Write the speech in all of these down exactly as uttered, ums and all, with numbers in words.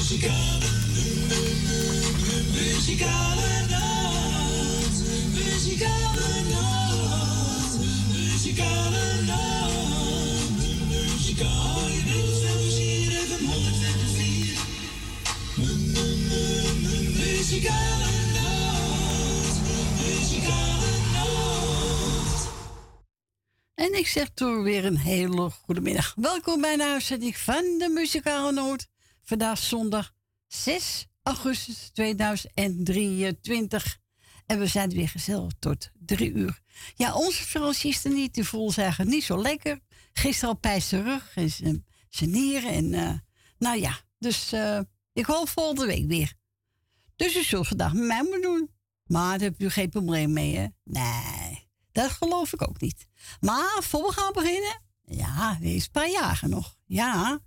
Muzikale, muzikale nacht, muzikale nacht, muzikale nacht, muzikale muzikale nacht, muzikale nacht. En ik zeg toch weer een hele goede middag. Welkom bij de uitzending van de Muzikale Noot. Vandaag zondag zes augustus tweeduizend drieëntwintig. En we zijn weer gezellig tot drie uur. Ja, onze Fransje is er niet. Die voelt zich eigenlijk niet zo lekker. Gisteren al pijn zijn rug en zijn, zijn nieren. En uh, nou ja, dus uh, ik hoop volgende week weer. Dus u zult vandaag met mij moeten doen. Maar daar hebt u geen probleem mee, hè? Nee, dat geloof ik ook niet. Maar voor we gaan beginnen... Ja, er is een paar jaren nog. Ja.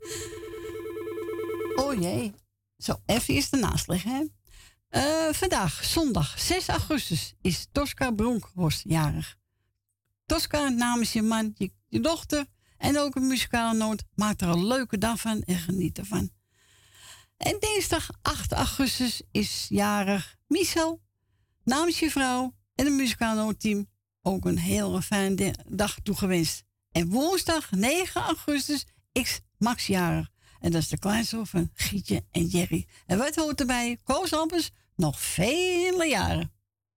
Oh jee. Zo, even eerst ernaast liggen, hè? Uh, vandaag, zondag zes augustus, is Tosca Bronkhorst jarig. Tosca, namens je man, je, je dochter en ook een muzikale noot, maak er een leuke dag van en geniet ervan. En dinsdag acht augustus is jarig Michel, namens je vrouw en het muzikale nootteam ook een hele fijne dag toegewenst. En woensdag negen augustus is Max jarig. En dat is de kleinzoon van Gietje en Jerry. En wat hoort erbij? Koos Ampers, nog vele jaren.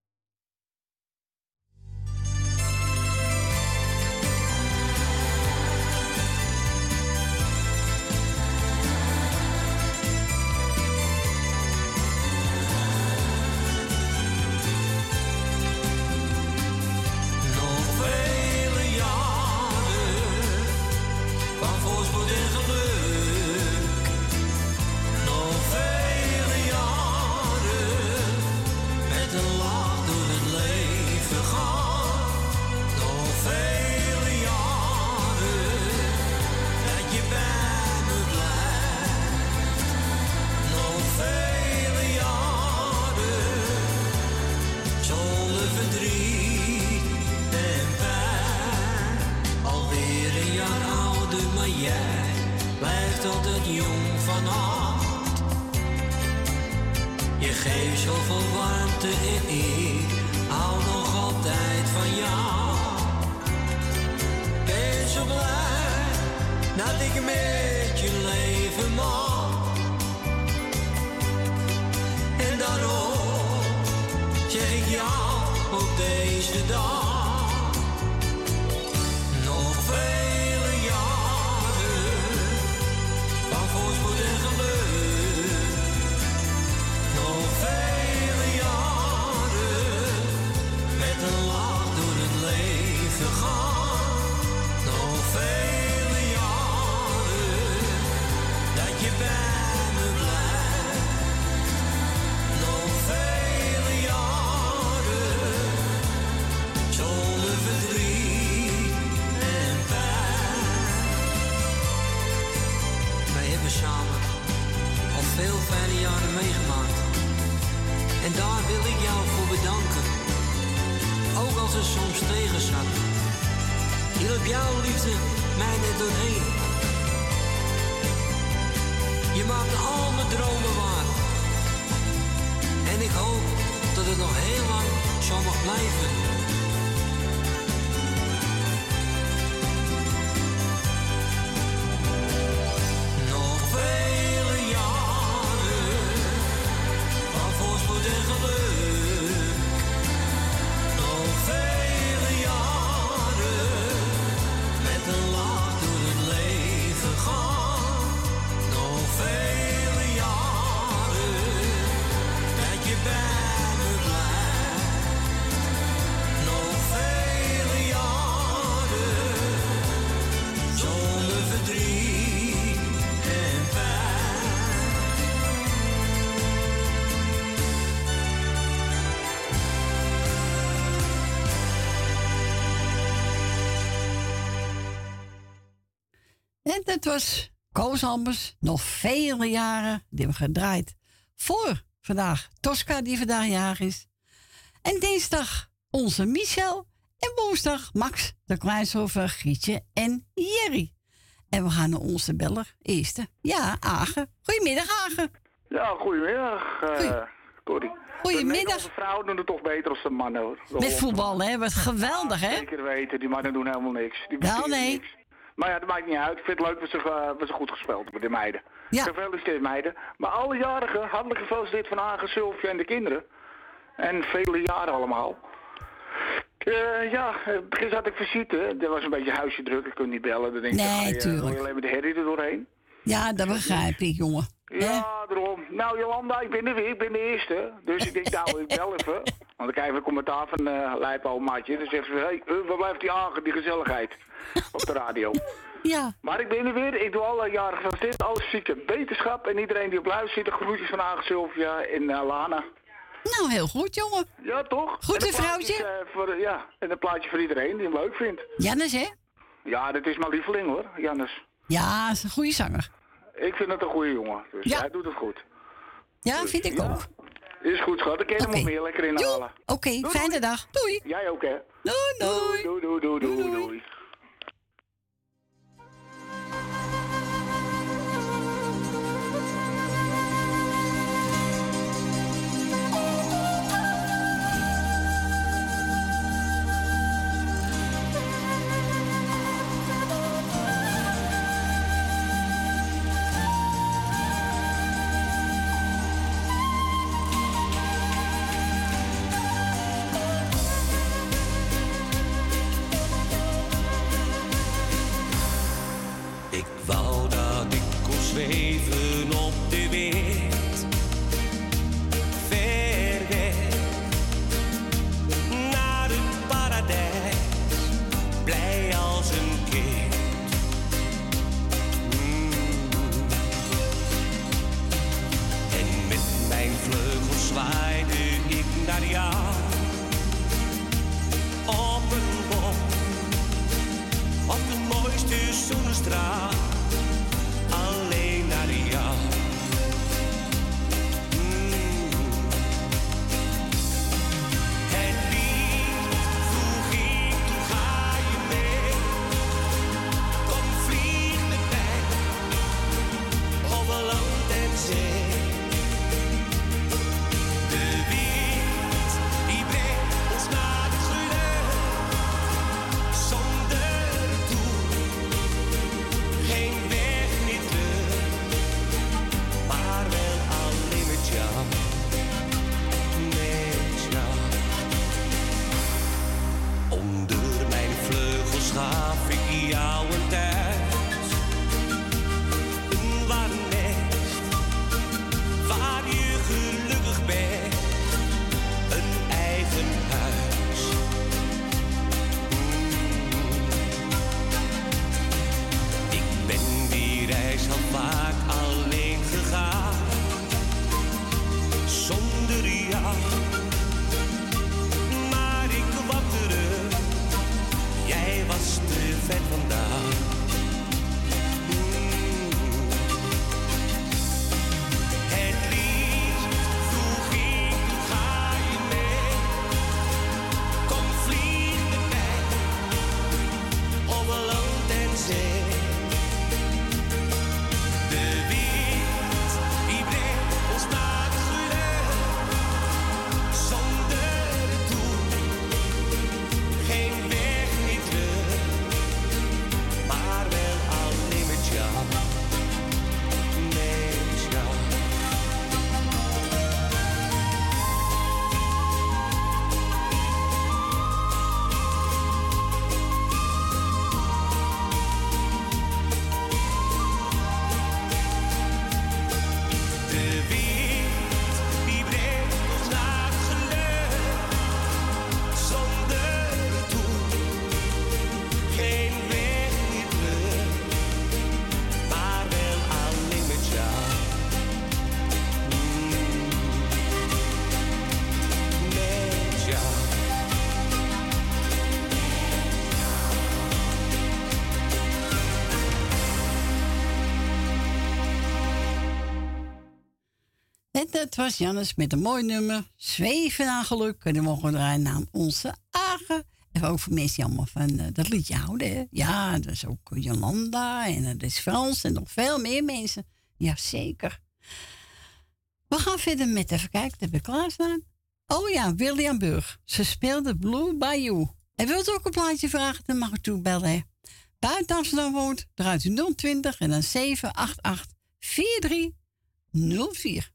Geef zoveel warmte en ik hou nog altijd van jou. Ben zo blij dat ik met je leven mag. En daarom zeg ik jou op deze dag. Nog vele jaren van voorspoed en geluk. Vele jaren met een lach door het leven gaan. Nog vele jaren dat je bij me blijft. Nog vele jaren zonder verdriet en pijn. Wij hebben samen al veel fijne jaren meegemaakt. En daar wil ik jou voor bedanken. Ook als het soms tegen zat. Hielp jouw liefde mij net doorheen. Je maakt al mijn dromen waar. En ik hoop dat het nog heel lang zo mag blijven. Nog vele jaren van voorspoed en geluk. Nog vele jaren met een lach door het leven gaan. Nog vele jaren dat je bij me blijft. Nog vele jaren zonder verdriet en pijn. En dat was Koos Ambers, nog vele jaren, die hebben gedraaid voor vandaag. Tosca, die vandaag jarig is. En dinsdag onze Michel. En woensdag Max, de kleinzoon van Gietje en Jerry. En we gaan naar onze beller, eerste. Ja, Agen. Goedemiddag, Agen. Ja, goedemiddag, uh, Corrie. Goedemiddag. De vrouwen doen het toch beter als de mannen, hoor. Met voetbal, hè? Wat geweldig, hè? Zeker weten, die mannen doen helemaal niks. Die Wel, nee. Niks. Maar ja, dat maakt niet uit. Ik vind het leuk dat ze, uh, dat ze goed gespeeld hebben, de meiden. Ja. Gefeliciteerd, meiden. Maar alle jarigen, hartelijk gefeliciteerd van Hagen, Sylvia en de kinderen. En vele jaren allemaal. Uh, ja, gisteren had ik visite. Er was een beetje huisje druk, ik kon niet bellen. Dan denk nee, je, tuurlijk. Wil je alleen met de herrie er doorheen? Ja, dat begrijp ik, jongen. Ja, daarom. Nou, Jolanda, ik ben er weer. Ik ben de eerste. Dus ik denk, nou, ik bel even. Want ik krijg even een commentaar van uh, Lijpo Maatje. Dan zegt ze, hé, hey, uh, waar blijft die Hagen, die gezelligheid? Op de radio. Ja. Maar ik ben er weer. Ik doe alle jaren gefeliciteerd. Alle zieke wetenschap. En iedereen die op luistert zit. Groetjes van Hagen, Sylvia en uh, Lana. Nou, heel goed, jongen. Ja, toch? Goed, een vrouwtje. Uh, voor, ja, en een plaatje voor iedereen die hem leuk vindt. Jannes, hè? Ja, dat is mijn lieveling, hoor. Jannes. Ja, is een goede zanger. Ik vind het een goede jongen. Dus ja. Hij doet het goed. Ja, dus, vind ik ja. ook. Is goed, schat. Ik kan okay. hem nog meer lekker inhalen. Oké, okay, fijne doei. dag. Doei. Jij ook, hè. Doei, doei. Doei, doei, doei, doei, doei. doei. doei. Zweven op de wind, ver weg, naar het paradijs, blij als een kind. Mm. En met mijn vleugels zwaaide ik naar jou, op een boom, op de mooiste zonnestraal. Alleen naar jou. Mm. Het lied vroeg ik, toen ga je mee. Kom vlieg met mij, over land en zee. De wind, die brengt ons naar het geluk. Zonder doel, geen weg. Gaf ik jou een thuis, een warm nest, waar je gelukkig bent, een eigen huis. Mm. Ik ben die reis al vaak alleen gegaan, zonder jou, maar ik kwam terug. Jij was te ver vandaan. Mm. Het lied vroeg ik, hoe ga je mee? Kom vlieg met mij, over land en zee. De wind, die brengt ons naar het geluk. Zonder doel, geen weg niet terug, maar wel alleen met jou, met jou. De wind, die brengt ons naar het geluk, zonder doel, geen weg niet terug, maar wel alleen met jou. Mm. Met jou. En dat was Jannes met een mooi nummer. Zweven naar geluk. En dan mogen we draaien naar onze Agen. En ook voor mensen die allemaal van uh, dat liedje houden. Hè? Ja, dat is ook Jolanda. En dat is Frans. En nog veel meer mensen. Jazeker. We gaan verder met even kijken, dat heb ik klaarstaan. Oh ja, William Burg. Ze speelde Blue Bayou. En wilt u ook een plaatje vragen, dan mag u toebellen. Buiten Amsterdam woont, draait u nul twintig en dan zeven acht acht vier drie nul vier.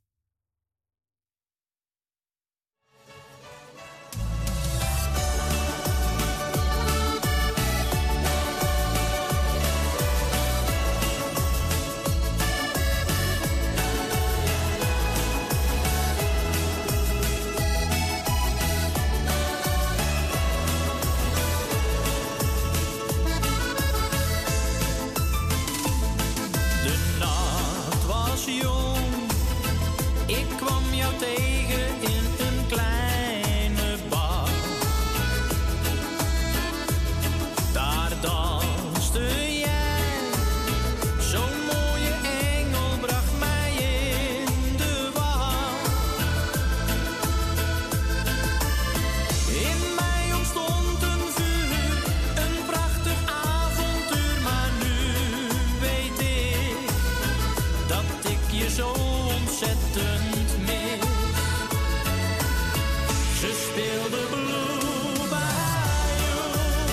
Jong, ik kwam jou tegen in een kleine bar. Daar danste jij, zo'n mooie engel bracht mij in de war. In mij ontstond een vuur, een prachtig avontuur, maar nu weet ik dat ik je zo ontzettend mis. Ze speelde Blue Bayou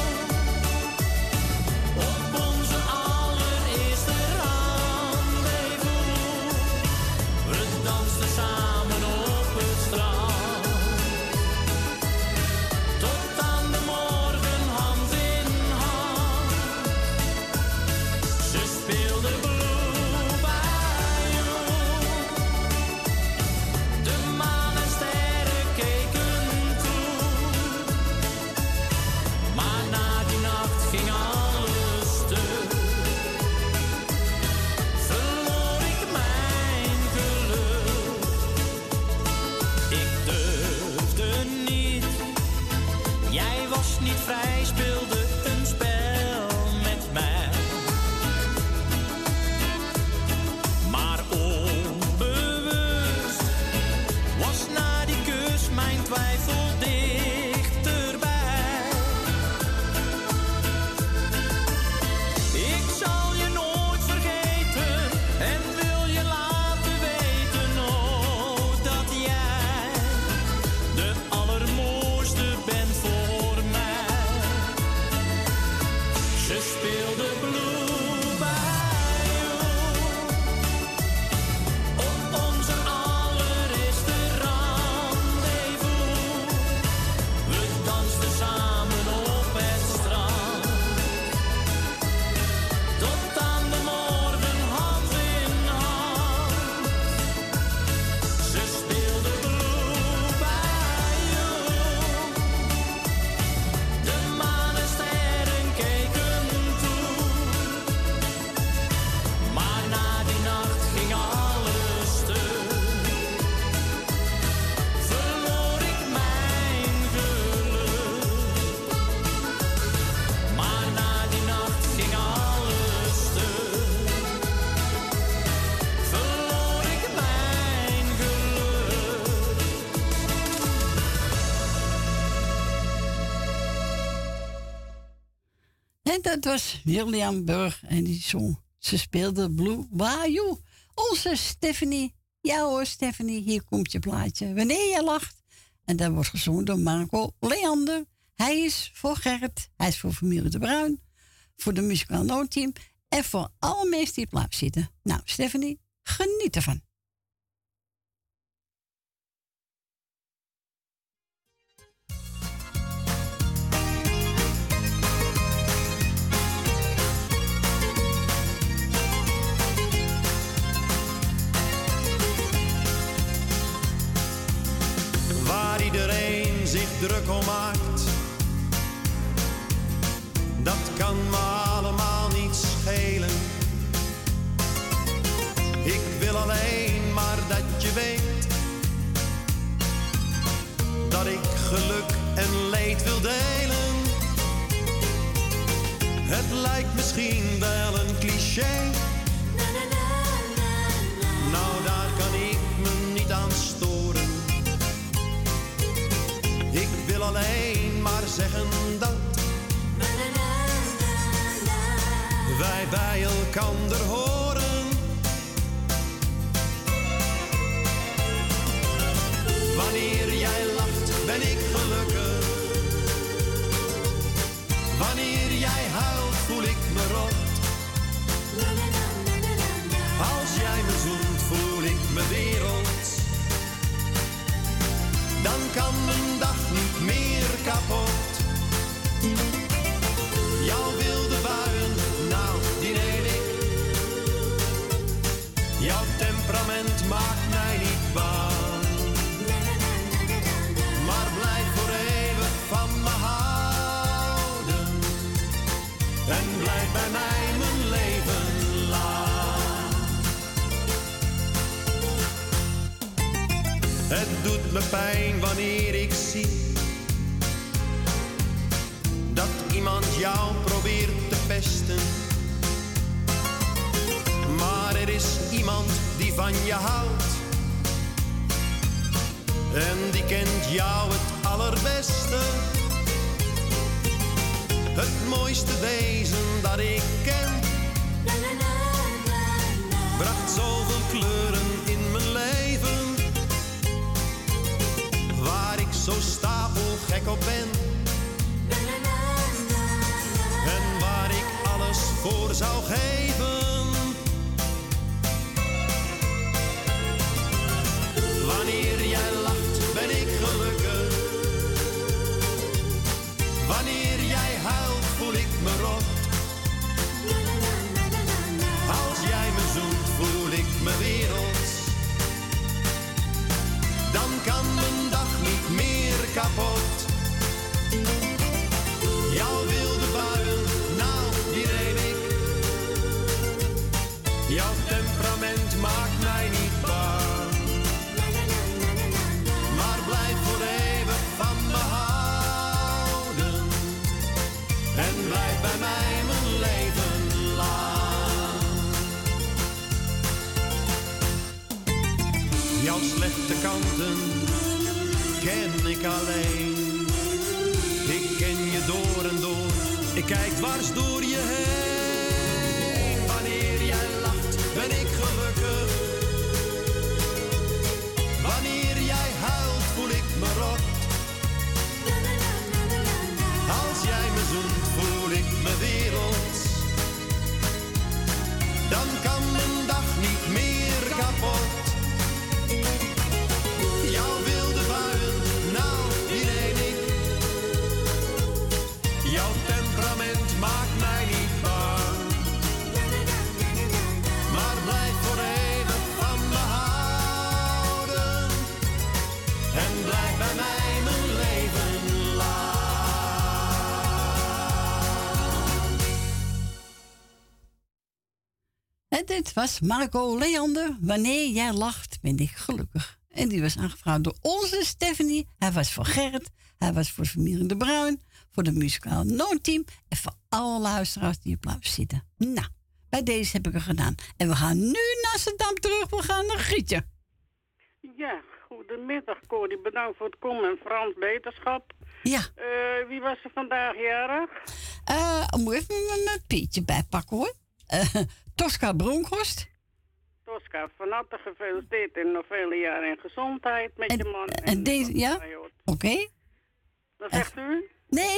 op onze allereerste rendezvous. We dansten samen op het strand, tot aan de morgen hand in hand. Ze speelde Blue vrij, speelde een spel met mij. Maar onbewust was na die kus mijn twijfel dichterbij. Ik zal je nooit vergeten en wil je laten weten, oh, dat jij de allermooiste bent voor mij. Ze speelde Blue Bayou op onze allereerste rendezvous. We dansten samen op het strand, tot aan de morgen hand in hand. Ze speelde Blue Bayou, de maan en sterren keken. Maar na die nacht ging alles stuk. Verloor ik mijn geluk. Maar na die nacht ging alles stuk. Verloor ik mijn geluk. En dat was William Burg en die zong. Ze speelde Blue Bayou. Onze Stephanie. Ja hoor, Stephanie, hier komt je plaatje. Wanneer je lacht. En dat wordt gezongen door Marco Leander. Hij is voor Gerrit. Hij is voor familie De Bruin. Voor de muzikaal noodteam. En voor alle mensen die op plaats zitten. Nou, Stephanie, geniet ervan. Waar iedereen zich druk om maakt, dat kan me allemaal niet schelen. Ik wil alleen maar dat je weet dat ik geluk en leed wil delen. Het lijkt misschien wel een cliché, nou daar kan ik me niet aan storen. Ik wil alleen maar zeggen dat wij bij elkander horen. Jouw temperament maakt mij niet bang. Maar blijf voor eeuwig van me houden. En blijf bij mij mijn leven lang. Het doet me pijn wanneer ik zie dat iemand jou probeert te pesten. Maar er is iemand die van je houdt. En die kent jou het allerbeste. Het mooiste wezen dat ik ken. Bracht zoveel kleuren in mijn leven. Waar ik zo stapelgek op ben. En waar ik alles voor zou geven. Wanneer jij lacht ben ik gelukkig. Wanneer jij huilt voel ik me rot. Als jij me zoent voel ik me werelds. Dan kan mijn dag niet meer kapot. Jouw wilde buien, nou die neem ik. Jouw temperament maakt mij niet bang. Maar blijf voor eeuwig van me houden. En blijf bij mij mijn leven lang. Jouw slechte kanten ken ik alleen. Ik ken je door en door, ik kijk dwars door je heen. Wanneer jij lacht, ben ik gelukkig. Wanneer jij huilt, voel ik me rot. Als jij me zoent, voel ik me werelds. Dan kan mijn dag niet meer kapot. Jouw wilde buien, nou die neem ik. Jouw temperament maakt mij niet bang. Maar blijf voor eeuwig van me houden. En blijf bij mij mijn leven lang. En dit was Marco Leander. Wanneer jij lacht, ben ik gelukkig. En die was aangevraagd door onze Stephanie. Hij was voor Gerrit. Hij was voor familie De Bruin. Voor de muzikale noodteam. En voor alle luisteraars die op blijven zitten. Nou, bij deze heb ik er gedaan. En we gaan nu naar Amsterdam terug. We gaan naar Gietje. Ja, goedemiddag Corrie. Bedankt voor het komen en Frans beterschap. Ja. Uh, wie was er vandaag jarig? Uh, moet even mijn Pietje bijpakken hoor. Uh, Tosca Bronkhorst. Tosca, van harte gefeliciteerd en nog vele jaren in gezondheid met en, je man. En, en deze, ja? Oké. Okay. Wat zegt u? Nee.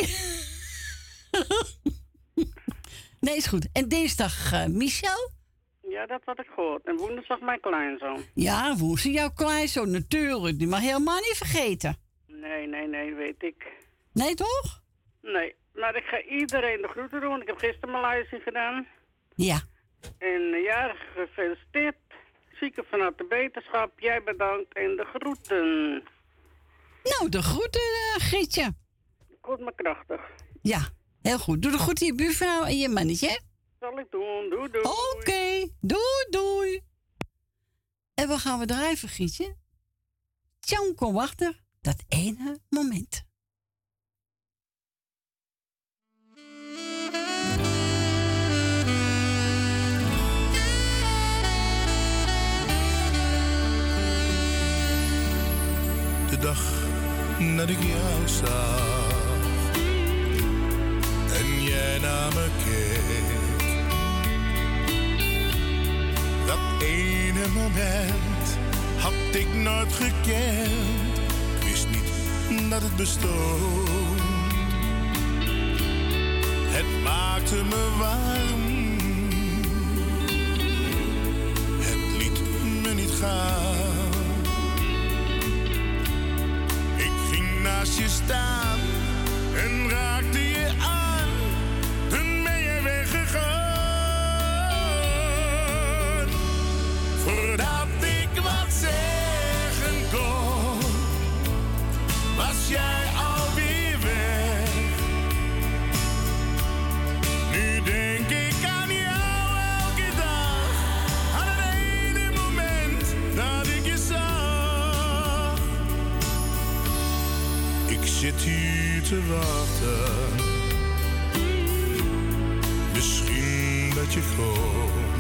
Nee, is goed. En dinsdag uh, Michel? Ja, dat had ik gehoord. En woensdag mijn kleinzoon. Ja, woensdag jouw kleinzoon, natuurlijk. Die mag helemaal niet vergeten. Nee, nee, nee, weet ik. Nee, toch? Nee, maar ik ga iedereen de groeten doen. Ik heb gisteren mijn lijstje gedaan. Ja. En uh, ja, gefeliciteerd. Zieke van harte beterschap. Jij bedankt en de groeten. Nou, de groeten, uh, Gietje. Goed maar krachtig. Ja, heel goed. Doe de groeten je buurvrouw en je mannetje. Zal ik doen. Doei, doei. Oké, okay. doei, doei. En we gaan we drijven, Gietje. Tjanko Wachter, dat ene moment. De dag dat ik jou zag en jij naar me keek, dat ene moment had ik nooit gekend. Ik wist niet dat het bestond. Het maakte me warm, het liet me niet gaan. Naast je staan en raakte je aan, toen ben je weggegaan. Voor zit hier te wachten. Misschien dat je komt.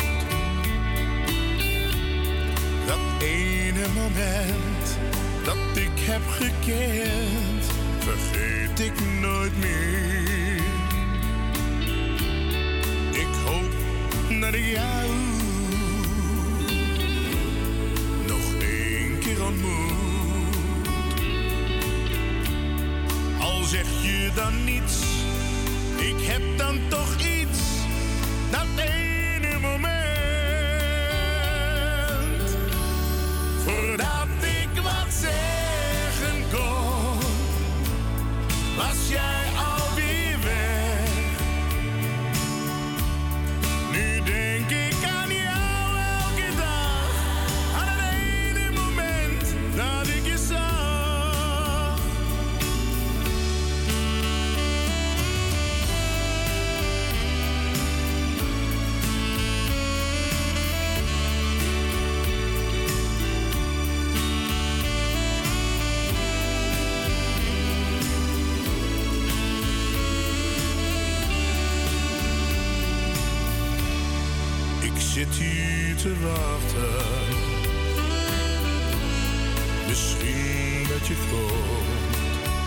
Dat ene moment dat ik heb gekend, vergeet ik nooit meer. Ik hoop dat ik jou nog één keer ontmoet. Al zeg je dan niets, ik heb dan toch iets. Dat ene moment, voordat ik wat zeggen kon, was jij alweer weg. Nu denk ik aan jou elke dag, aan het ene moment dat ik je zag. Ik zit hier te wachten. Misschien dat je komt.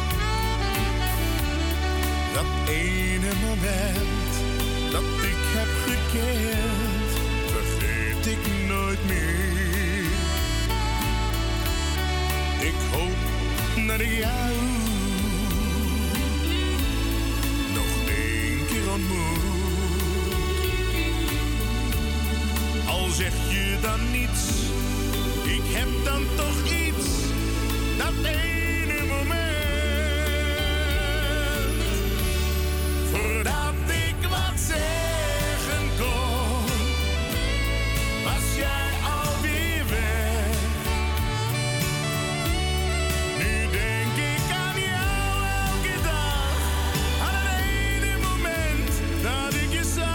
Dat ene moment dat ik heb gekend, vergeet ik nooit meer. Ik hoop dat ik jou nog één keer ontmoet. Al zeg je dan niets, ik heb dan toch iets. Dat ene moment, voordat ik wat zeggen kon, was jij alweer weg. Nu denk ik aan jou elke dag, aan het ene moment dat ik je zag.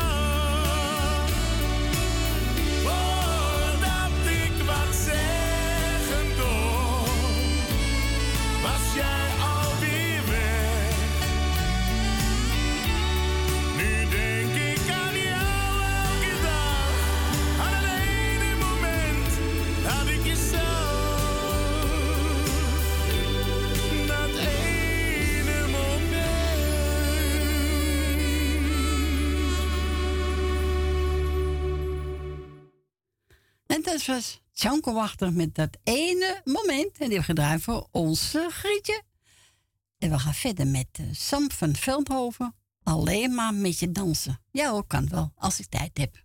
Dat was Tjanko Wachter met dat ene moment. En die hebben gedraaid voor onze Grietje. En we gaan verder met uh, Sam van Veldhoven. Alleen maar met je dansen. Ja hoor, kan wel, als ik tijd heb.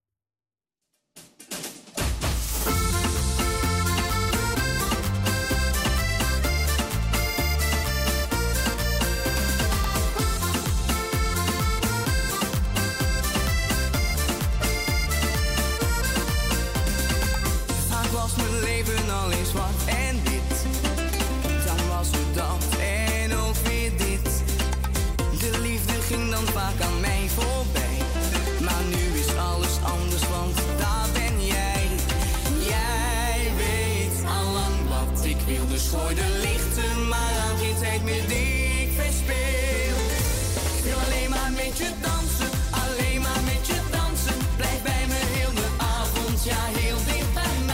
Mijn leven al eens wat en dit, dan was het dat en ook weer dit. De liefde ging dan vaak aan mij voorbij, maar nu is alles anders, want daar ben jij. Jij weet allang wat ik wil, dus gooi de lichten maar aan, geen tijd meer die ik verspeel. Ik wil alleen maar met je dansen, alleen maar met je dansen. Blijf bij me heel de avond, ja heel dicht bij mij.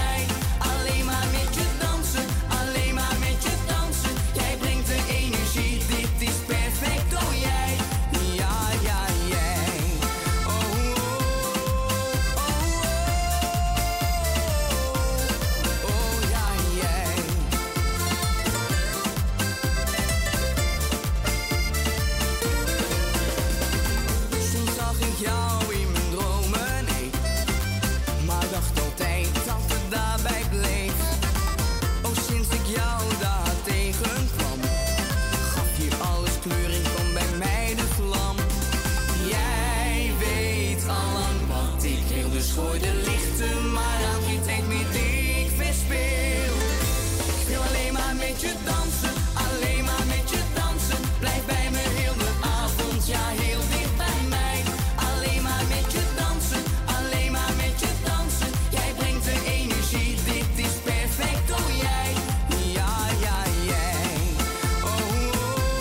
Gooi de lichten maar aan, geen tijd meer die ik verspeel. Ik wil alleen maar met je dansen, alleen maar met je dansen. Blijf bij me heel de avond, ja heel dicht bij mij. Alleen maar met je dansen, alleen maar met je dansen. Jij brengt de energie, dit is perfect, oh jij. Ja, ja, jij. Oh, oh, oh.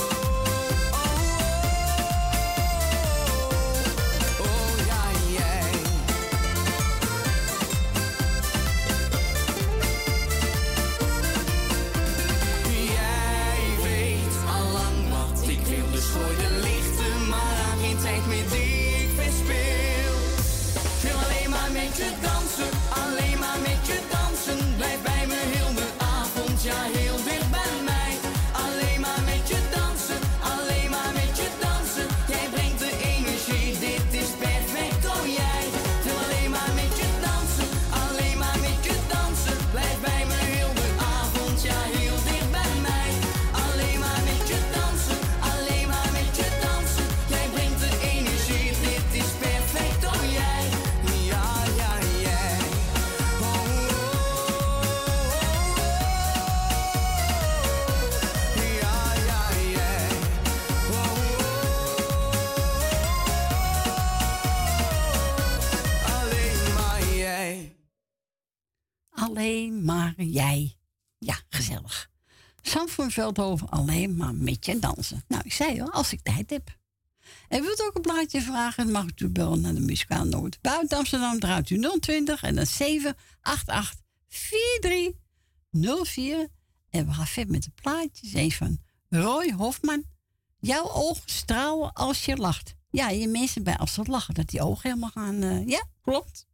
alleen maar jij. Ja, gezellig. Sam van Veldhoven, alleen maar met je dansen. Nou, ik zei al, als ik tijd heb. En wilt ook een plaatje vragen, dan mag u bellen naar de muzikale noot. Buiten Amsterdam draait u nul twintig en dan zeven acht acht vier drie nul vier. En we gaan verder met de plaatjes. Een van Roy Hofman. Jouw ogen stralen als je lacht. Ja, je mensen bij als ze lachen, dat die ogen helemaal gaan... Uh, ja, klopt.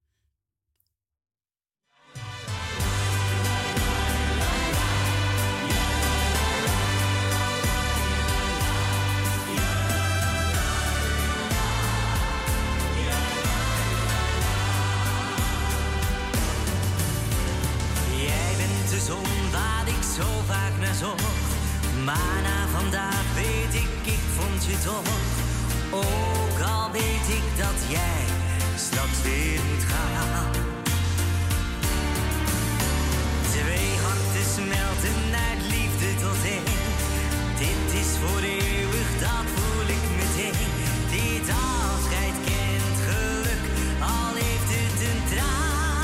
Zon waar ik zo vaak naar zocht. Maar na vandaag weet ik, ik vond je toch. Ook al weet ik dat jij straks weer moet gaan. Twee harten smelten uit liefde tot één. Dit is voor eeuwig, dat voel ik meteen. Dit afscheid kent geluk, al heeft het een traan.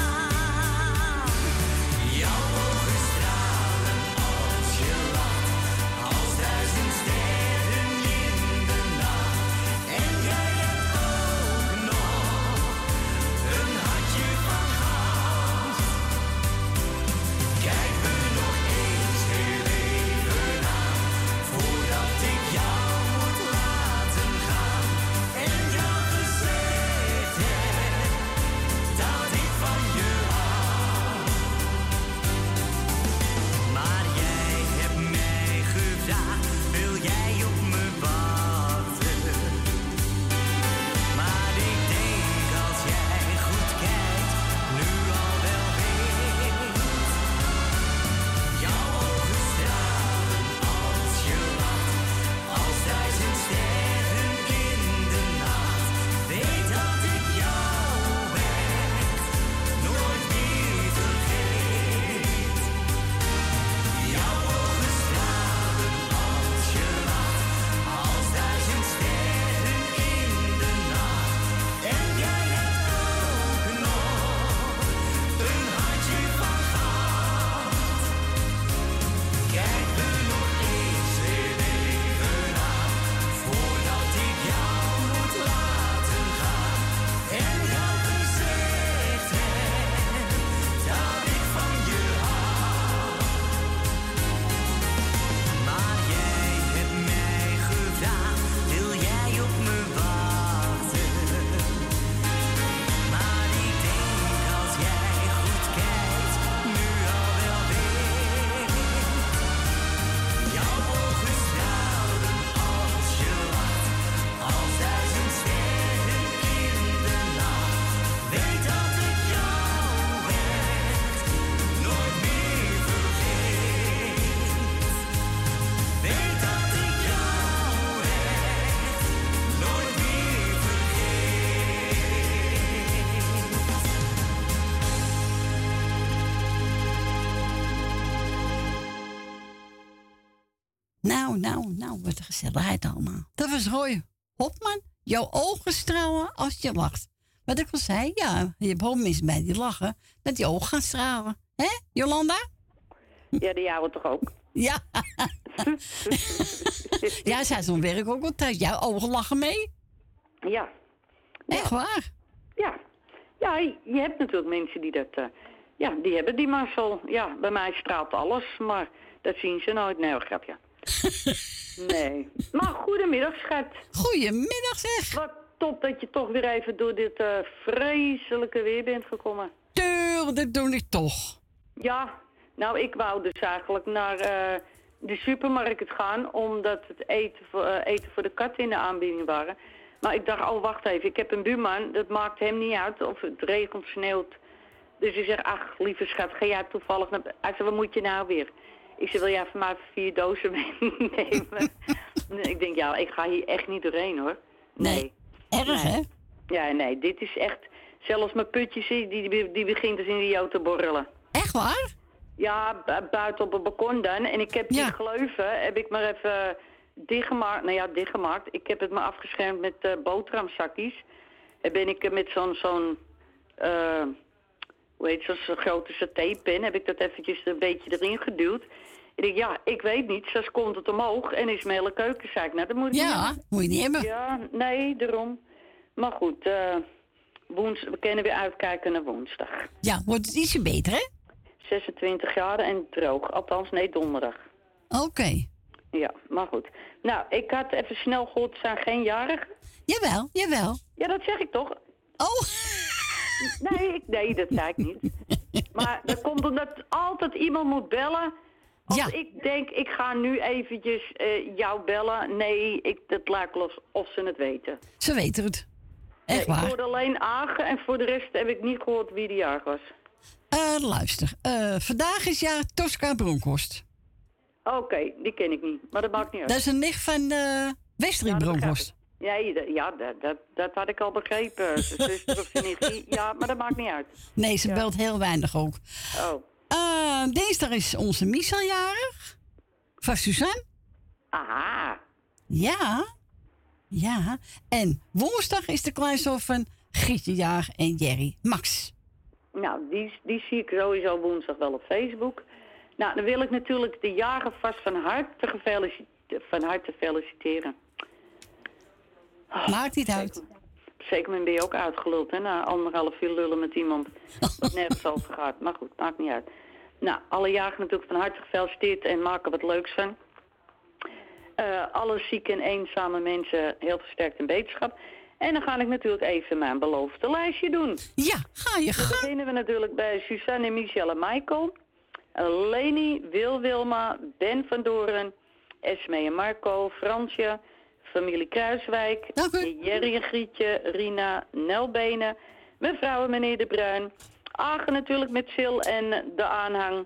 Nou, nou, nou, wat een gezelligheid allemaal. Dat was Roy Hopman. Jouw ogen stralen als je lacht. Wat ik al zei, ja, je hebt ook mensen bij die lachen, dat die ogen gaan stralen. Hè, Jolanda? Ja, die jouwe toch ook? Ja. Ja, zij zo'n werk ook altijd. Jouw ogen lachen mee? Ja. Echt waar? Ja. Ja, je hebt natuurlijk mensen die dat... Uh, ja, die hebben die mazzel. Ja, bij mij straalt alles, maar dat zien ze nooit. Nee, grapje. Nee. Maar goedemiddag, schat. Goedemiddag, zeg. Wat top dat je toch weer even door dit uh, vreselijke weer bent gekomen. Tuurlijk, dat doe ik toch. Ja, nou, ik wou dus eigenlijk naar uh, de supermarkt gaan, omdat het eten voor, uh, eten voor de katten in de aanbieding waren. Maar ik dacht, oh, wacht even, ik heb een buurman, dat maakt hem niet uit of het regent, sneeuwt. Dus ik zeg, ach, lieve schat, ga jij toevallig naar... Hij zei, wat moet je nou weer? Ik zei, wil jij van mij vier dozen meenemen? Ik denk, ja, ik ga hier echt niet doorheen, hoor. Nee. nee. Erg, nee. Hè? Ja, nee, dit is echt... Zelfs mijn putje, die, die, die begint dus in de jou te borrelen. Echt waar? Ja, bu- buiten op het balkon dan. En ik heb die ja. gleuven, heb ik maar even dichtgemaakt. Nou ja, dichtgemaakt. Ik heb het maar afgeschermd met uh, boterhamzakjes. En ben ik met zo'n... zo'n uh, hoe heet het, zo'n grote satépen, heb ik dat eventjes een beetje erin geduwd. Ik denk, ja, ik weet niet, zo komt het omhoog en is mijn hele keuken, zei ik. Nou, dat moet je ja, niet moet je niet hebben. Ja, nee, daarom. Maar goed, uh, woens, we kunnen weer uitkijken naar woensdag. Ja, wordt het ietsje beter, hè? zesentwintig graden en droog. Althans, nee, donderdag. Oké. Okay. Ja, maar goed. Nou, ik had even snel gehoord, er zijn geen jarigen. Jawel, jawel. Ja, dat zeg ik toch? Oh. Nee, ik, nee, dat zei ik niet. Maar dat komt omdat altijd iemand moet bellen. Als ja. ik denk, ik ga nu eventjes uh, jou bellen. Nee, ik, het lijkt los of ze het weten. Ze weten het. Echt nee, waar. Ik hoorde alleen Agen en voor de rest heb ik niet gehoord wie de jarig was. Uh, luister, uh, vandaag is jaar Tosca Bronkhorst. Oké, okay, die ken ik niet, maar dat maakt niet uit. Dat is een nicht van uh, Westrik ja, Bronkhorst. Ja, ja dat, dat, dat had ik al begrepen. Zuster of nicht. Ja, maar dat maakt niet uit. Nee, ze ja. belt heel weinig ook. Oh. Uh, dinsdag is onze Michel jarig. Van Suzanne. Aha. Ja. Ja. En woensdag is de kleinzoon van Gietje jarig en Jerry. Max. Nou, die, die zie ik sowieso woensdag wel op Facebook. Nou, dan wil ik natuurlijk de jaren vast van harte, gefelicite- van harte feliciteren. Oh, maakt niet uit. Zeker, zeker ben je ook uitgeluld, hè? Na anderhalf uur lullen met iemand wat nergens over gaat. Maar goed, maakt niet uit. Nou, alle jaren natuurlijk van harte gefeliciteerd en maken wat leuks van. Uh, alle zieke en eenzame mensen heel versterkt in beterschap. En dan ga ik natuurlijk even mijn beloofde lijstje doen. Ja, ga je gang. Dan beginnen we natuurlijk bij Suzanne, Michel en Michael. Leni, Wil Wilma, Ben van Doren, Esme en Marco, Fransje, familie Kruiswijk, Jerry en Grietje, Rina, Nelbenen, mevrouw en meneer De Bruin, Agen natuurlijk met Sil en de aanhang.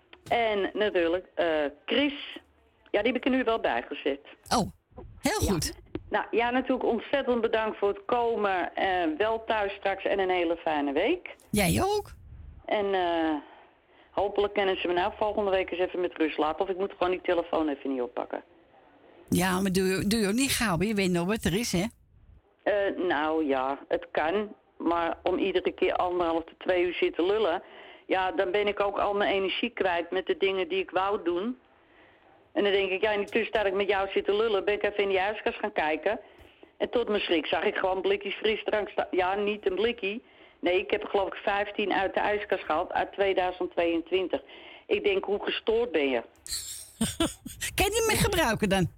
En natuurlijk uh, Chris, ja, die heb ik er nu wel bijgezet. Oh, heel goed. Ja. Nou, ja, natuurlijk ontzettend bedankt voor het komen. Uh, wel thuis straks en een hele fijne week. Jij ook. En uh, hopelijk kunnen ze me nou volgende week eens even met rust laten. Of ik moet gewoon die telefoon even niet oppakken. Ja, maar doe je, doe je ook niet gauw. Je weet nog wat er is, hè? Uh, nou ja, het kan. Maar om iedere keer anderhalf tot twee uur zitten lullen... ja, dan ben ik ook al mijn energie kwijt met de dingen die ik wou doen. En dan denk ik, ja, in die tussentijd dat ik met jou zit te lullen... ben ik even in die ijskast gaan kijken. En tot mijn schrik zag ik gewoon blikjes frisdrank staan. Ja, niet een blikje. Nee, ik heb er geloof ik vijftien uit de ijskast gehaald uit tweeduizend tweeëntwintig. Ik denk, hoe gestoord ben je? Kan je die meer gebruiken dan?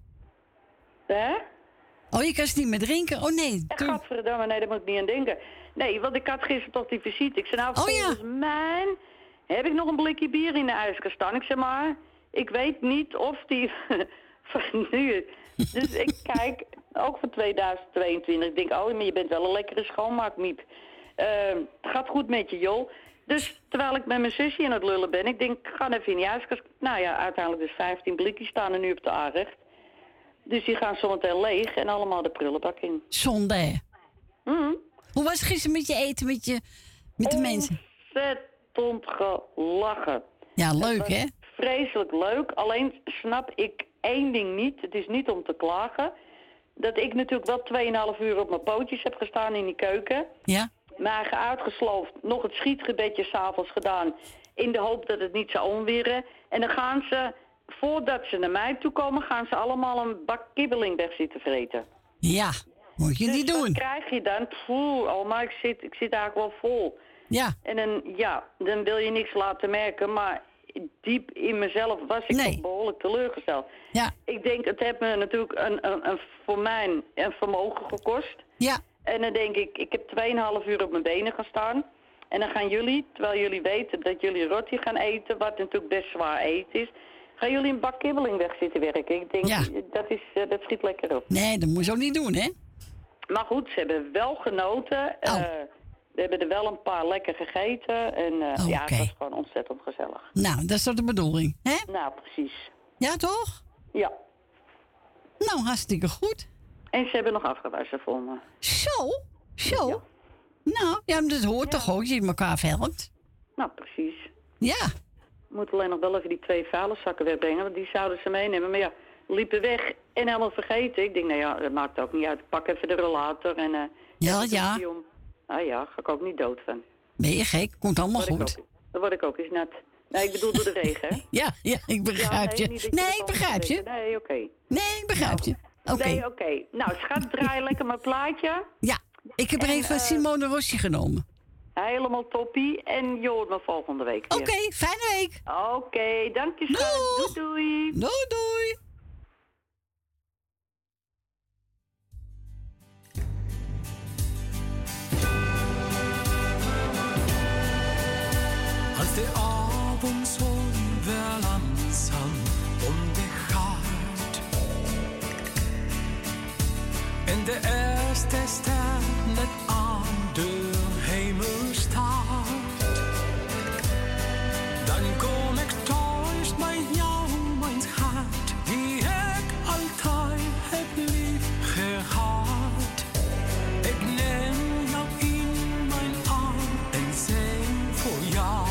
Hè? Oh, je kan ze niet meer drinken? Oh nee. Toen... Gadverdamme, nee, daar moet ik niet aan denken. Nee, want ik had gisteren toch die visite. Ik zei, nou, oh, volgens ja. mij heb ik nog een blikje bier in de ijskast staan. Ik zeg maar, ik weet niet of die van nu is. Dus ik kijk, ook van tweeduizend tweeëntwintig. Ik denk, oh, maar je bent wel een lekkere schoonmaakmiep. Uh, het gaat goed met je, joh. Dus terwijl ik met mijn zusje in het lullen ben, ik denk, ik ga even in die ijskast. Nou ja, uiteindelijk dus vijftien blikjes staan er nu op de aanrecht. Dus die gaan zometeen leeg en allemaal de prullenbak in. Zonde. Mm. Hoe was het gisteren met je eten met, je, met de mensen? Ontzettend gelachen. Ja, leuk hè? Vreselijk leuk. Alleen snap ik één ding niet. Het is niet om te klagen. Dat ik natuurlijk wel tweeënhalf uur op mijn pootjes heb gestaan in die keuken. Ja. Mijn eigen uitgesloofd. Nog het schietgebedje 's avonds gedaan. In de hoop dat het niet zou onweren. En dan gaan ze, voordat ze naar mij toe komen, gaan ze allemaal een bak kibbeling weg zitten vreten. Ja, moet je dus niet doen. wat krijg je dan? Poeh, oh, maar ik zit, ik zit eigenlijk wel vol. Ja. En dan, ja, dan wil je niks laten merken, maar diep in mezelf was ik nee. toch behoorlijk teleurgesteld. Ja. Ik denk, het heeft me natuurlijk een, een, een, voor mij een vermogen gekost. Ja. En dan denk ik, ik heb tweeënhalf uur op mijn benen gestaan. En dan gaan jullie, terwijl jullie weten dat jullie roti gaan eten, wat natuurlijk best zwaar eten is, gaan jullie een bak kibbeling weg zitten werken. Ik denk, ja. dat, is, dat schiet lekker op. Nee, dat moet je ook niet doen, hè? Maar goed, ze hebben wel genoten. Oh. Uh, we hebben er wel een paar lekker gegeten. En uh, oh, ja, okay. het was gewoon ontzettend gezellig. Nou, dat is toch de bedoeling, hè? Nou, precies. Ja, toch? Ja. Nou, hartstikke goed. En ze hebben nog afgewassen voor me. Zo? Zo? Ja. Nou, ja, dat hoort ja. toch ook, je elkaar helpt. Nou, precies. Ja. Ik moet alleen nog wel even die twee vuilniszakken wegbrengen, want die zouden ze meenemen. Maar ja, liepen weg en helemaal vergeten. Ik denk, nou ja, dat maakt ook niet uit. Ik pak even de rollator en... Uh, ja, ja. Om. Ah ja, ga ik ook niet dood van. Ben je gek? Komt allemaal Word ik goed. ook- Dan word ik ook eens nat. Nee, ik bedoel door de regen, hè? Ja, ja, ik begrijp Ja, je. niet dat Nee, het ik anders begrijp je. weet. Nee, oké. Nee, ik begrijp je. Oké. Nee, oké. Nou, schat, draai lekker mijn plaatje. Ja, ik heb er En, een van eh, Simone Rossi genomen. Helemaal toppie. En je hoort me volgende week weer. Oké, fijne week. Oké, dank je, schat. Doei, doei. Doei, doei. Als de avondzon weer langzaam ondergaat en de eerste ster net aan de hemel staat, dan kom ik thuis bij jou, mijn schat, die ik altijd heb lief gehad. Ik neem jou in mijn arm en zing voor jou.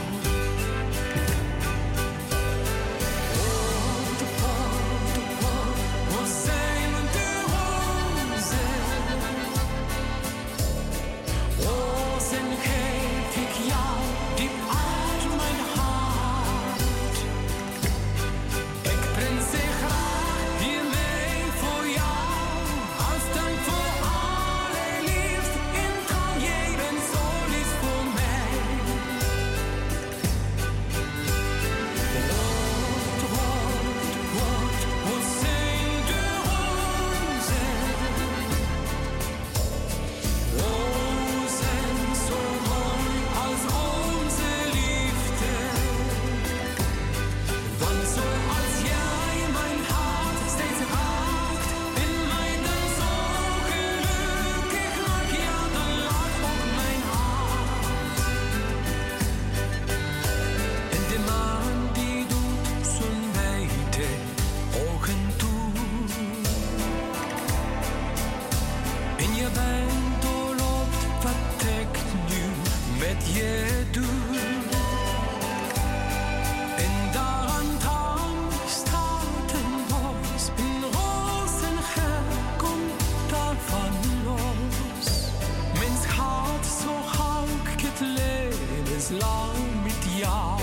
Lang met jou.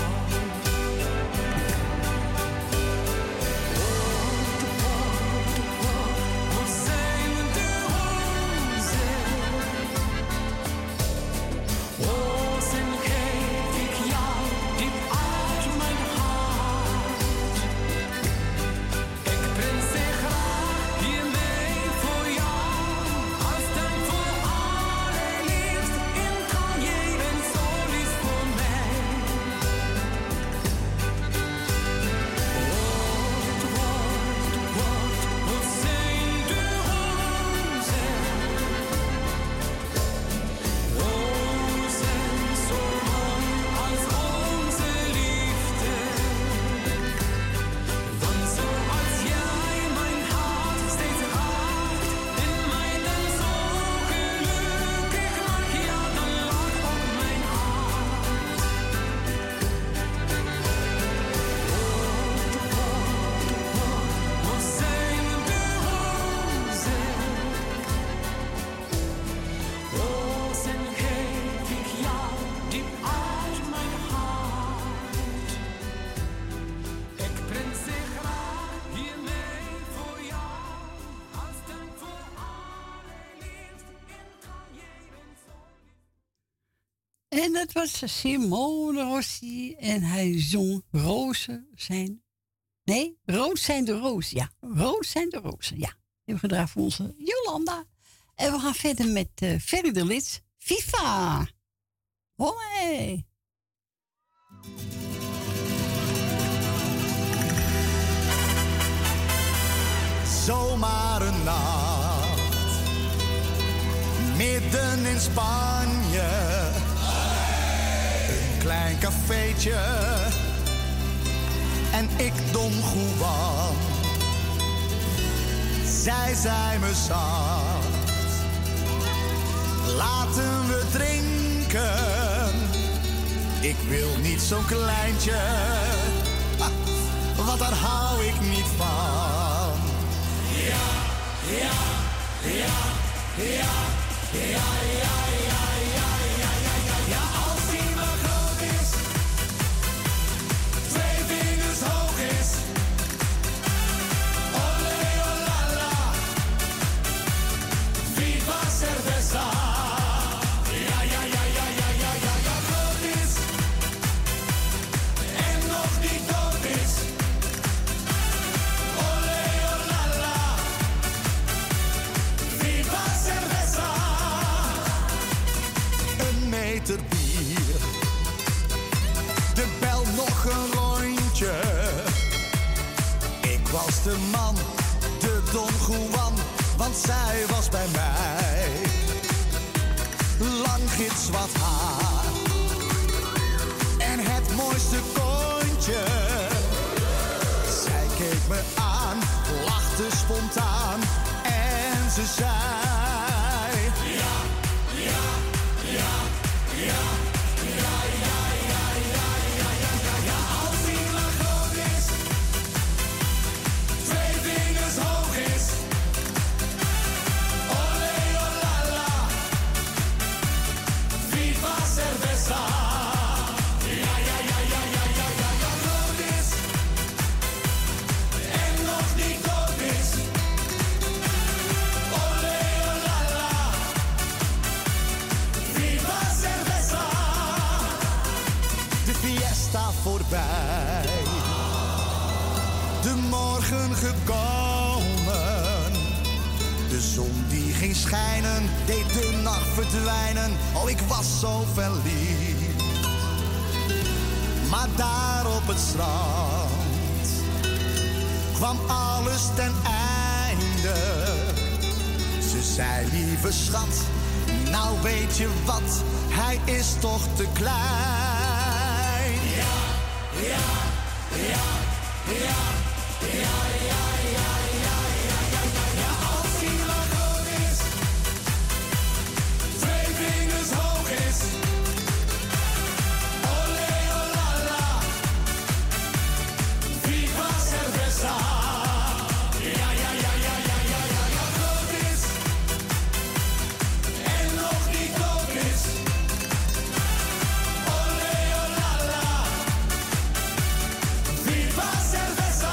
En dat was Simone Rossi en hij zong Rozen zijn... Nee, rood zijn de rozen, ja. Rood zijn de rozen, ja. Die hebben we gedraaid voor onze Jolanda. En we gaan verder met uh, Ferry de Lits. FIFA! Hoi! Zomaar een nacht, midden in Spanje. Een klein cafeetje en ik Don Juan. Zij zei me zacht, laten we drinken. Ik wil niet zo'n kleintje, want daar hou ik niet van. Ja, ja, ja, ja, ja, ja, ja, ja, ja, ja, ja, ja. was de man, de Don Juan, want zij was bij mij. Lang gitzwart haar en het mooiste kontje. Zij keek me aan, lachte spontaan en ze zei: ja, ja, ja, ja, ja, ja, ja, ja, ja, ja, ja, ja. Als hij maar groot is, twee vingers hoog is, olé, olala, viva cerveza. Ja, ja, ja, ja, ja, ja, ja, ja, groot is en nog niet dood is. Olé, olala, viva cerveza. De fiesta voorbij, de morgen gekomen. De zon die ging schijnen, deed de nacht verdwijnen. Oh, ik was zo verliefd. Maar daar op het strand kwam alles ten einde. Ze zei: lieve schat, nou weet je wat, hij is toch te klein. Ja, ja, ja, ja, ja, ja, ja, ja, ja, ja, ja, ja. Als hij maar groot is, twee vingers hoog is, olé, olala, viva cerveza. Ja, ja, ja, ja, ja, ja, ja, ja, groot is en nog niet dood is. Olé, olala, viva cerveza.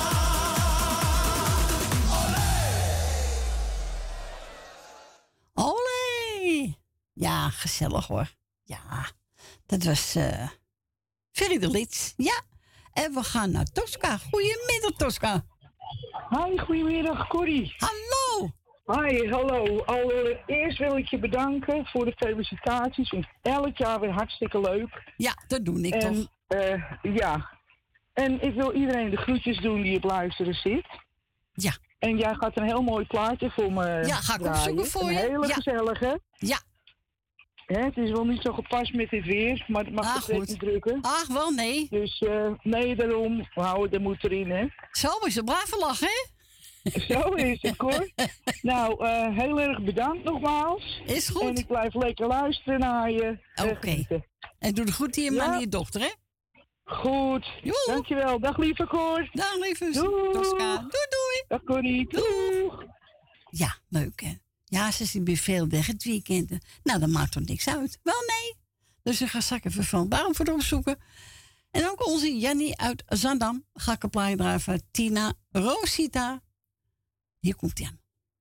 Olé! Ja, gezellig hoor. Ja, dat was eh Ferry de Lits. Ja, en we gaan naar Tosca. Goedemiddag, Tosca. Hi, goedemiddag, Corrie. Hallo. Hi, hallo. Allereerst wil ik je bedanken voor de felicitaties. Vind ik elk jaar weer hartstikke leuk. Ja, dat doe ik en, toch. Uh, ja. En ik wil iedereen de groetjes doen die op luisteren zit. Ja. En jij gaat een heel mooi plaatje voor me Ja, ga ik draaien. opzoeken voor een je. hele Ja. gezellige. Ja. Hè, het is wel niet zo gepast met het weer, maar het mag Ah, de pret goed. niet drukken. Ach, wel nee. Dus uh, nee, daarom. We houden de moed erin, hè. Zo is het blijven lachen, hè? Zo is het, hoor. Nou, uh, heel erg bedankt nogmaals. Is goed. En ik blijf lekker luisteren naar je. Oké. Okay. En doe de goed aan je man en je dochter, hè? Goed. Jo. Dankjewel. Dag lieve Cor. Dag lieve Tosca. Doei doei. Dag Corrie. Doeg. Ja, leuk hè. Ja, ze zijn weer veel weg het weekend. Nou, dat maakt toch niks uit. Wel nee. Dus ik ga straks even van waarom voor opzoeken. En ook onze Jannie uit Zandam. Ga ik een plaatje draaien van Tina Rosita. Hier komt hij aan.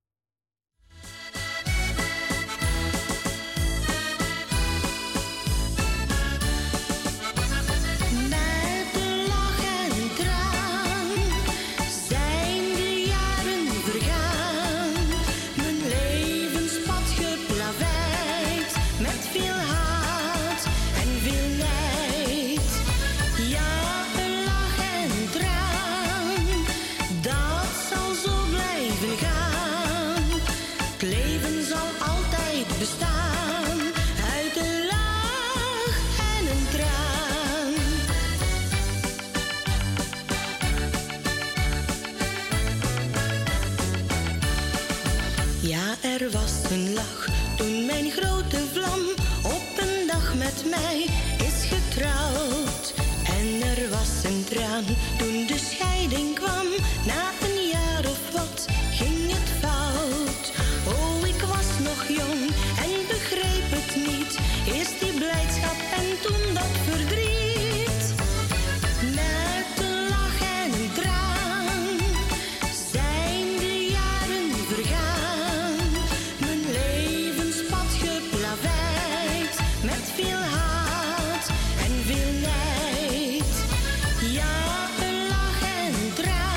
Er was een lach toen mijn grote vlam op een dag met mij is getrouwd. En er was een traan toen de scheiding kwam. Na een jaar of wat ging het fout. Oh, ik was nog jong en begreep het niet. Eerst die blijdschap en toen dat verdriet. Met een lach en een traan zijn de jaren vergaan. Mijn levenspad geplaveid met veel haat en veel nijd. Ja, een lach en een traan.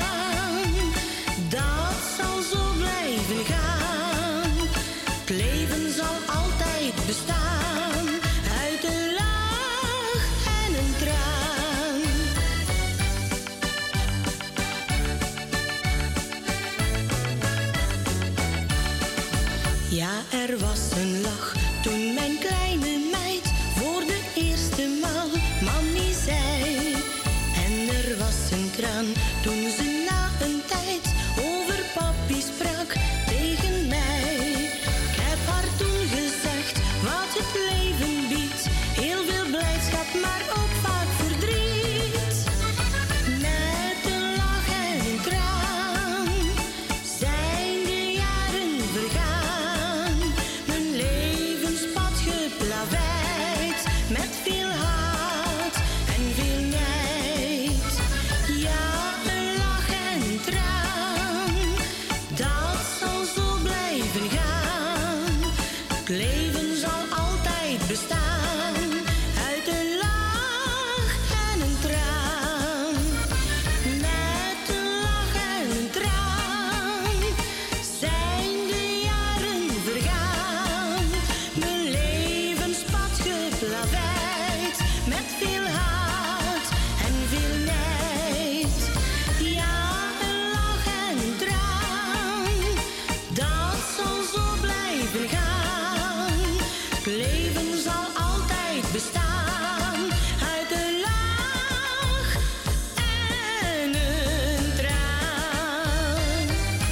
er was een lach toen mijn kleine meid voor de eerste maal mami zei. En er was een traan toen ze na een tijd over papi sprak tegen mij. Ik heb haar toen gezegd wat het leven biedt. Heel veel blijdschap, maar ook vaak verdriet. Met een lach en een traan zijn de jaren vergaan. Mijn levenspad geplaveid met veel haat en veel nijd. Ja, een lach en een traan, dat zal zo blijven gaan. Het leven zal altijd bestaan uit een lach en een traan. Met een lach en een traan zijn de jaren vergaan. Mijn levenspad geplaveid met veel haat en veel nijd. Ja, een lach en een traan, dat zal zo blijven gaan. Het leven zal altijd bestaan uit een lach en een traan.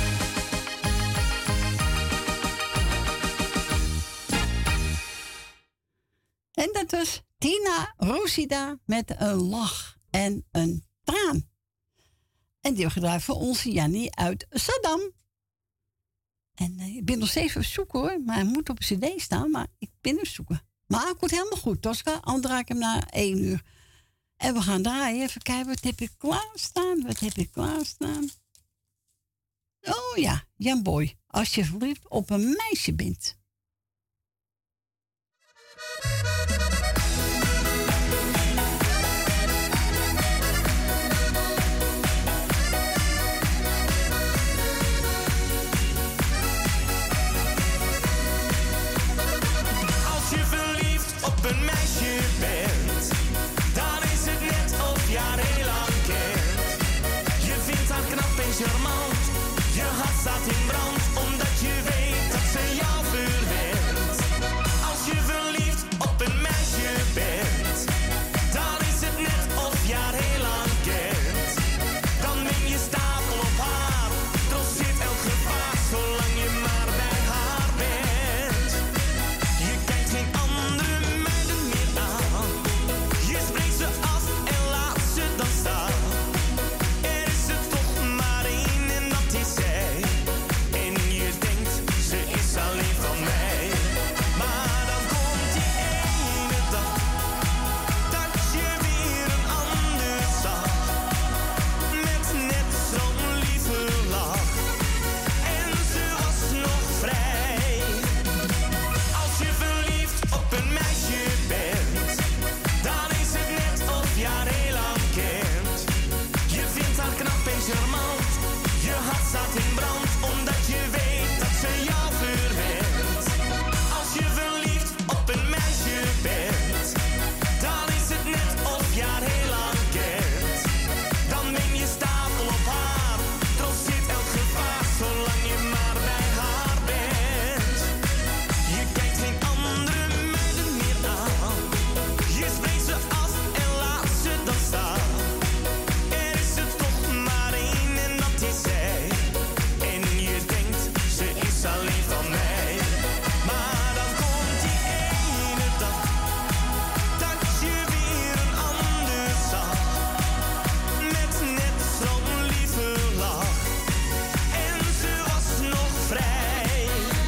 En dat was Tina Rosida met een lach en een traan. En die hebben gedraaid voor onze Jannie uit Saddam. En uh, ik ben nog steeds op zoek hoor, maar hij moet op een cd staan, maar ik ben op zoeken. Maar het wordt helemaal goed, Tosca. Anders draai ik hem na één uur. En we gaan draaien. Even kijken, wat heb ik klaarstaan? Wat heb ik klaarstaan? Oh ja, Jan Boy. Als je verliefd op een meisje bent. Als je verliefd op een meisje bent, dan is het net of je haar heel lang kent. Je vindt haar knap en charmant, je hart staat in brand, omdat je weet dat ze jou verwendt. Als je verliefd op een meisje bent, dan is het net of je haar heel lang kent. Dan ben je stapel op haar, trotseert elk gevaar, zolang je maar bij haar bent. Je kijkt geen andere meiden meer aan, je spreekt ze af en laat ze dan staan. Er is er toch maar één en dat is zij. En je denkt, ze is alleen van mij. Maar dan komt die ene dag, dat je weer een ander zag. Met net zo'n lieve lach, en ze was nog vrij. Als je verliefd op een meisje bent, dan is het net of je haar heel lang kent. Je vindt haar knap en charmant, je hart staat in brand, omdat je weet dat ze jou verwendt. Als je verliefd op een meisje bent, dan is het net of je haar heel lang kent. Dan ben je stapel op haar, trotseert elk gevaar, zolang je maar bij haar bent. Je kijkt geen andere meiden meer aan, je spreekt ze af en laat ze dan staan. Er is er toch maar één en dat is zij. En je denkt, ze is alleen van mij. Maar dan komt die ene dag, dat je weer een ander zag. Met net zo'n lieve lach, en ze was nog vrij.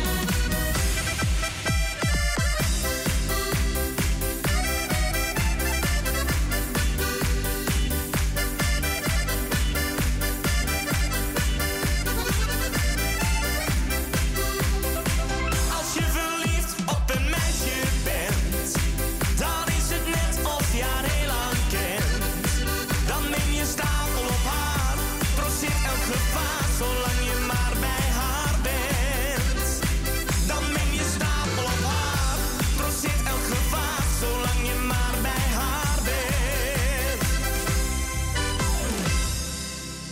Als je verliefd op een meisje bent, dan is het net of je haar heel lang kent. Dan ben je stapel op haar, trotseert elk gevaar, zolang je maar bij haar bent. Dan ben je stapel op haar, trotseert elk gevaar, zolang je maar bij haar bent.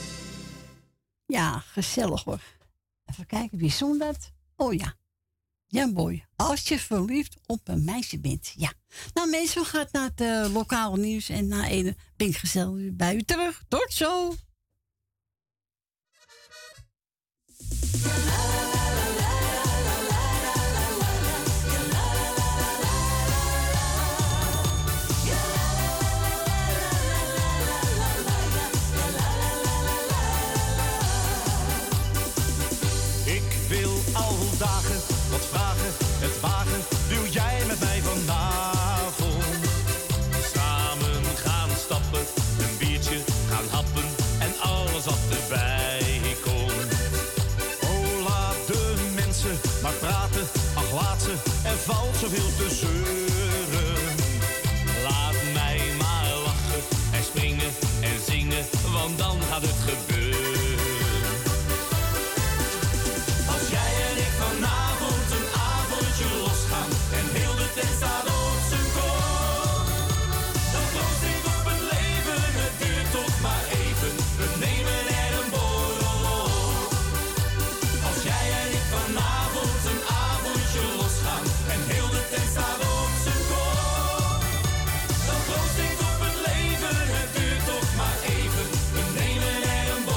Ja, gezellig hoor. Even kijken, wie zong dat? Oh ja. Ja, mooi. Als je verliefd op een meisje bent. Ja. Nou, mensen, we gaan naar het uh, lokale nieuws. En na ene ben ik gezellig bij u terug. Tot zo. Dagen, wat vragen, het wagen, wil jij met mij vanavond? Samen gaan stappen, een biertje gaan happen en alles wat erbij komt. Oh, laat de mensen maar praten, ach laat ze, er valt zoveel te zeuren. Laat mij maar lachen en springen en zingen, want dan gaat het gebeuren. Vanavond een avondje losgaan en heel de tent staat op zijn kop. Dan proost ik op het leven, het duurt toch maar even, we nemen er een borrel op. Als jij en ik vanavond een avondje losgaan en heel de tent staat op zijn kop. Dan proost ik op het leven, het duurt toch maar even, we nemen er een borrel op.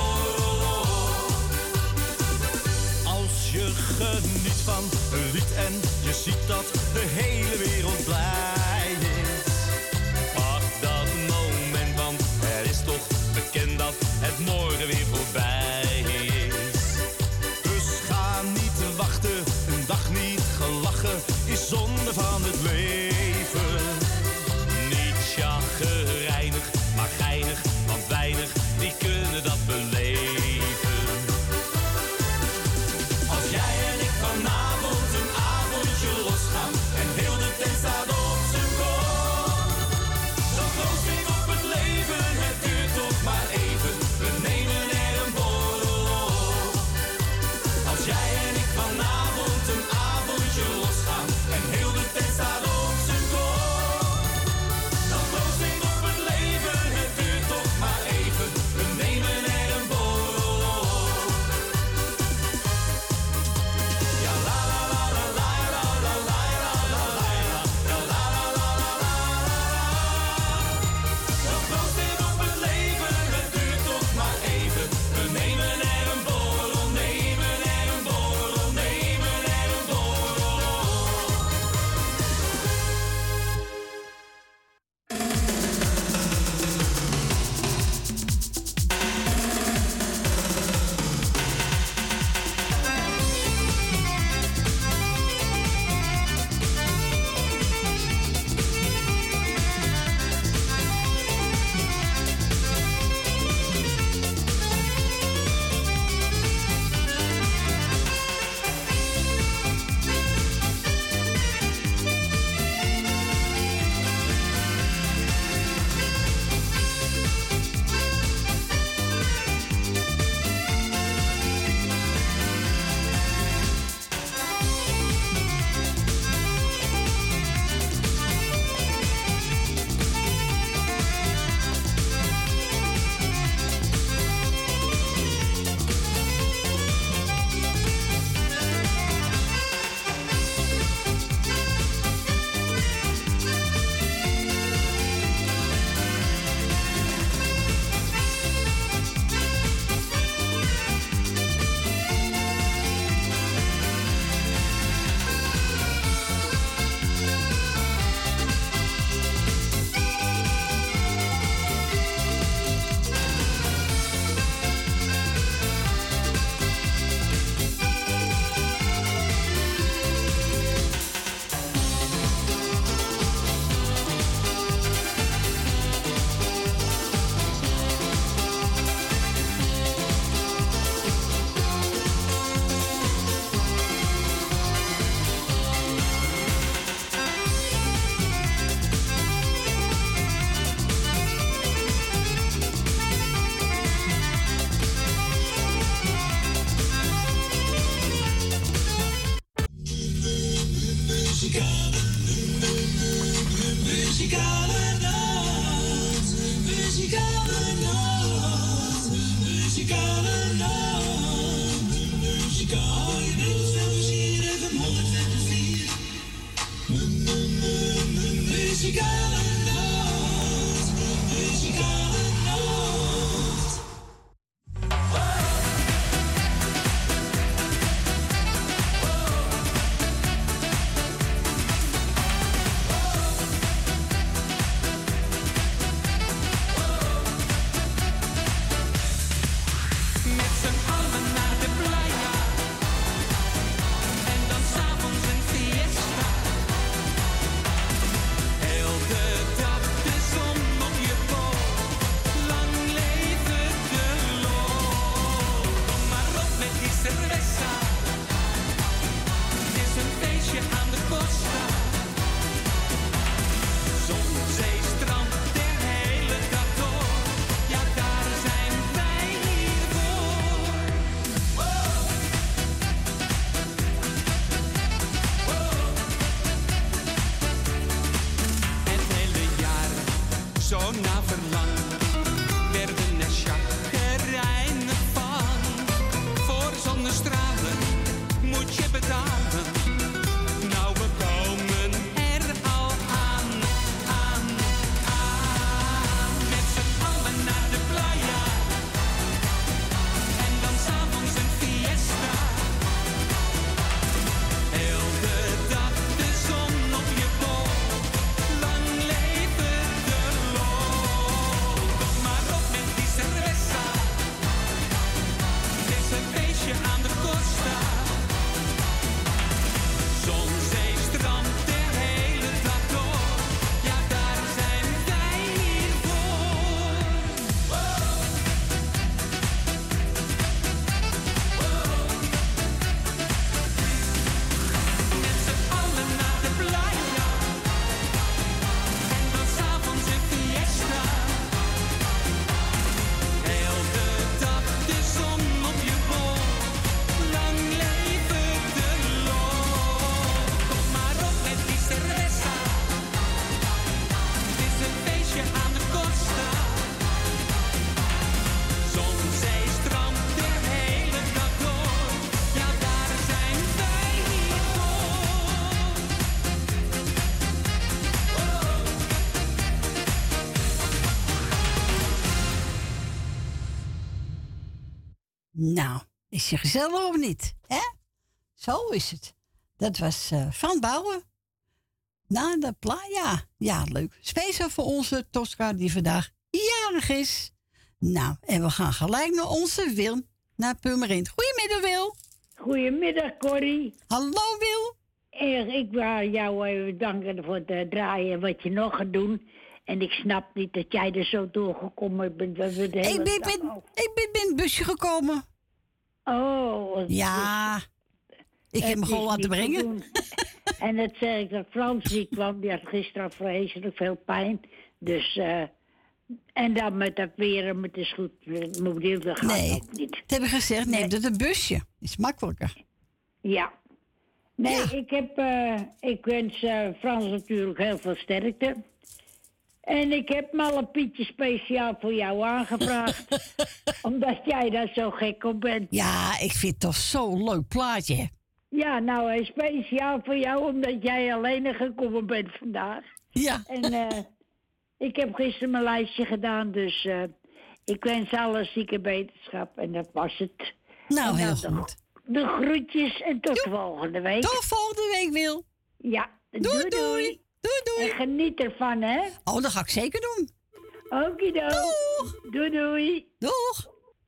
Nou, is je gezellig of niet? Hè? Zo is het. Dat was uh, Van Bouwen. Nou, dat pla, ja. Ja, leuk. Speciaal voor onze Tosca die vandaag jarig is. Nou, en we gaan gelijk naar onze Wil, naar Purmerend. Goedemiddag, Wil. Goedemiddag, Corrie. Hallo, Wil. Eh, Ik wou jou even danken voor het draaien wat je nog gaat doen. En ik snap niet dat jij er zo doorgekomen bent. We de hele ik ben, dag ben, al- ik ben in het busje gekomen. Oh. wat Ja, goed. ik heb Het me gewoon is laten niet te brengen. doen. En dat zeg ik dat Frans die kwam, die had gisteren vreselijk veel pijn. Dus, eh en dan met dat weer, met de goed mobiel, dat gaat Nee, ook niet. dat heb ik gezegd. Neem Nee. dat een busje. Is makkelijker. Ja. Nee, Ja. ik heb, eh, ik wens eh, Frans natuurlijk heel veel sterkte. En ik heb Malle Pietje speciaal voor jou aangevraagd. Omdat jij daar zo gek op bent. Ja, ik vind het toch zo'n leuk plaatje. hè? Ja, nou, hij is speciaal voor jou omdat jij alleen gekomen bent vandaag. Ja. En eh, ik heb gisteren mijn lijstje gedaan, dus eh, ik wens alle zieke beterschap. En dat was het. Nou, En heel dan goed. De, de groetjes en tot volgende week. Tot volgende week, Wil. Ja, Doei, doei. doei. doei. Doei, doei. En geniet ervan, hè? Oh, dat ga ik zeker doen. Okido. Doeg. Doei, doei. Doeg.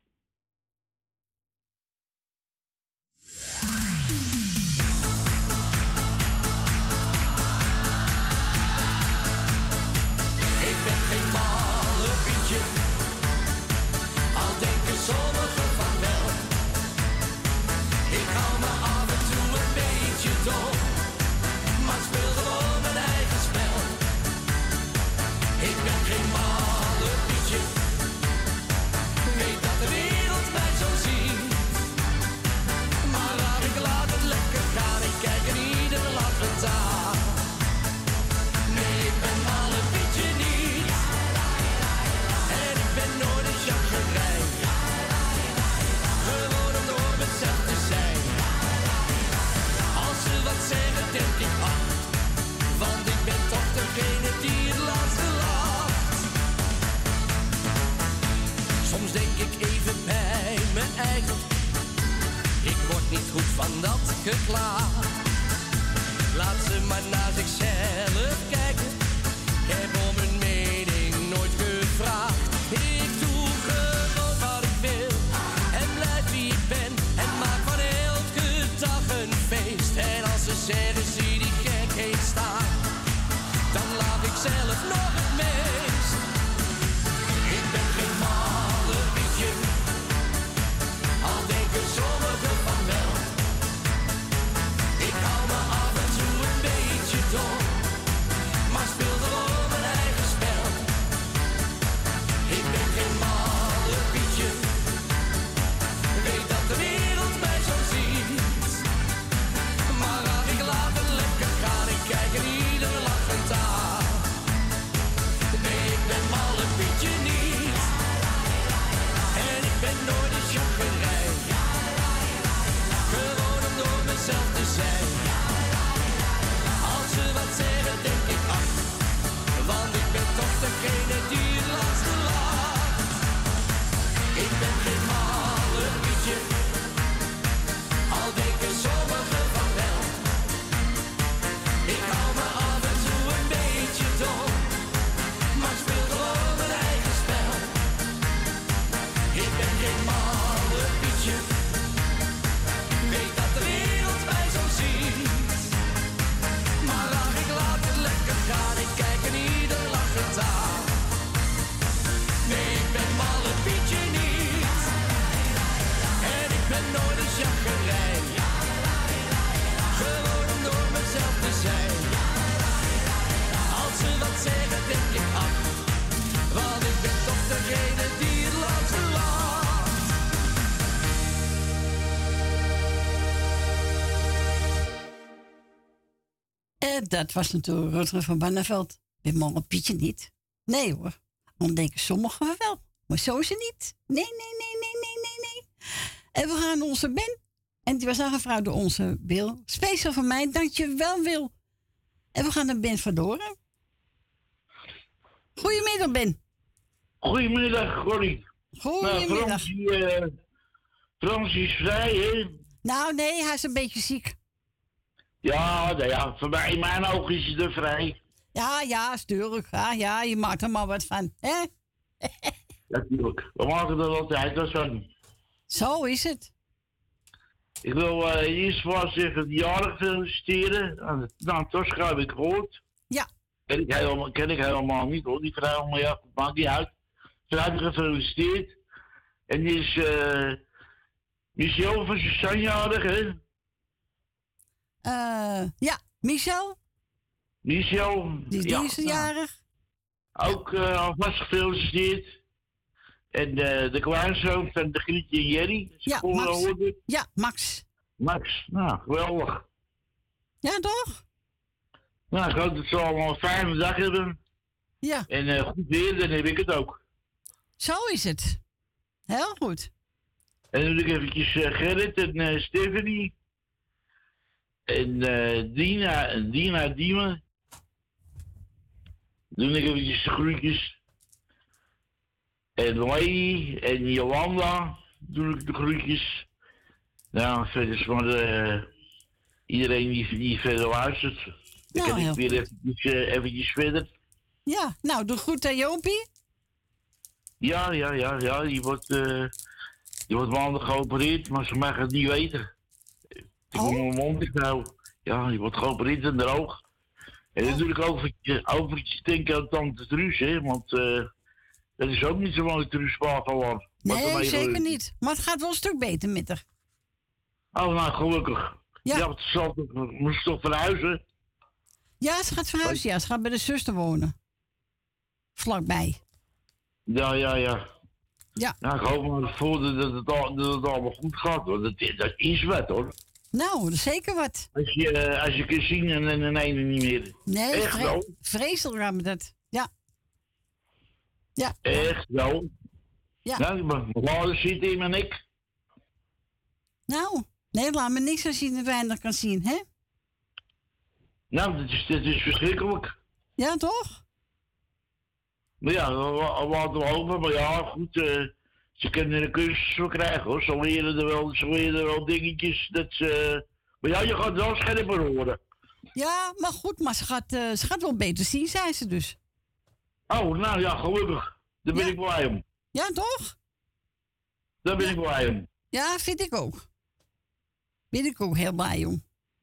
Ik ben geen malle Pietje, al denken sommigen van wel. Ik hou me af en toe een beetje dom, maar speel gewoon mijn eigen spel. Ik ben geen malle Pietje, weet dat de wereld mij zo ziet. Maar laat ik laat het lekker gaan, ik kijk in ieder lachend aan. Nee, ik ben malle Pietje niet. En ik ben nooit een chaggerijn. Gewoon om door mezelf te zijn. Als ze wat zeggen, denk ik ach. Want ik ben toch degene die het laatste lacht. Soms denk ik even bij mijn eigen. Ik word niet goed van dat geklaagd. Laat ze maar naar zichzelf kijken. Ik heb om hun mening nooit gevraagd. Ik doe gewoon wat ik wil. En blijf wie ik ben. En maak van elke dag een feest. En als ze zeggen, zie die gekheid staan. Dan laat ik zelf nog het meest. Ik ben geen malle Pietje. Al denken sommigen van wel. Ik hou me af en toe een beetje dom, maar speel gewoon mijn eigen spel. Ik ben geen malle Pietje, weet dat de wereld mij zo ziet. Maar ach, ik laat het lekker gaan, ik kijk in ieder lachend aan. Nee, ik ben malle Pietje niet, en ik ben nooit een chaggerijn. Gewoon om door mezelf te zijn. Als ze wat zeggen, denk ik ach. Want ik ben toch degene die het laatste lacht. Ik ben geen malle Pietje, al denken sommigen van wel. Ik hou me af en toe een beetje dom, maar speel gewoon mijn eigen spel. Ik ben geen malle Pietje, weet dat de wereld mij zo ziet. Maar ach, ik laat het lekker gaan, ik kijk in ieder lachend aan. Nee, ik ben malle Pietje niet. En ik ben nooit een chaggerijn. Gewoon om door mezelf te zijn. Als ze wat zeggen, denk ik ach. Want ik ben toch degene die het laatste lacht. En dat was natuurlijk Rutger van Barneveld. Ben malle Pietje niet. Nee hoor. Dan denken sommigen wel. Maar zo is het niet. Nee, nee, nee, nee, nee, nee, nee. En we gaan naar onze Ben. En die was aangevraagd door onze Wil. Speciaal voor mij. Dankjewel, Wil. En we gaan naar Ben van Doren. Goedemiddag, Ben. Goedemiddag, Corrie. Goedemiddag. Nou, Frans, die, uh, Frans is vrij, hè? Nou, nee, hij is een beetje ziek. Ja, nou ja, voor mij in mijn ogen is hij er vrij. Ja, ja, stuurlijk. Ja, ja, je maakt er maar wat van, hè? Natuurlijk. We maken er altijd wat van. Zo is het. Ik wil uh, eerst wel zeggen, de jarig feliciteren. Uh, nou, Tosca heb ik gehoord. Ja. Ken ik helemaal, ken ik helemaal niet hoor, die vrouw, maar ja, maakt niet uit. Ze hebben gefeliciteerd. En die is, uh, Michel van zijn jarig, hè? Uh, ja, Michel. Michel. Die is ja, deze jarig. Ook uh, alvast gefeliciteerd. En uh, de kleinzoon van de Grietje en Jerry. Ja, Max. Hoorde. Ja, Max. Max, nou, geweldig. Ja, toch? Nou, ik hoop dat ze allemaal een fijne dag hebben. Ja. En uh, goed weer, dan heb ik het ook. Zo is het. Heel goed. En dan doe ik eventjes uh, Gerrit en uh, Stephanie. En uh, Dina en Dina Diemen. Doe ik eventjes de groetjes. En Lady en Jolanda doe ik de groetjes. Nou, verder is maar uh, iedereen die, die verder luistert. Dan nou, kan ik weer eventjes, uh, eventjes verder. Ja, nou, doe goed aan Jopie. Ja, ja, ja, ja. Die wordt, uh, die wordt maandag geopereerd, maar ze mag het niet weten. Ik oh. moet mijn mond dicht houden. Ja, die wordt geopereerd in de oog. En dan doe ik over, over denken aan tante Truus, hè, want uh, dat is ook niet zo mooi Truuspaal geworden. Nee, zeker gelukt. Niet. Maar het gaat wel een stuk beter met haar. Oh, nou, gelukkig. Ja, ja het zal toch, moest toch verhuizen? Ja, ze gaat verhuizen, ja. Ze gaat bij de zuster wonen. Vlakbij. Ja, ja, ja. Ja. Nou, ik hoop maar voor dat het, al, dat het allemaal goed gaat, hoor. Dat, dat is wat, hoor. Nou, dat is zeker wat. Als je, uh, als je kunt zien en in een ene niet meer. Nee, echt vre wel. Vreselijk aan dat. Ja. Ja. Echt wel. Ja. Nou, mijn vader zit in mijn nek. Nou, nee, laat me niks aan zien dat wij dat kan zien, hè? Nou, dat is, dat is verschrikkelijk. Ja, toch? Maar ja, we laten we hopen. Maar ja, goed, uh, ze kunnen er cursus voor krijgen, hoor. Ze leren er wel, ze leren er wel dingetjes dat ze... Maar ja, je gaat wel scherper horen. Ja, maar goed, maar ze gaat, uh, ze gaat wel beter zien, zei ze dus. Oh, nou ja, gelukkig. Daar ben ja. ik blij om. Ja, toch? Daar ben ja. ik blij om. Ja, vind ik ook. Ben ik ook heel blij om.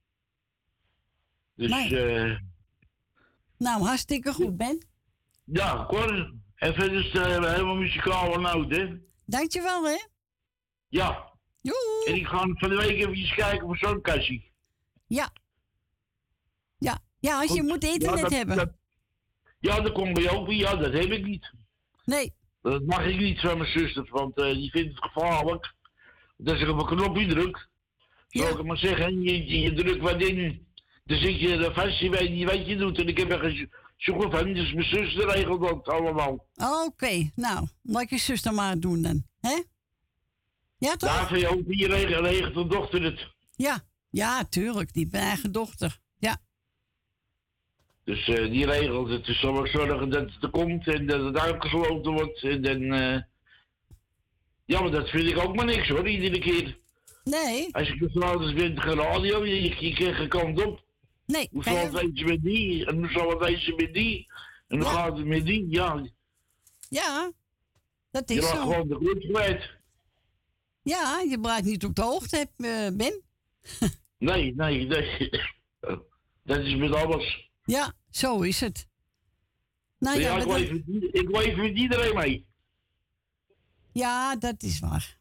Dus, eh... Uh... Nou, hartstikke goed, Ben. Ja, Cor. En verder is het uh, helemaal muzikaal en oud, hè? Dankjewel, hè? Ja. Joe. En ik ga van de week even kijken voor zo'n kassie. Ja. Ja. Ja, als goed. Je moet internet ja, dat, hebben. Dat, ja, dat komt bij jou. Ja, dat heb ik niet. Nee. Dat mag ik niet van mijn zuster, want uh, die vindt het gevaarlijk. Dat als ik op een knopje druk, zou ja. ik het maar zeggen, je, je, je drukt wat in, dan zit je er vast, je weet niet wat je doet. En ik heb er geen zoeken van, dus mijn zuster regelt dat allemaal. Oké, okay. Nou, laat je zuster maar doen dan, hè? Ja, toch? Ja, van jou, die regelt, regelt de dochter het. Ja, ja, tuurlijk, die mijn eigen dochter, ja. Dus uh, die regelt het, dus zal ik zorgen dat het er komt en dat het uitgesloten wordt en dan... Uh... Ja, maar dat vind ik ook maar niks hoor, iedere keer. Nee. Als je gratis bent, geen radio, je, je, je krijgt geen kant op. Nee. Hoe zal het wezen met die, en hoe zal het wezen met die, en hoe ja. gaat het met die, ja. Ja, dat is je zo. Je gewoon de groep kwijt. Ja, je blijft niet op de hoogte, uh, Ben. nee, nee, nee. Dat is met alles. Ja, zo is het. Nou, ja, ja, ik, leef met, ik leef met iedereen mee. Ja, dat is waar.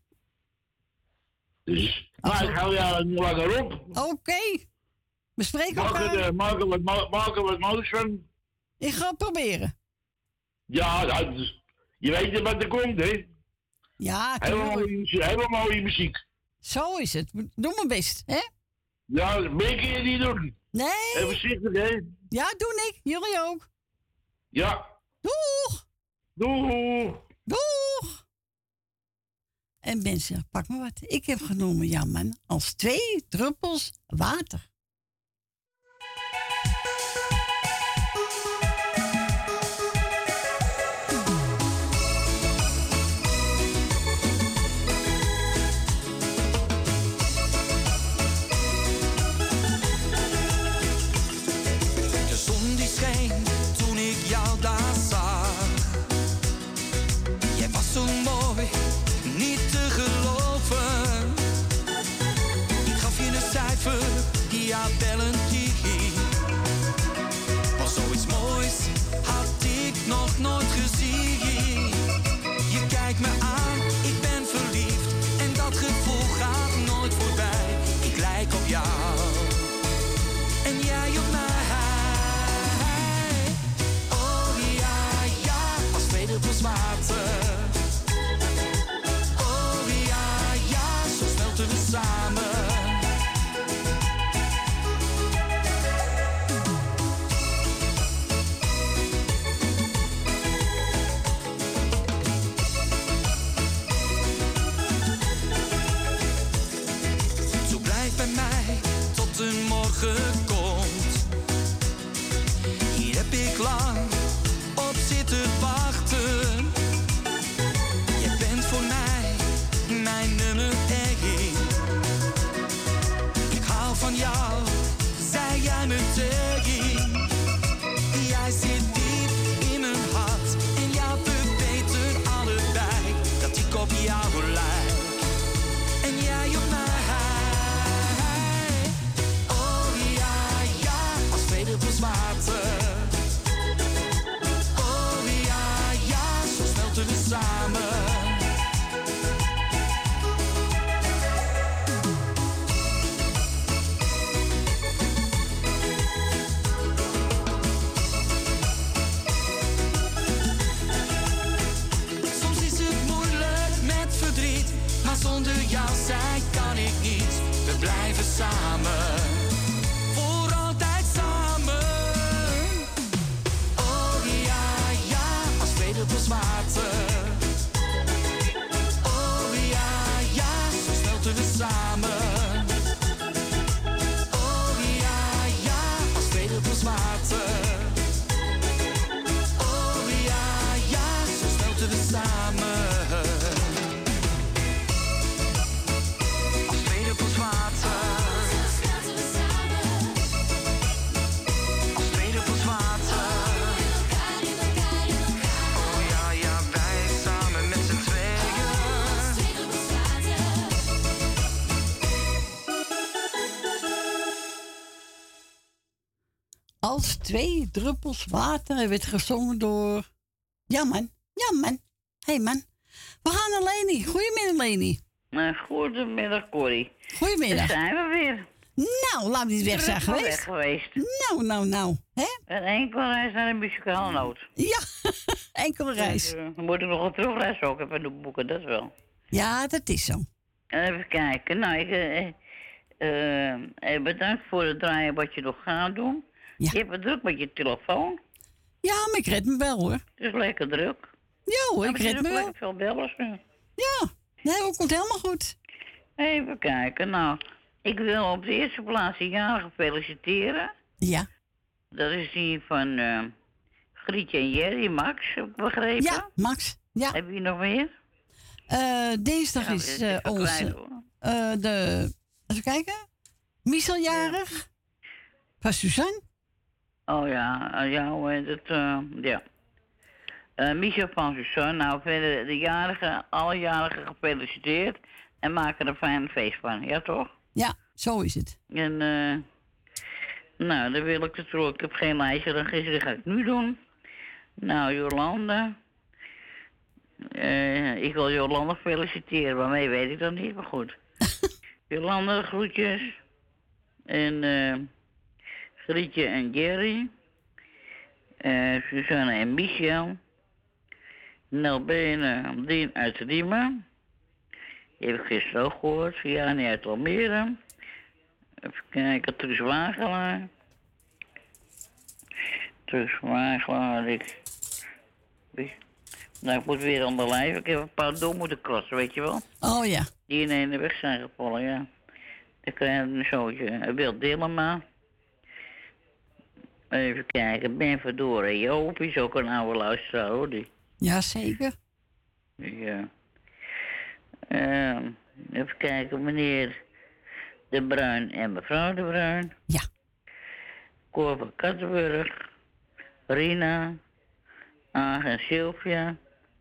Dus, nou, ik hou jou nu langer op. Oké. Okay. We spreken maak elkaar. Het, uh, maak er wat, maak er wat moois van. Ik ga het proberen. Ja, nou, dus, je weet wat er komt, hè? Ja, helemaal mooie, helemaal mooie muziek. Zo is het. Doe mijn best, hè? Ja, meer kun je niet doen. Nee. En voorzichtig, hè? Ja, doe ik. Jullie ook. Ja. Doeg. Doeg. Doeg. En mensen, pak maar wat. Ik heb genomen, ja man, als twee druppels water. me aan, ik ben verliefd en dat gevoel gaat nooit voorbij. Ik lijk op jou en jij op mij. Oh ja, ja, als twee druppels water. Oh ja, ja, zo smelten we samen. De morgen komt. Hier heb ik lang op zitten wachten. Je bent voor mij mijn nummer één. Ik hou van jou, zei jij meteen. Jij zit diep in mijn hart en ja, we weten allebei dat ik op jou lijk en jij op mij. Water. Oh ja, ja, zo smelten we samen. Soms is het moeilijk met verdriet, maar zonder jou, zij kan ik niet. We blijven samen. Water. Oh ja, ja, zo smelten we samen. Oh ja, ja, als twee druppels water. Oh ja, ja, zo smelten we samen. Als twee druppels water. Als twee druppels water. Als twee druppels water. Hij werd gezongen door... Ja, man. Ja, man. Hé, hey, man. We gaan naar Leni. Goedemiddag, Leni. Uh, goedemiddag, Corrie. Goedemiddag. Daar zijn we weer. Nou, laat me niet weg zijn geweest. weg geweest. Nou, nou, nou. Hè? Een enkele reis naar een muzikale noot. Ja, enkele reis. Dus, uh, we moeten nog een terugreis ook even boeken, dat wel. Ja, dat is zo. Even kijken. Nou, ik... Uh, uh, bedankt voor het draaien wat je nog gaat doen. Ja. Je hebt het druk met je telefoon. Ja, maar ik red me wel, hoor. Het is lekker druk. Ja, hoor, ik red me wel. lekker veel bellers nu. Ja, nee, dat komt helemaal goed. Even kijken. Nou, ik wil op de eerste plaats de jarige feliciteren. Ja. Dat is die van uh, Grietje en Jerry, Max, heb ik begrepen. Ja, Max. Ja. Heb je nog meer? Uh, dinsdag ja, is uh, onze... Uh, de... Even kijken. Michel jarig. Ja. Van Suzanne. Oh ja, ja, hoe heet het? Uh, ja. Uh, Michel van Suzanne. Nou, verder de jarigen, alle jarigen gefeliciteerd. En maak er een fijn feest van. Ja, toch? Ja, zo is het. En, uh, nou, dan wil ik het terug. Ik heb geen lijstje, dan gisteren ga ik nu doen. Nou, Jolanda. Uh, ik wil Jolanda feliciteren, waarmee weet ik dat niet, maar goed. Jolanda, groetjes. En, eh... Uh, Grietje en Jerry. Uh, Suzanne en Michel. Nelbene, Dien uit Riemen. Die heb ik gisteren ook gehoord. Vianney uit Almere. Even kijken, Truus Wagelaar. Truus Wagelaar, ik... Nou, ik moet weer aan de lijf. Ik heb een paar door moeten crossen, weet je wel. Oh ja. Die in een de weg zijn gevallen, ja. Dan krijg je een zootje. Wil Dillema. Even kijken, Ben Verdoren. Joop is ook een oude luisteraar, hoor. Die. Jazeker. Ja. Uh, even kijken, meneer De Bruin en mevrouw De Bruin. Ja. Cor van Kattenburg. Rina. Aag en Sylvia.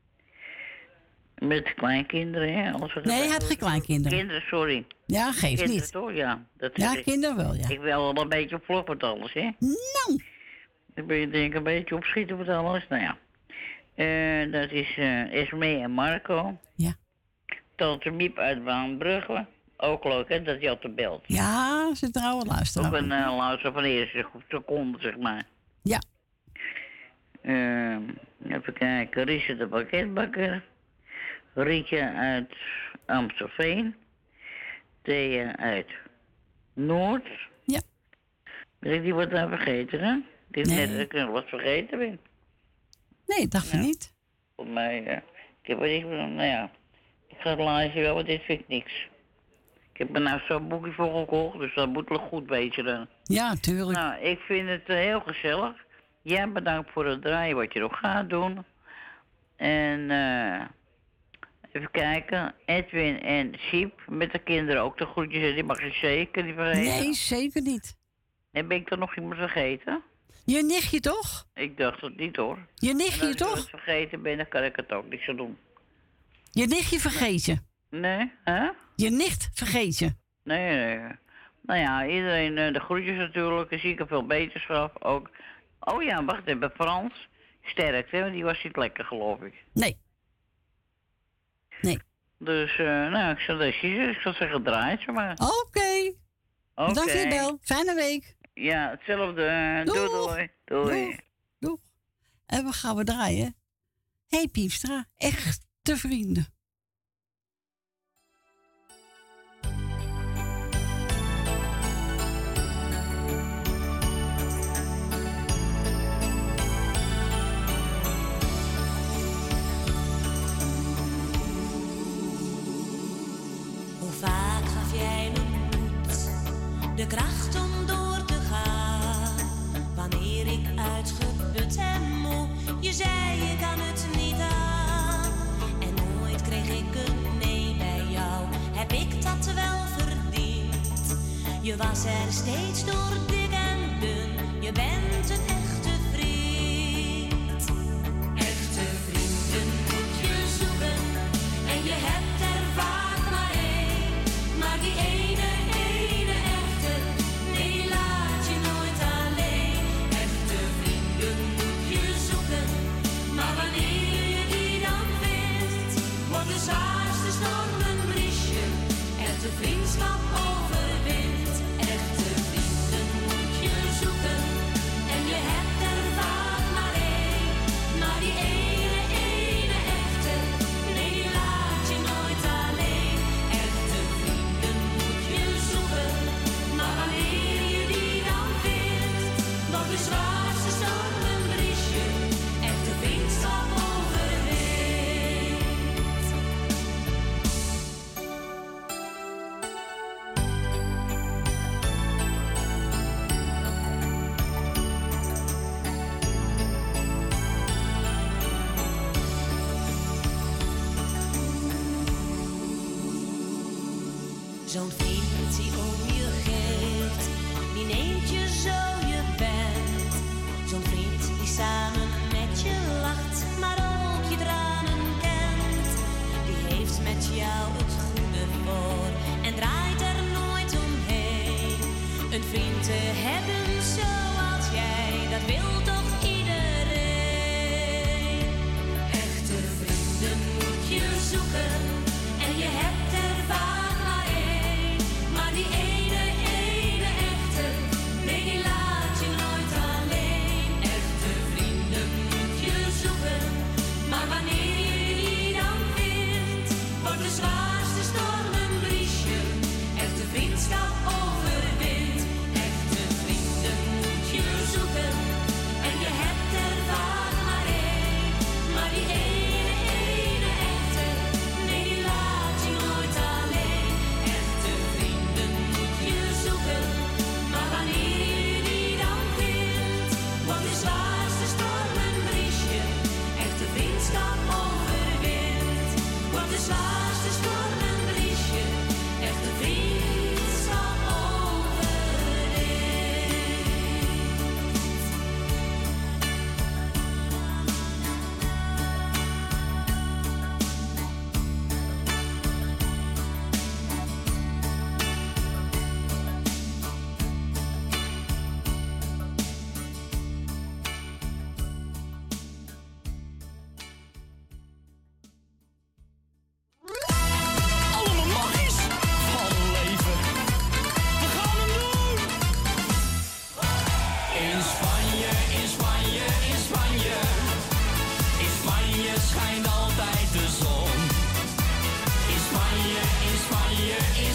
Met kleinkinderen, hè? Alles wat nee, hij had geen kleinkinderen. Kinderen, sorry. Ja, geeft kinderen, niet. Toch? Ja, dat ja ik, kinderen wel, ja. Ik wil wel een beetje op vlog met alles, hè? Nou. Dan ben je denk ik een beetje opschieten met alles. Nou ja. Uh, dat is uh, Esme en Marco. Ja. Tante Miep uit Baanbrugge. Ook leuk, hè, dat je altijd belt. Ja, ze trouwen luisteren. Ook een uh, luister van de eerste seconde, zeg maar. Ja. Uh, even kijken. Riese de pakketbakker. Rietje uit Amstelveen. Thea uit Noord. Ja. Ben ik die wat aan vergeten, hè? Ik nee. net dat ik nog wat vergeten ben. Nee, dacht je nou, niet. Volgens mij, uh, ik heb wat ik, nou ja, ik ga het lezen wel, want dit vind ik niks. Ik heb er nou zo'n boekje voor gekocht, dus dat moet wel goed weten dan. Ja, tuurlijk. Nou, ik vind het uh, heel gezellig. Jij bedankt voor het draaien wat je nog gaat doen. En uh, even kijken, Edwin en Siep met de kinderen ook de groetjes, die mag je zeker niet vergeten. Nee, zeker niet. En ben ik er nog iemand vergeten? Je nichtje toch? Ik dacht het niet hoor. Je nichtje toch? Als ik het vergeten ben, dan kan ik het ook niet zo doen. Je nichtje vergeet je? Nee, hè? Je nicht vergeet je? Nee, nee. Nou ja, iedereen de groetjes natuurlijk. Zie ik er veel beterschap ook. Oh ja, wacht even, Frans. Sterk, hè? Want die was niet lekker, geloof ik. Nee. Nee. Dus, uh, nou, ik zal deze, ik zal zeggen, draai het maar. Oké. Okay. Okay. Dank je wel. Fijne week. Ja, hetzelfde. Doei, doei. Doei. Doeg. Doeg. En we gaan we draaien. Hé hey, Piepstra, echte vrienden. Hoe vaak gaf jij me moed, de kracht om door te gaan, wanneer ik uitgeput en moe, je zei je kan het niet aan. En nooit kreeg ik een nee bij jou, heb ik dat wel verdiend. Je was er steeds door dik en dun, je bent een echte vriend. Echte vrienden moet je zoeken en je hebt er vaak maar één. Maar die ene, ene echte, nee die laat je nooit alleen. Echte vrienden moet je zoeken, maar wanneer je die dan vindt, wordt de zwaarste storm een briesje, echte vriendschap overwint. Echte vrienden moet je zoeken en je hebt er vaak maar één. Maar die ene, ene echte, nee die laat je nooit alleen. Echte vrienden moet je zoeken, maar wanneer je die dan vindt, wordt de zwaarste storm een briesje, echte vriendschap overwint. Zo'n vriend die om je geeft, die neemt je zo je bent. Zo'n vriend die samen met je lacht, maar ook je tranen kent. Die heeft met jou het goede voor en draait er nooit omheen. Een vriend te hebben zoals jij, dat wil toch iedereen. Echte vrienden moet je zoeken en je hebt er vaak maar één. Maar die ene, ene echte, nee die laat je nooit alleen. Echte vrienden moet je zoeken, maar wanneer je die dan vindt, wordt de zwaarste storm een briesje,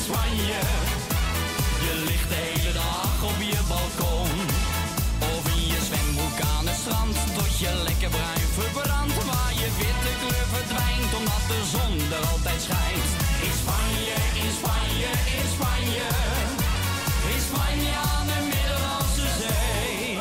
Spanje. Je ligt de hele dag op je balkon. Of in je zwembroek aan het strand. Tot je lekker bruin verbrandt. Waar je witte kleur verdwijnt. Omdat de zon er altijd schijnt. In Spanje, in Spanje, in Spanje. In Spanje aan de Middellandse Zee.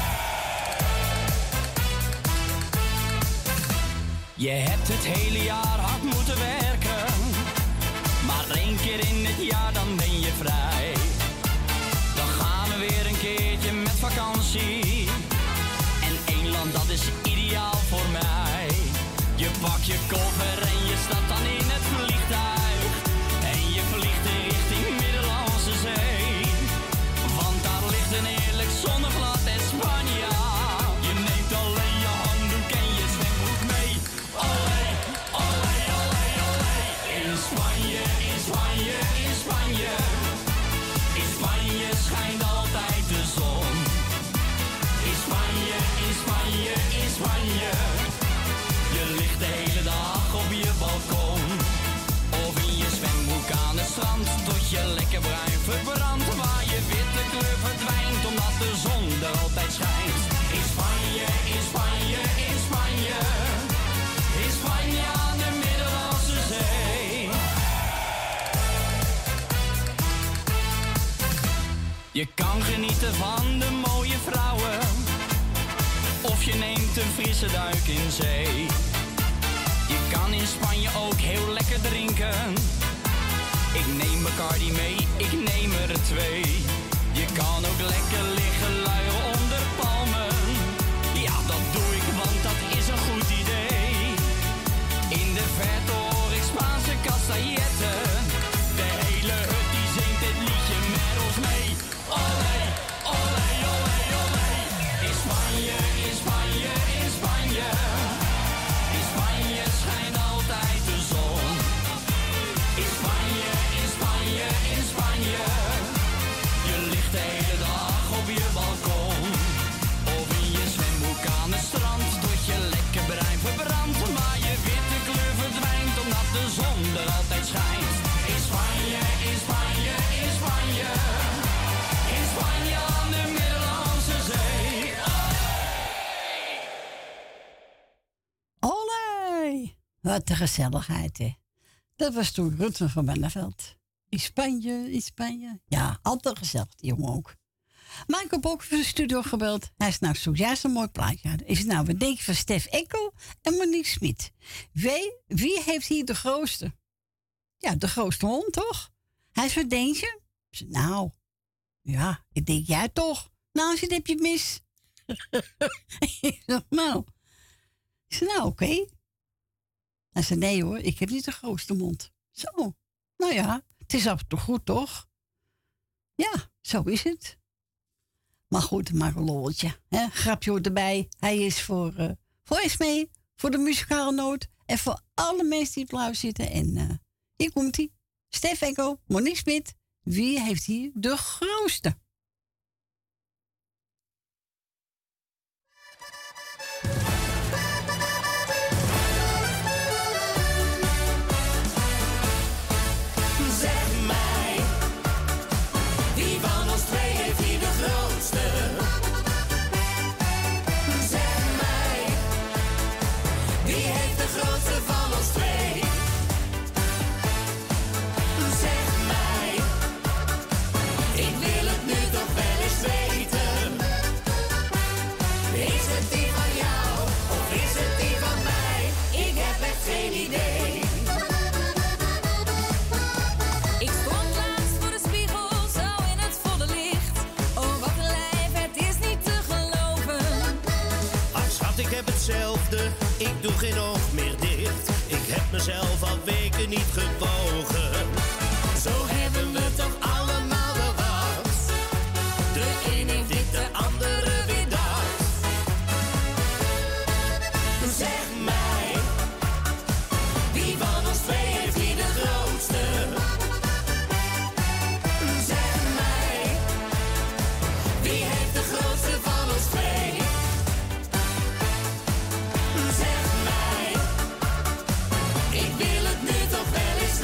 Je hebt het hele jaar hard moeten werken. Maar één keer in het jaar dan ben je vrij. Dan gaan we weer een keertje met vakantie. En één land dat is ideaal voor mij. Je pakt je koffer en je stapt dan in het vliegtuig. En je vliegt in richting Middellandse Zee. Want daar ligt een heerlijk zonneglad en Spanje. Je neemt alleen je handdoek en je zwembroek mee. Olé, olé, olé, olé. In Spanje, in Spanje, in Spanje. In Spanje schijnt altijd de zon. In Spanje, in Spanje, in Spanje. Je ligt de hele dag op je balkon. Of in je zwembroek aan het strand. Tot je lekker bruin verbrandt. Waar je witte kleur verdwijnt. Omdat de zon er altijd schijnt. In Spanje, in Spanje, in Spanje. In Spanje aan de Middellandse Zee. Je kan genieten van de mooie vrouwen. Of je neemt een frisse duik in zee. Je kan in Spanje ook heel lekker drinken. Ik neem Bacardi mee, ik neem er twee. Je kan ook lekker liggen luieren onder palmen. Ja, dat doe ik, want dat is een goed idee. In de verte hoor ik Spaanse castailletten. De hele hut die zingt dit liedje met ons mee. Olé, olé, olé, olé. In Spanje, in Spanje, in Spanje. In Spanje schijnt altijd de zon. In Spanje, in Spanje, in Spanje. Je ligt de hele dag op je balkon. Of in je zwembroek aan het strand. Tot je lekker bruin verbrandt. Maar je witte kleur verdwijnt. Omdat de zon er altijd schijnt. In Spanje, in Spanje, in Spanje. In Spanje aan de Middellandse Zee. Olé! Wat een gezelligheid, hè. Dat was toen Rutte van Benneveld. In Spanje, in Spanje. Ja, altijd gezellig, die jongen ook. Maar ik heb ook voor de studio gebeld. Hij is nou zojuist een mooi plaatje. Is het nou, wat denk je van Stef Ekko en Monique Smit? Wie, wie heeft hier de grootste? Ja, de grootste hond, toch? Hij is, wat denk je? Nou, ja, ik denk jij toch. Nou, als je het heb je mis. Ik zeg, nou. Ik zei, nou, oké. Okay. Hij zei, nee hoor, ik heb niet de grootste mond. Zo, nou ja, het is af en toe goed, toch? Ja, zo is het. Maar goed, maar een lolletje. Hè? Grapje hoort erbij. Hij is voor, uh, voor Esmee, voor de muzikale noot en voor alle mensen die op luisteren zitten. En uh, hier komt hij. Stef Ekko, Monique Smit. Wie heeft hier de grootste? Ik doe geen oog meer dicht. Ik heb mezelf al weken niet gewogen. Zo hebben we toch allemaal wel wat. De een heeft dit, de andere weer dat. Zeg mij, wie van ons twee heeft hier de grootste? Zeg mij, wie heeft de grootste van ons twee? Zeg mij, ik wil het nu toch wel eens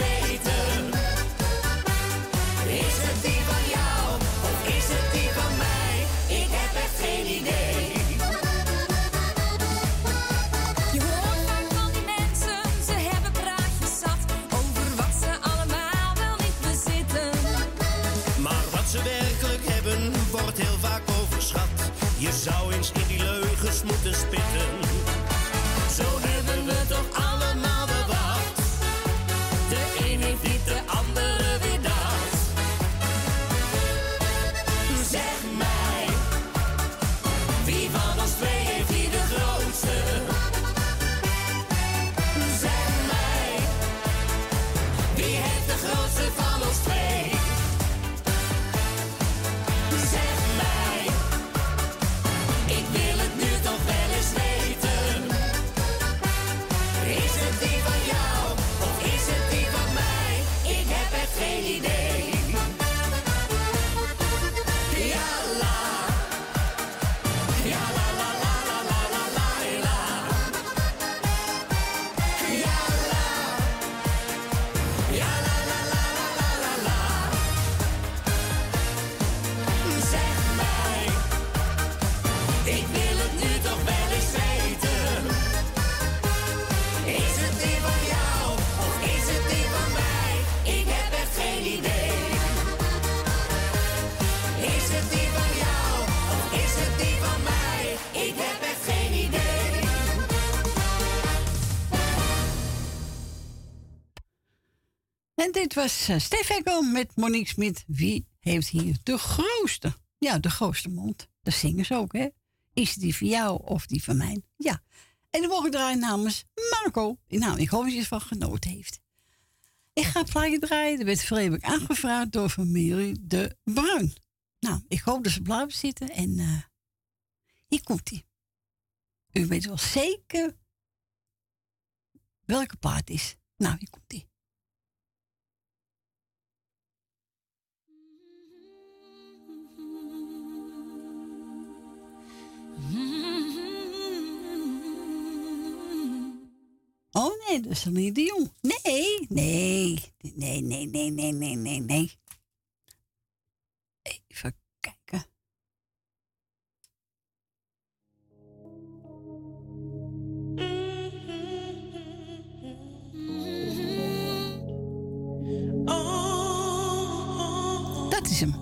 En dit was uh, Stef Ekko met Monique Smit. Wie heeft hier de grootste? Ja, de grootste mond. Dat zingen ze ook, hè? Is die van jou of die van mij? Ja. En dan mogen we draaien namens Marco. Nou, ik hoop dat je ervan genoten heeft. Ik ga het plaatje draaien. Er werd vrijwillig aangevraagd door familie De Bruin. Nou, ik hoop dat ze blijven zitten. En uh, hier komt hij. U weet wel zeker welke plaat is. Nou, hier komt hij. Oh nee, dat is Celine Dion. Nee, nee, nee, nee, nee, nee, nee, nee, nee. Even kijken. Dat is hem.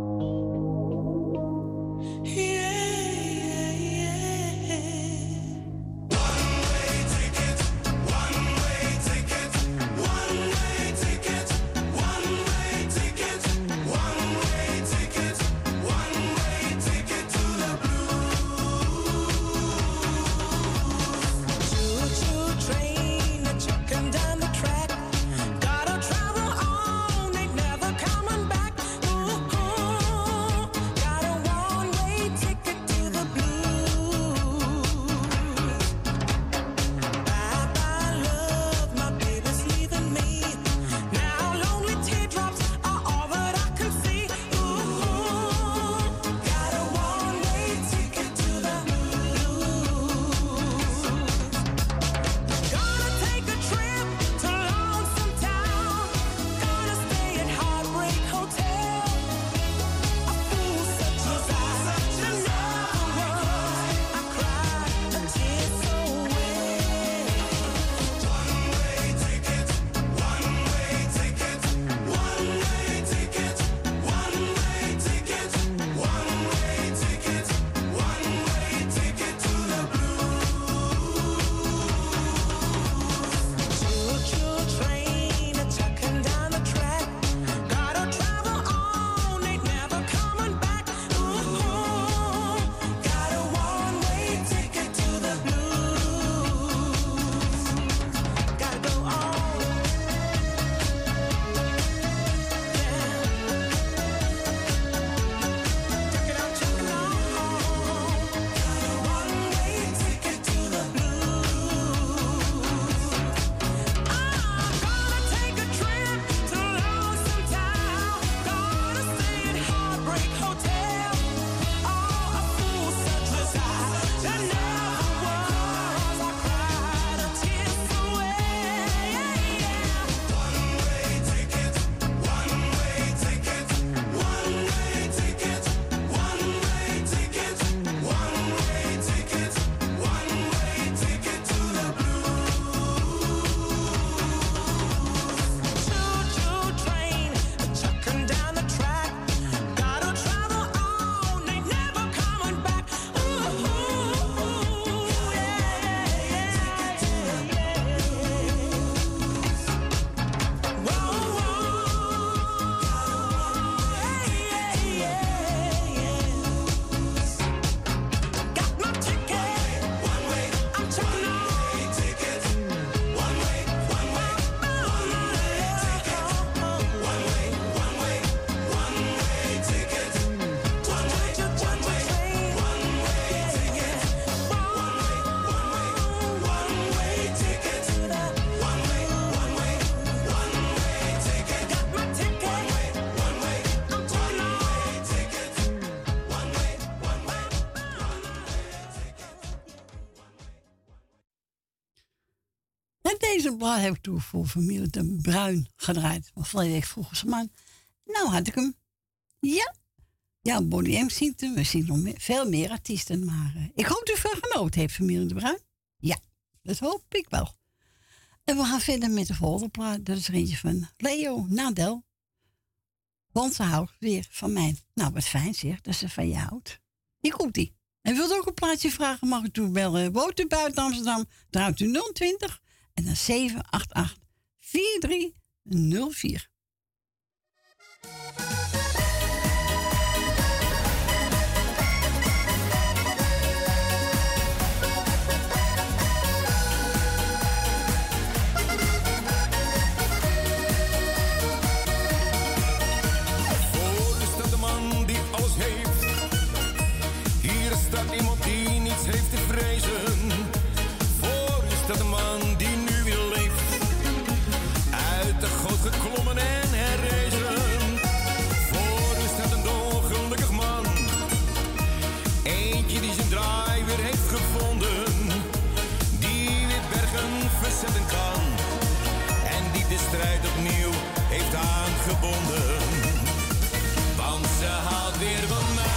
Deze plaat heb ik toen voor familie De Bruin gedraaid. Maar verleden week vroegen ze man. Nou had ik hem. Ja. Ja, Bonnie M zingt hem. We zien nog meer, veel meer artiesten. Maar uh, ik hoop dat u veel genoten heeft, familie De Bruin. Ja, dat hoop ik wel. En we gaan verder met de volgende plaat. Dat is er eentje van Leo Nadel. Want ze houdt weer van mij. Nou, wat fijn zeg, dat ze van je houdt. Hier komt ie. En wilt ook een plaatje vragen, mag u toe bellen. Woont u buiten Amsterdam, draait u nul twintig en dan zeven acht acht vier drie nul vier. Staat iemand die niets heeft te vrezen. Voor u staat een man die nu weer leeft. Uit de goot geklommen en herrezen. Voor u staat een ongelukkig man. Eentje die zijn draai weer heeft gevonden. Die weer bergen verzetten kan. En die de strijd opnieuw heeft aangebonden. Want ze haalt weer van mij.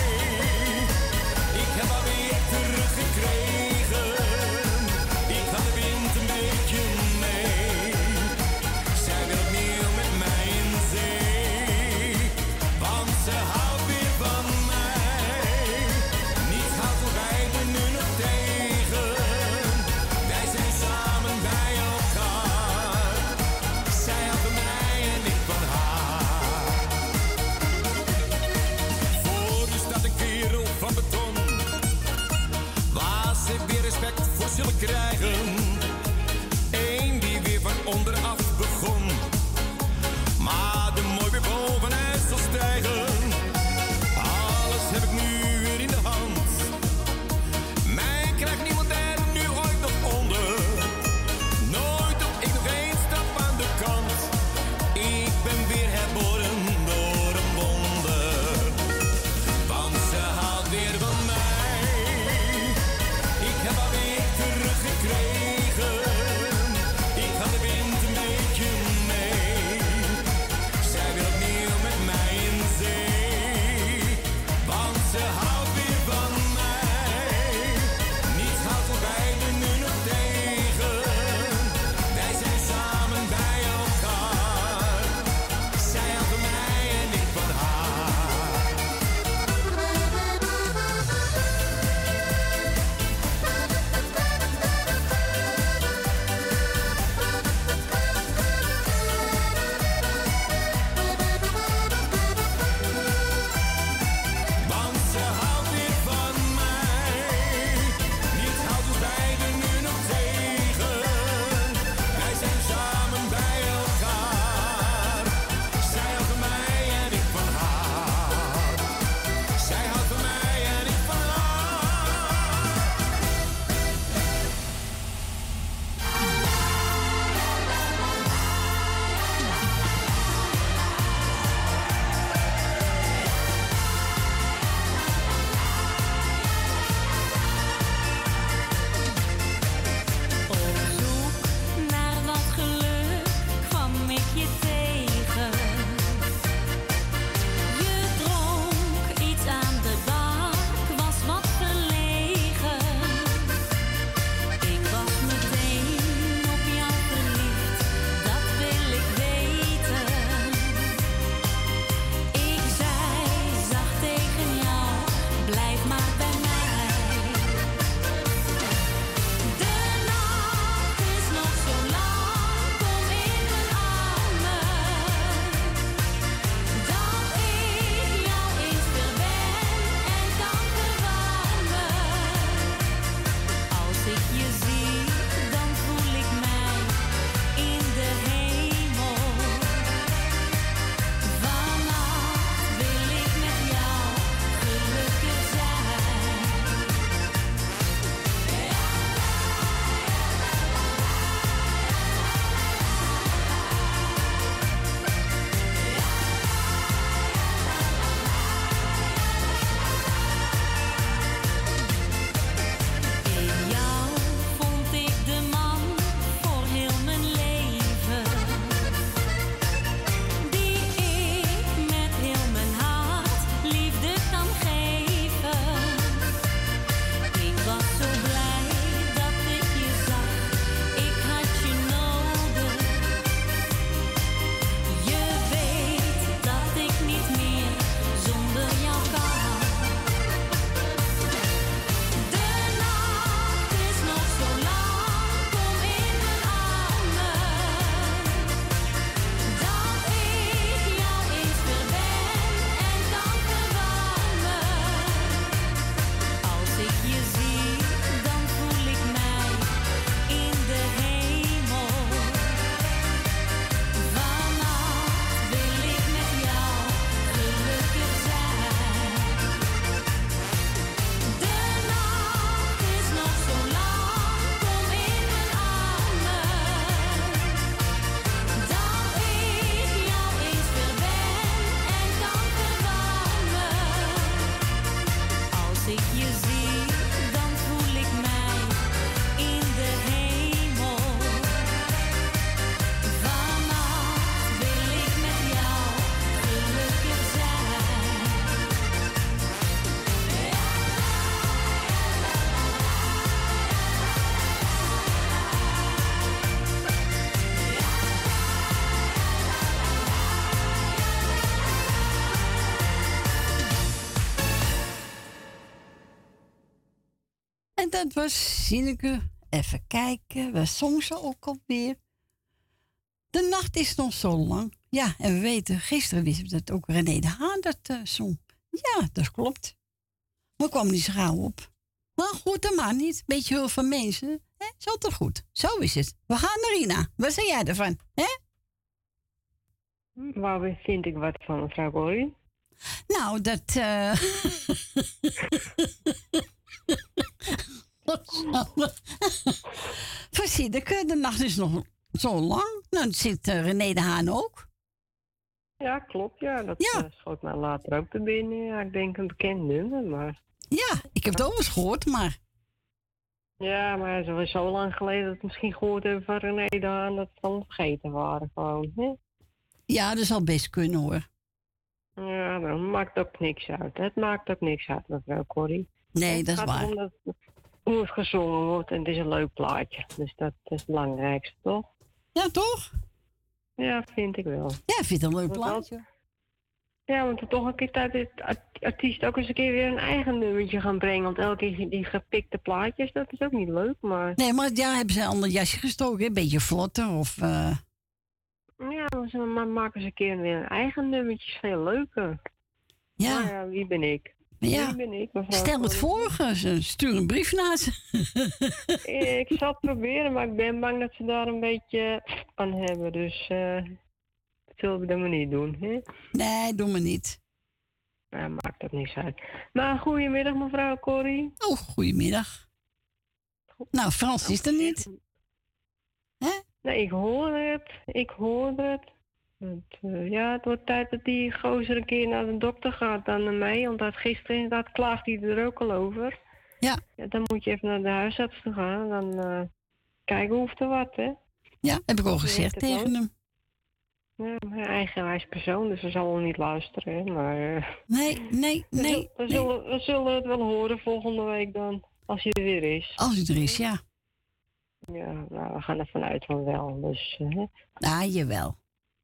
Ik heb alweer teruggekregen. Ik had de wind een beetje mee. Zij wil opnieuw met mij in zee. Want ze houdt weer van mij. Niets houdt ons beiden nu nog tegen. Wij zijn samen bij elkaar. Zij houdt van mij en ik van haar. dat was Sineke. Even kijken, waar zong ze ook alweer? De nacht is nog zo lang. Ja, en we weten, gisteren wisten we dat ook René de Haan dat uh, zong. Ja, dat klopt. Maar kwam niet zo gauw op. Maar goed, dat maar niet. Beetje hulp van mensen. Hè? Zo toch goed. Zo is het. We gaan naar Rina. Wat zeg jij ervan? Hè? Waar vind ik wat van, mevrouw Corrie? Nou, dat... Uh... Voor Siedeke, de nacht is nog zo lang. Nou, dan zit uh, René de Haan ook. Ja, klopt. Ja, dat ja. Uh, schoot mij later ook te binnen. Ja, ik denk een bekend nummer, maar... Ja, ik heb het ook eens gehoord, maar... Ja, maar het was zo lang geleden dat we misschien gehoord hebben van René de Haan dat we het al vergeten waren gewoon. Hè? Ja, dat zal best kunnen hoor. Ja, maar het maakt ook niks uit. Het maakt ook niks uit, mevrouw Corrie. Nee, het dat is waar. Omdat hoe het gezongen wordt en het is een leuk plaatje. Dus dat is het belangrijkste, toch? Ja, toch? Ja, vind ik wel. Ja, ik vind het een leuk plaatje. Ja, want we toch een keer tijd het artiest ook eens een keer weer een eigen nummertje gaan brengen. Want elke keer die gepikte plaatjes, dat is ook niet leuk, maar... Nee, maar ja, hebben ze een ander jasje gestoken, een beetje vlotter of... Uh... Ja, maar maken ze een keer weer een eigen nummertje, is veel leuker. Ja. Maar ja, wie ben ik? Ja. Wie ben ik, Stel het voor, ze stuur een brief naar ze. Ik zal het proberen, maar ik ben bang dat ze daar een beetje aan hebben. Dus uh, dat zullen we dat maar niet doen. Hè? Nee, doen we niet. Nou, maakt dat niks uit. Maar goedemiddag, mevrouw Corrie. Oh, goedemiddag. Nou, Frans is er niet. Hè? Nee, ik hoor het. Ik hoor het. Het, uh, ja, het wordt tijd dat die gozer een keer naar de dokter gaat dan naar mij. Want dat gisteren inderdaad klaagt hij er ook al over. Ja. Ja. Dan moet je even naar de huisarts toe gaan. Dan uh, kijken hoeft er wat, hè. Ja, heb ik al gezegd tegen ook. hem. Ja, een eigenwijs persoon, dus we zal wel niet luisteren, hè. Maar... Uh, nee, nee, we nee. Zullen, we, nee. Zullen, we zullen het wel horen volgende week dan. Als hij er weer is. Als hij er is, ja. Ja, nou, we gaan er vanuit van wel. Dus, uh, ah, jawel.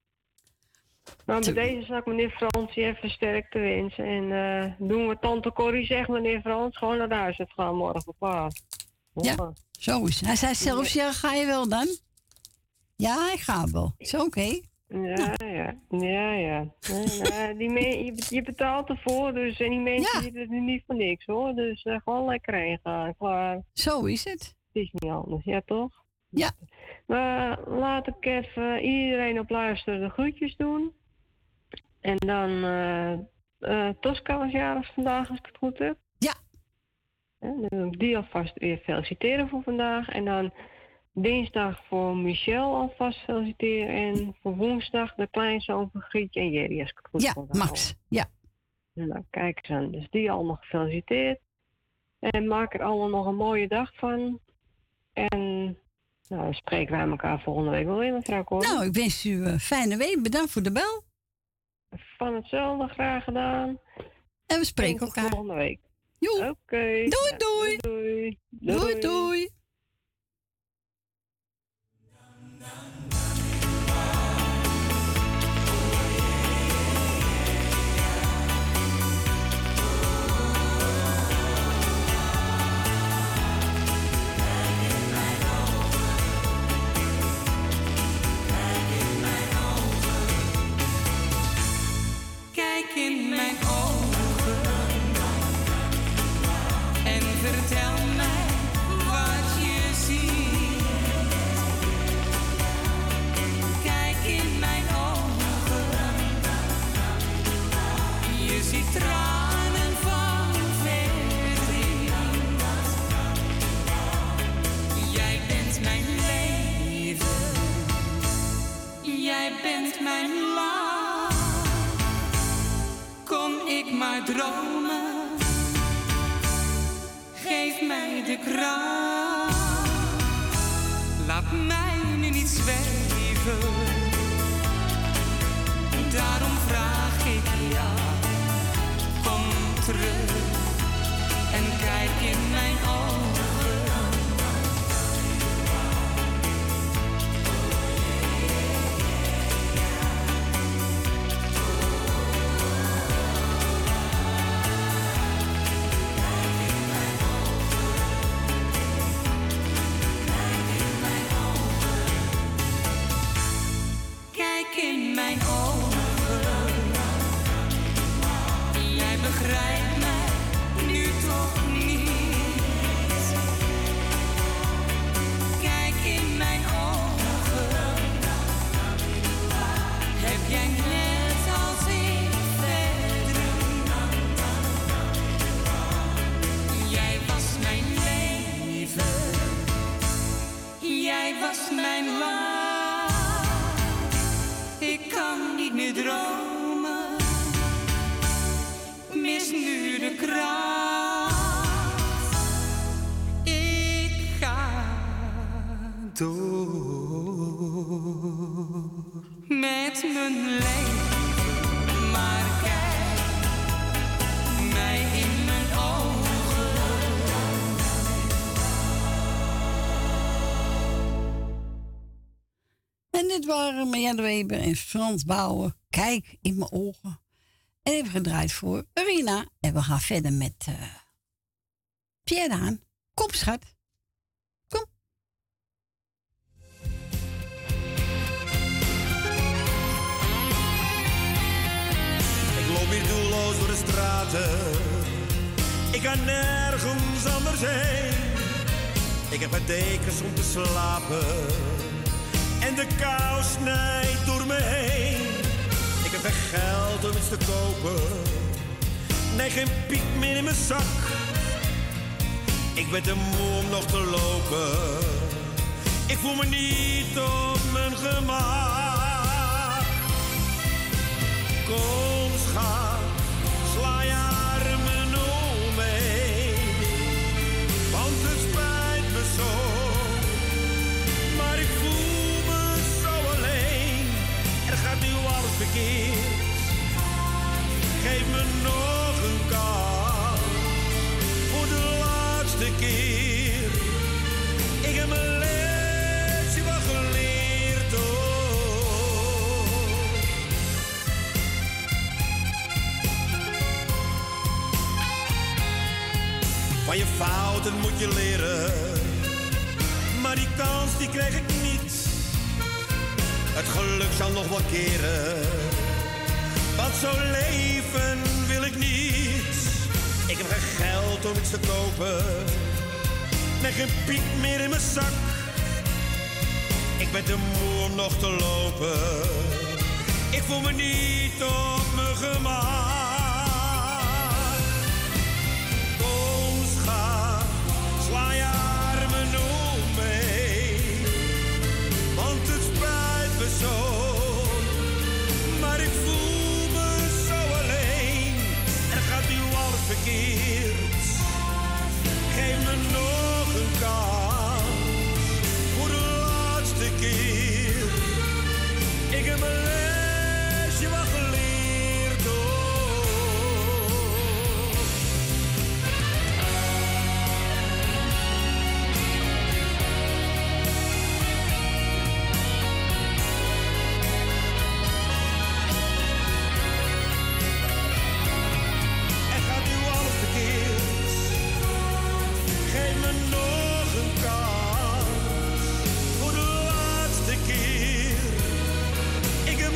Nou, bij deze zal ik meneer Frans even sterkte wensen. En uh, doen we tante Corrie zegt, meneer Frans, gewoon naar huis het gaan morgen klaar. Ja, ja, zo is het. Hij zei zelfs, ja, ga je wel dan? Ja, ik ga wel. Is oké. Okay. Ja, nou. ja, ja, ja. Nee, nou, die me- je, je betaalt ervoor, dus en die mensen ja. zitten er niet voor niks hoor. Dus uh, gewoon lekker heen gaan, klaar. Zo is het. Het is niet anders, ja toch? Ja. Maar laat ik even iedereen op luisteren de groetjes doen. En dan uh, uh, Tosca was jarig vandaag, als ik het goed heb. Ja. ja dan wil ik die alvast weer feliciteren voor vandaag. En dan dinsdag voor Michel alvast feliciteren. En voor woensdag de kleinzoon van Grietje en Jerry, als ik het goed ja, heb. Ja, Max. Ja. Nou, kijk eens aan. Dus die allemaal gefeliciteerd. En maak er allemaal nog een mooie dag van. En nou, dan spreken wij elkaar volgende week wel weer, mevrouw Koor. Nou, ik wens u een fijne week. Bedankt voor de bel. Van hetzelfde, graag gedaan. En we spreken elkaar. Volgende week. Oké. Okay. Doei, doei. Ja, doei, doei. Doei, doei. Kijk in mijn ogen en vertel mij wat je ziet. Kijk in mijn ogen, je ziet tranen van verdriet. Jij bent mijn leven, jij bent mijn land. Kon ik maar dromen, geef mij de kracht. Laat mij nu niet zweven, daarom vraag ik jou. Kom terug en kijk in mijn ogen. in mijn ogen. Jij begrijpt mij nu toch niet. Kijk in mijn ogen. Heb jij net als ik verdriet? Jij was mijn leven. Jij was mijn land. Ik kan niet meer dromen. Mis nu de kracht. Ik ga door met mijn leven. Maar kijk mij in mijn ogen. En dit waren Marianne Weber en Frans Bauer. Kijk in mijn ogen. En even gedraaid voor Rina. En we gaan verder met uh, Pierre Daan. Kom, schat. Kom. Ik loop hier doelloos door de straten. Ik ga nergens anders heen. Ik heb geen dekens om te slapen. En de kou snijdt door me heen. Ik heb geen geld om iets te kopen. Nee, geen piek meer in mijn zak. Ik ben te moe om nog te lopen. Ik voel me niet op mijn gemak. Kom schat, sla je armen omheen. Want het spijt me zo. Maar ik voel me zo alleen. Er gaat nu alles verkeerd. Geef me nog een kans. Voor de laatste keer. Ik heb mijn lesje wel geleerd. Oh. Van je fouten moet je leren. Maar die kans die krijg ik niet. Het geluk zal nog wel keren. Want zo'n leven wil ik niet. Ik heb geen geld om iets te kopen. Nee, geen piek meer in mijn zak. Ik ben te moe om nog te lopen. Ik voel me niet op mijn gemak. Kom schat, sla je armen omheen. Want het spijt me zo. Maar ik voel me zo alleen. Er gaat nu alles verkeerd. Geef me nog een kans. Voor de laatste keer. Ik heb mijn lesje wel geleerd. Oh. Er gaat nu alles verkeerd. Geef me nog een kans. Voor de laatste keer. Ik heb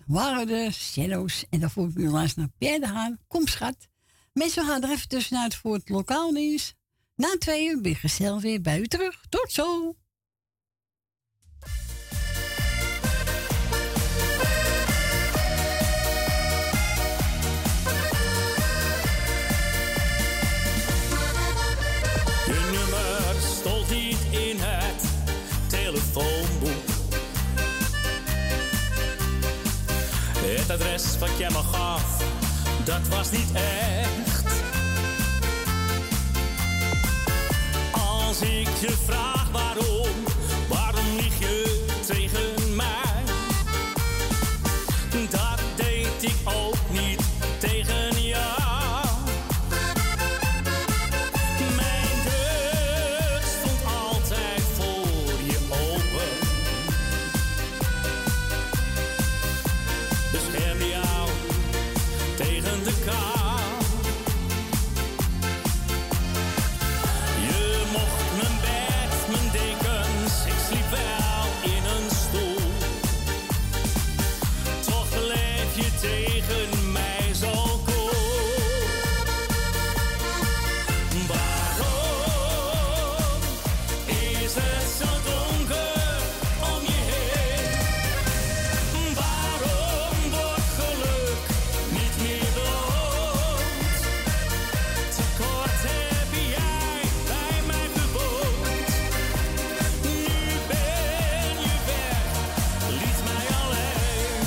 waren de Shadows. En dan voel ik nu laatst naar Pierre de Haan. Kom schat. Mensen, we gaan er even tussenuit voor het lokaal nieuws. Na twee uur ben ik gezellig weer bij u terug. Tot zo. Je nummer stond niet in het telefoonboek. Het adres wat jij me gaf, dat was niet echt. Als ik je vraag waarom, waarom lieg je tegen mij? Dat deed ik ook niet tegen jou. Mijn deur stond altijd voor je open. Beschermde jou tegen de kou. Je mocht mijn bed, mijn dekens, ik sliep wel in een stoel. Toch bleef je tegen mij zo cool. Waarom is het zo donker om je heen? Waarom wordt geluk niet meer beloond? Te kort heb jij bij mij gewoond. Nu ben je weg, liet mij alleen.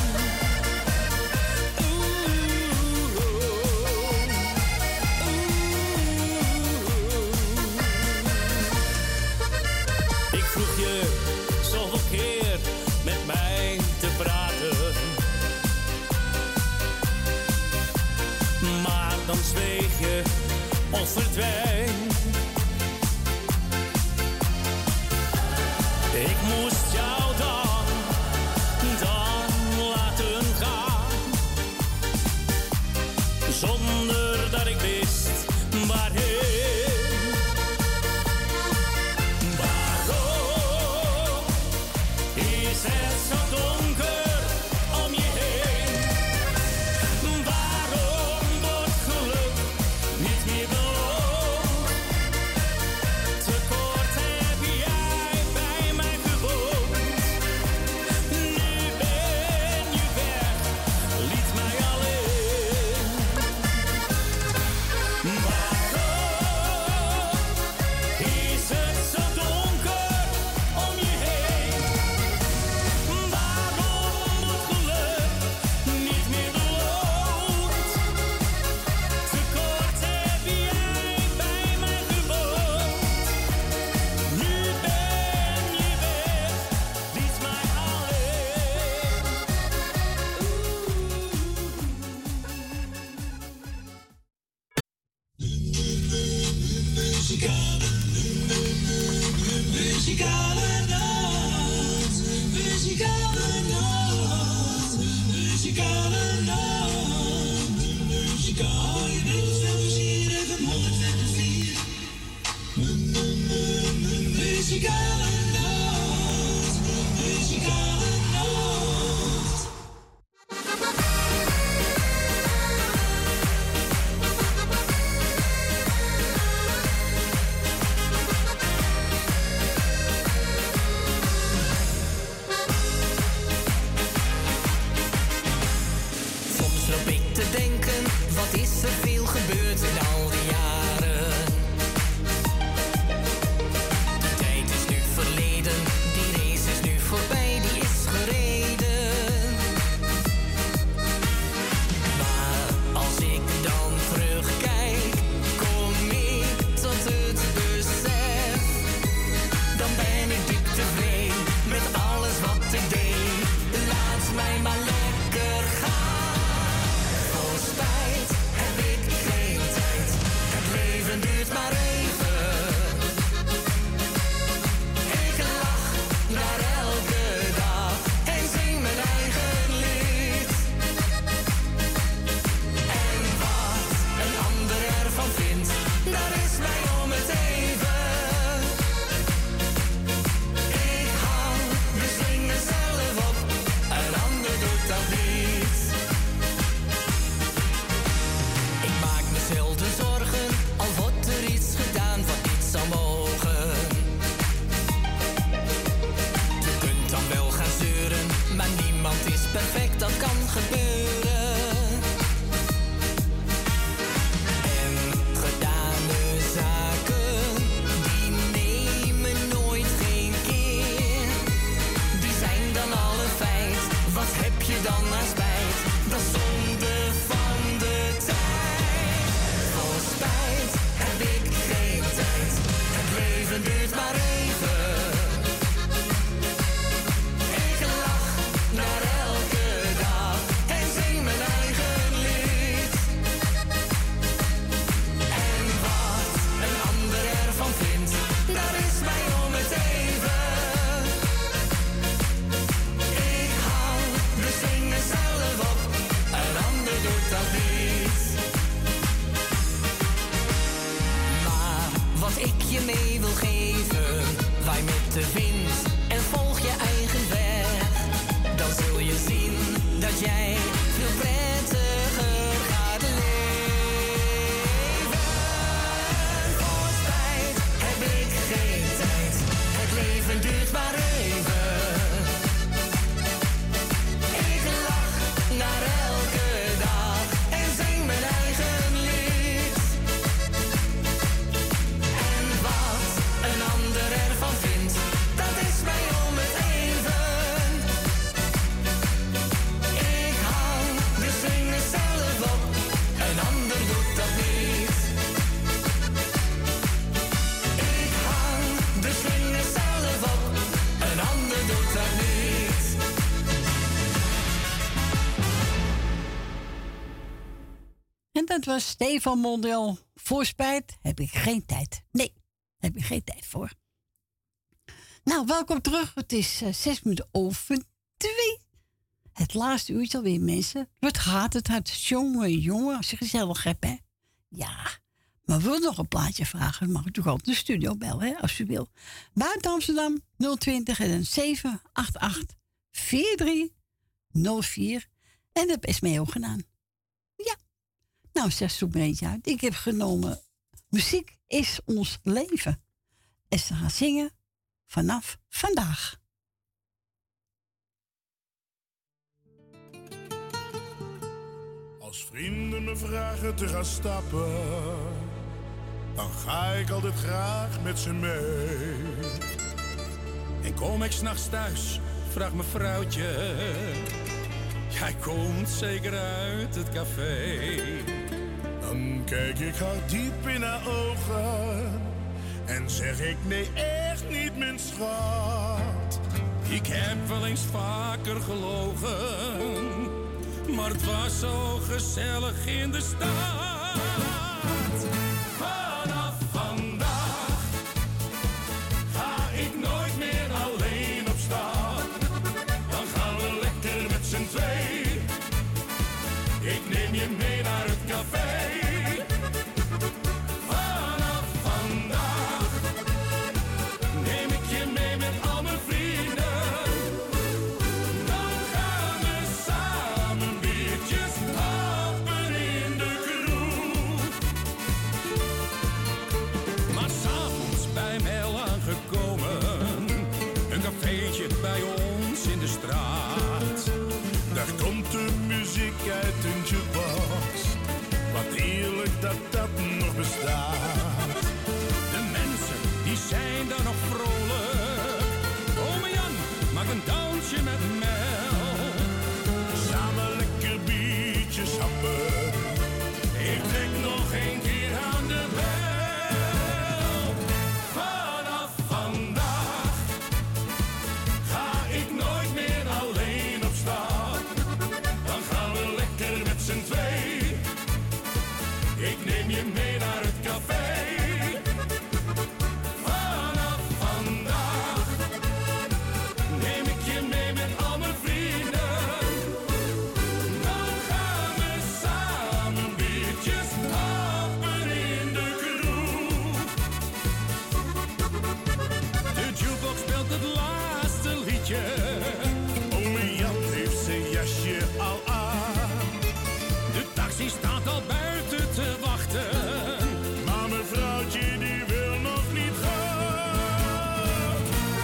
Ik vroeg je zoveel keer met mij te praten, maar dan zweeg je of verdween. Ik moest jou dan, dan laten gaan, zonder dat ik wist waarheen. Waarom is het zo donker om je heen? Waarom wordt geluk niet meer beloond? Te kort heb jij bij mij gewoond. Nu ben je weg, liet mij alleen. Waarom is het zo donker om je heen? Waarom wordt geluk niet meer beloond? Te kort heb jij bij mij gewoond. Nu ben je weg, liet mij alleen. Muzikale, muzikale nacht, muzikale nacht, muzikale nacht, muzikale muzikale nacht, muzikale nacht. Soms loop ik te denken, wat is er veel gebeurd in al die jaren? De tijd is nu verleden, die race is nu voorbij, die is gereden. Maar als ik dan terugkijk, kom ik tot het besef. Dan ben ik diep tevreden met alles wat ik deed. Laat mij maar lekker gaan. Voor spijt heb ik je mee wil geven. Waai met de wind en volg je eigen weg. Dan zul je zien dat jij veel prettiger gaat leven. Voor spijt heb ik geen tijd. Het leven duurt maar even. Ik lach naar elke dag en zing mijn eigen lied. En wat een ander ervan vindt, dat is mij om het even. Ik hang de slinger zelf op, een ander doet dat niet. Ik hang de slinger zelf op, een ander doet dat niet. En dat was Stefan Mondel. Voor spijt heb ik geen tijd. Nee, heb ik geen tijd voor. Nou, welkom terug. Het is uh, zes minuten over twee. Het laatste uurtje alweer, mensen. Wat gaat het hard? Jongen, jongen, als je gezellig hebt, hè? Ja, maar wil nog een plaatje vragen? Mag ik toch altijd de studio bellen, hè, als u wil. Buiten Amsterdam, nul twintig en dan zeven acht acht vier drie nul vier. En dat is mij ook gedaan. Ja. Nou, zeg zoek me eentje uit. Ik heb genomen muziek is ons leven. En ze gaan zingen vanaf vandaag. Als vrienden me vragen te gaan stappen, dan ga ik altijd graag met ze mee. En kom ik 's nachts thuis, vraagt mijn vrouwtje, jij komt zeker uit het café. Dan kijk ik haar diep in haar ogen en zeg ik nee, echt niet, mijn schat. Ik heb wel eens vaker gelogen, maar het was zo gezellig in de stad. Vanaf vandaag ga ik nooit meer alleen op stap. Dan gaan we lekker met z'n twee. Ik neem je mee naar het café. Vanaf vandaag neem ik je mee met al mijn vrienden. Dan gaan we samen biertjes happen in de kroeg. Maar 's avonds bij mij al aangekomen, een cafeetje bij ons in de straat. Daar komt de muziek uit een jukebox. Wat eerlijk dat dat nog bestaat. De mensen die zijn daar nog vrolijk. Ome Jan maakt een dansje met Mel. Samen lekker biertjes happen. Ik trek nog een keer aan de bel. Vanaf vandaag ga ik nooit meer alleen op stap. Dan gaan we lekker met z'n twee. Ik neem je mee naar het café. Vanaf vandaag neem ik je mee met al mijn vrienden. Dan gaan we samen biertjes happen in de kroeg. De jukebox speelt het laatste liedje. Ome Jan heeft zijn jasje al aan. De taxi staat al buiten te wachten. Maar mijn vrouwtje die wil nog niet gaan.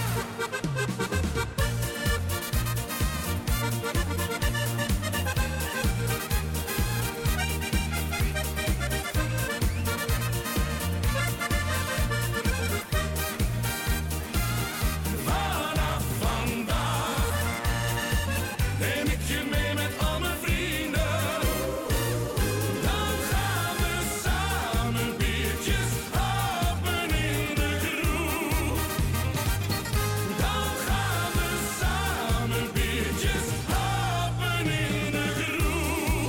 Vanaf vandaag neem ik je mee met al mijn vrienden. Dan gaan we samen biertjes happen in de kroeg. Dan gaan we samen biertjes happen in de kroeg.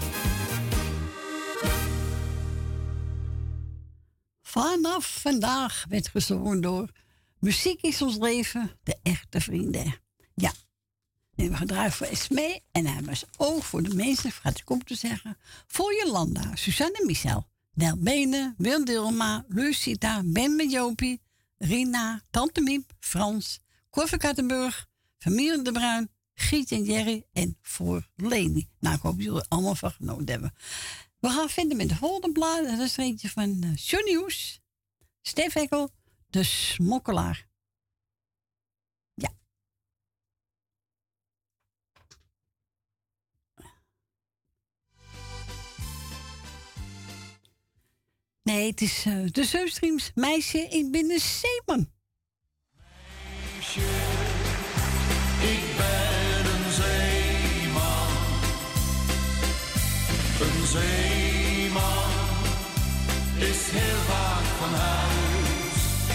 Vanaf vandaag werd gezongen door Muziek is ons leven, de echte vrienden. Ja, en we gaan draaien voor Esmee en hij was ook voor de mensen, gaat ik om te zeggen, voor Jolanda, Suzanne en Michel. Delbene, Wildelma, Lucita, Ben met Jopie, Rina, Tante Miep, Frans, Cor van Kattenburg, familie De Bruin, Giet en Jerry en voor Leni. Nou, ik hoop dat jullie er allemaal van genoten hebben. We gaan verder met de volgende blaad. Dat is er eentje van uh, Johnny Hoes, Stef Hekkel, de smokkelaar. Ja. Nee, het is uh, de Zeustreams. Meisje, ik ben een zeeman. Meisje, ik ben een zeeman. Een zeeman is heel vaak van huis.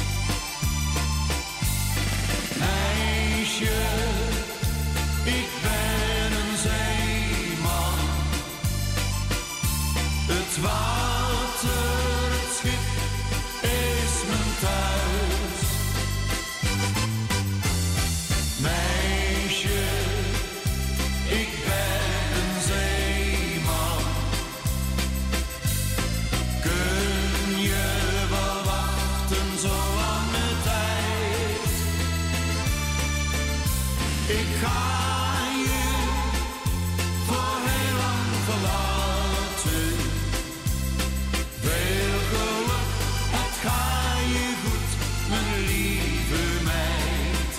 Meisje, ik ben een zeeman. Het water, het schip is mijn thuis. Meisje, ik ben een zeeman. Kun je wel wachten zo lange tijd? Ik ga je voor heel lang verlaten. Veel geluk, het ga je goed, mijn lieve meid.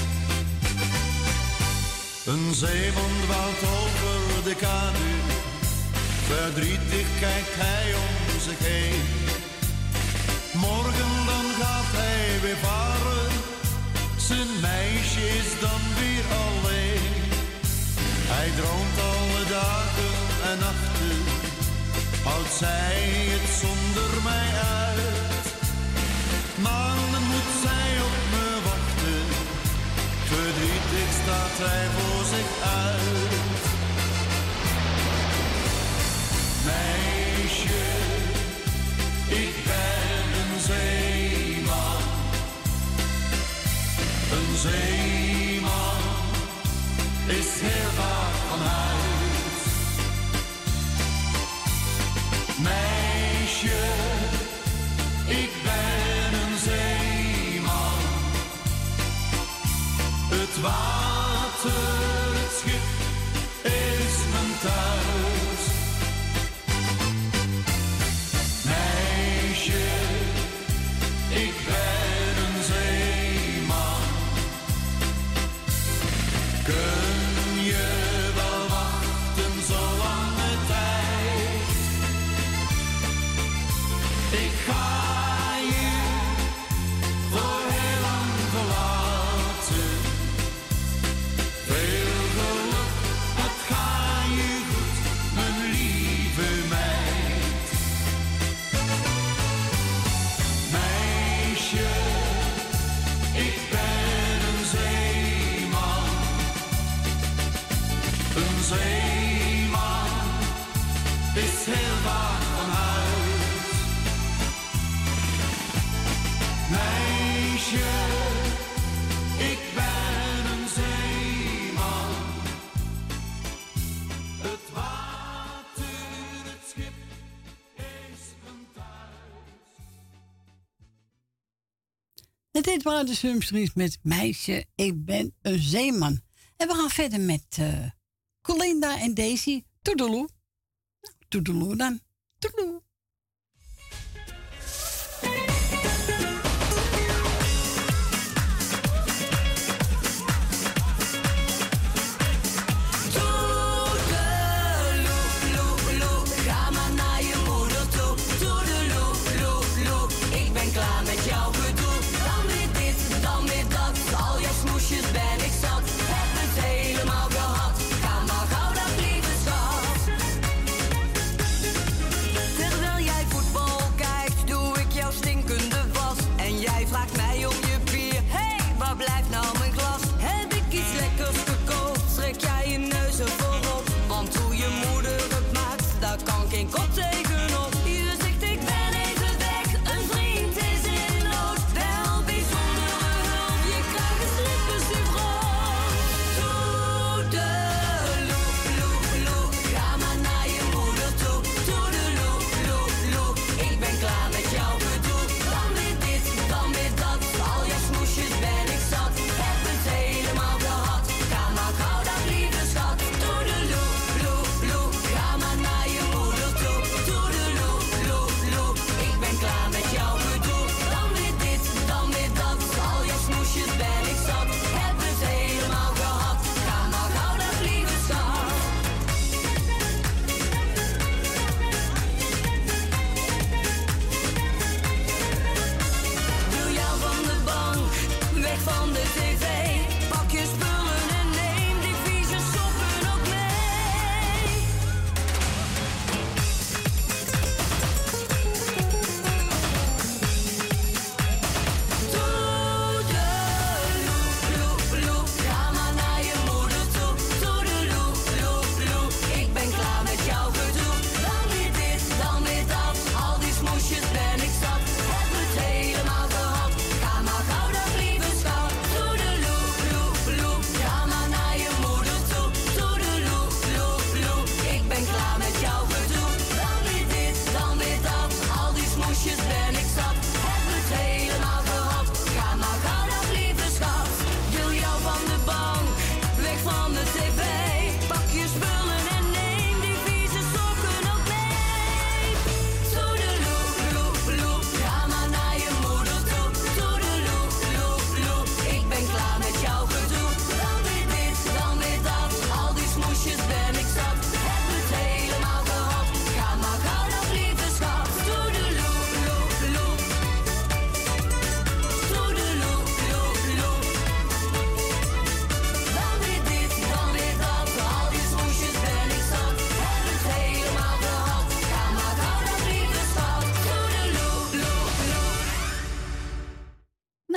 Een zeeman dwaalt over de kade, verdrietig kijkt hij om zich heen. Morgen dan gaat hij weer varen, zijn meisje is dan weer alleen. Hij droomt alle dagen en nachten, houdt zij het zonder mij uit. Maanden moet zij op me wachten, verdrietig staat hij voor zich uit. Meisje, ik ben een zeeman. Een zeeman is heel vaak van huis. Meisje, ik ben een zeeman. Het water, het schip is mijn thuis. Meisje, ik ben een zeeman. Kun je wel wachten zo lange tijd? Ik ga je voor heel lang verlaten. Veel geluk, het ga je goed, mijn lieve meid. Meisje, ik ben een zeeman. Een zeeman is heel vaak van huis. Meisje, ik ben een zeeman. Het water, het schip is mijn thuis. En dit waren de Zeustreams met Meisje, ik ben een zeeman. En we gaan verder met uh, Colinda en Daisy. Toedeloe. Nou, toedeloe dan. Toedeloe. Toedeloe, ga maar naar je moeder toe. Toedeloe, ik ben klaar met jouw gedoe. Dan weer dit, dan weer dat, al jouw smoesjes ben ik zat. Heb het helemaal gehad, ga maar gauw dat lieve schat. Terwijl jij voetbal kijkt, doe ik jouw stinkende was. En jij vraagt mij om je bier, hey, waar blijft nou mijn glas? Heb ik iets lekkers gekookt, trek jij je neus ervoor op. Want hoe je moeder het maakt, daar kan geen kop tegenop. Je zegt ik ben even weg, een vriend is in nood. Wel bijzondere hulp, je krijgt een slippersdiep rood. Toedeloe, ga maar naar je moeder toe. Toedeloe,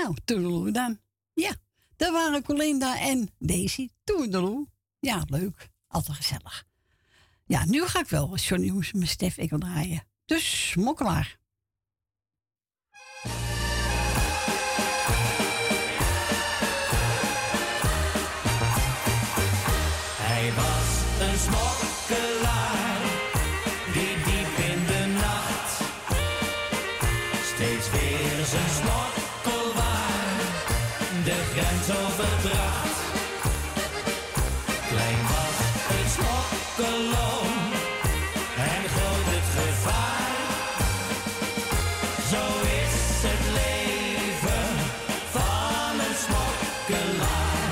Nou, toedeloe dan. Ja, daar waren Colinda en Daisy. Toedeloe. Ja, leuk. Altijd gezellig. Ja, nu ga ik wel Johnny Hoes met Stef Ekkel draaien. Dus smokkelaar. Hij was een smokkelaar die diep in de nacht steeds weer zijn smokkelwaar de grens overbracht. Klein was het smokkeloon en groot het gevaar. Zo is het leven van een smokkelaar.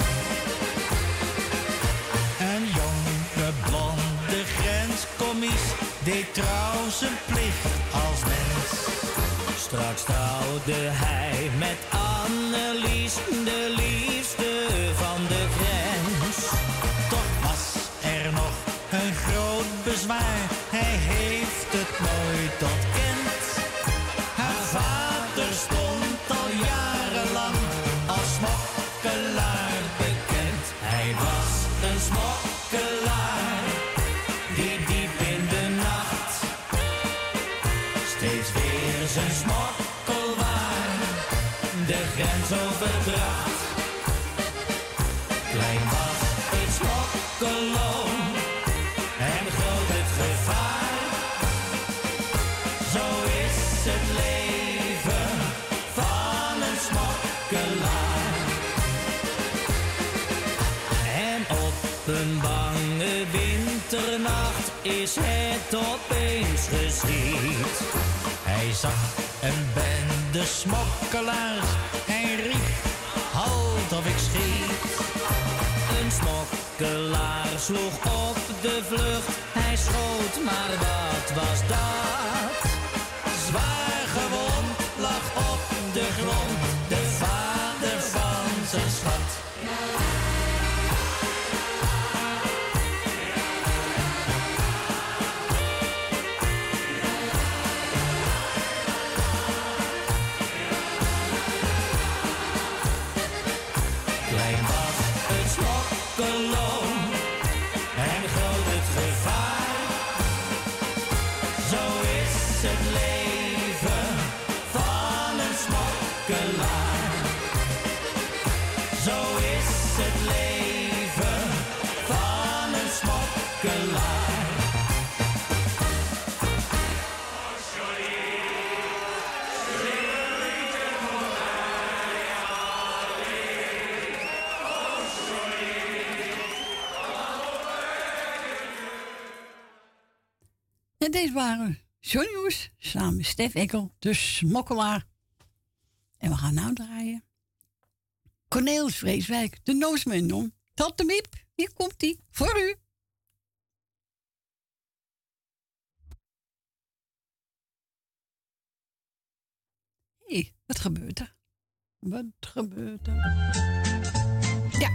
Een jonge blonde grenscommies deed trouw zijn plicht als mens. Straks trouwde hij met Annelies, de liefste van de grens. Toch was er nog een groot bezwaar, hij heeft het nooit ontkend. Haar vader stond al jarenlang als smokkelaar bekend. Hij was een smokkelaar die diep in de nacht steeds weer zijn smokkelwaar de grens overbracht. Klein was het smokkeloon en groot het gevaar. Zo is het leven van een smokkelaar. En op een bange winternacht is het opeens geschied. Hij zag een bende smokkelaars, hij riep, halt of ik schiet. Een smokkelaar sloeg op de vlucht, hij schoot, maar wat was dat? Zwaar gewond lag op de grond de vader van zijn schat. Klein was het smokkeloon en groot het gevaar. Zo is het leven van een smokkelaar. Zo is het leven van een smokkelaar. En deze waren Johnny Hoes samen met Stef Ekkel, de smokkelaar. En we gaan nou draaien. Cornelis Vreeswijk, de Noosmendon. Tante Miep, hier komt ie voor u. Hé, hey, wat gebeurt er? Wat gebeurt er? Ja.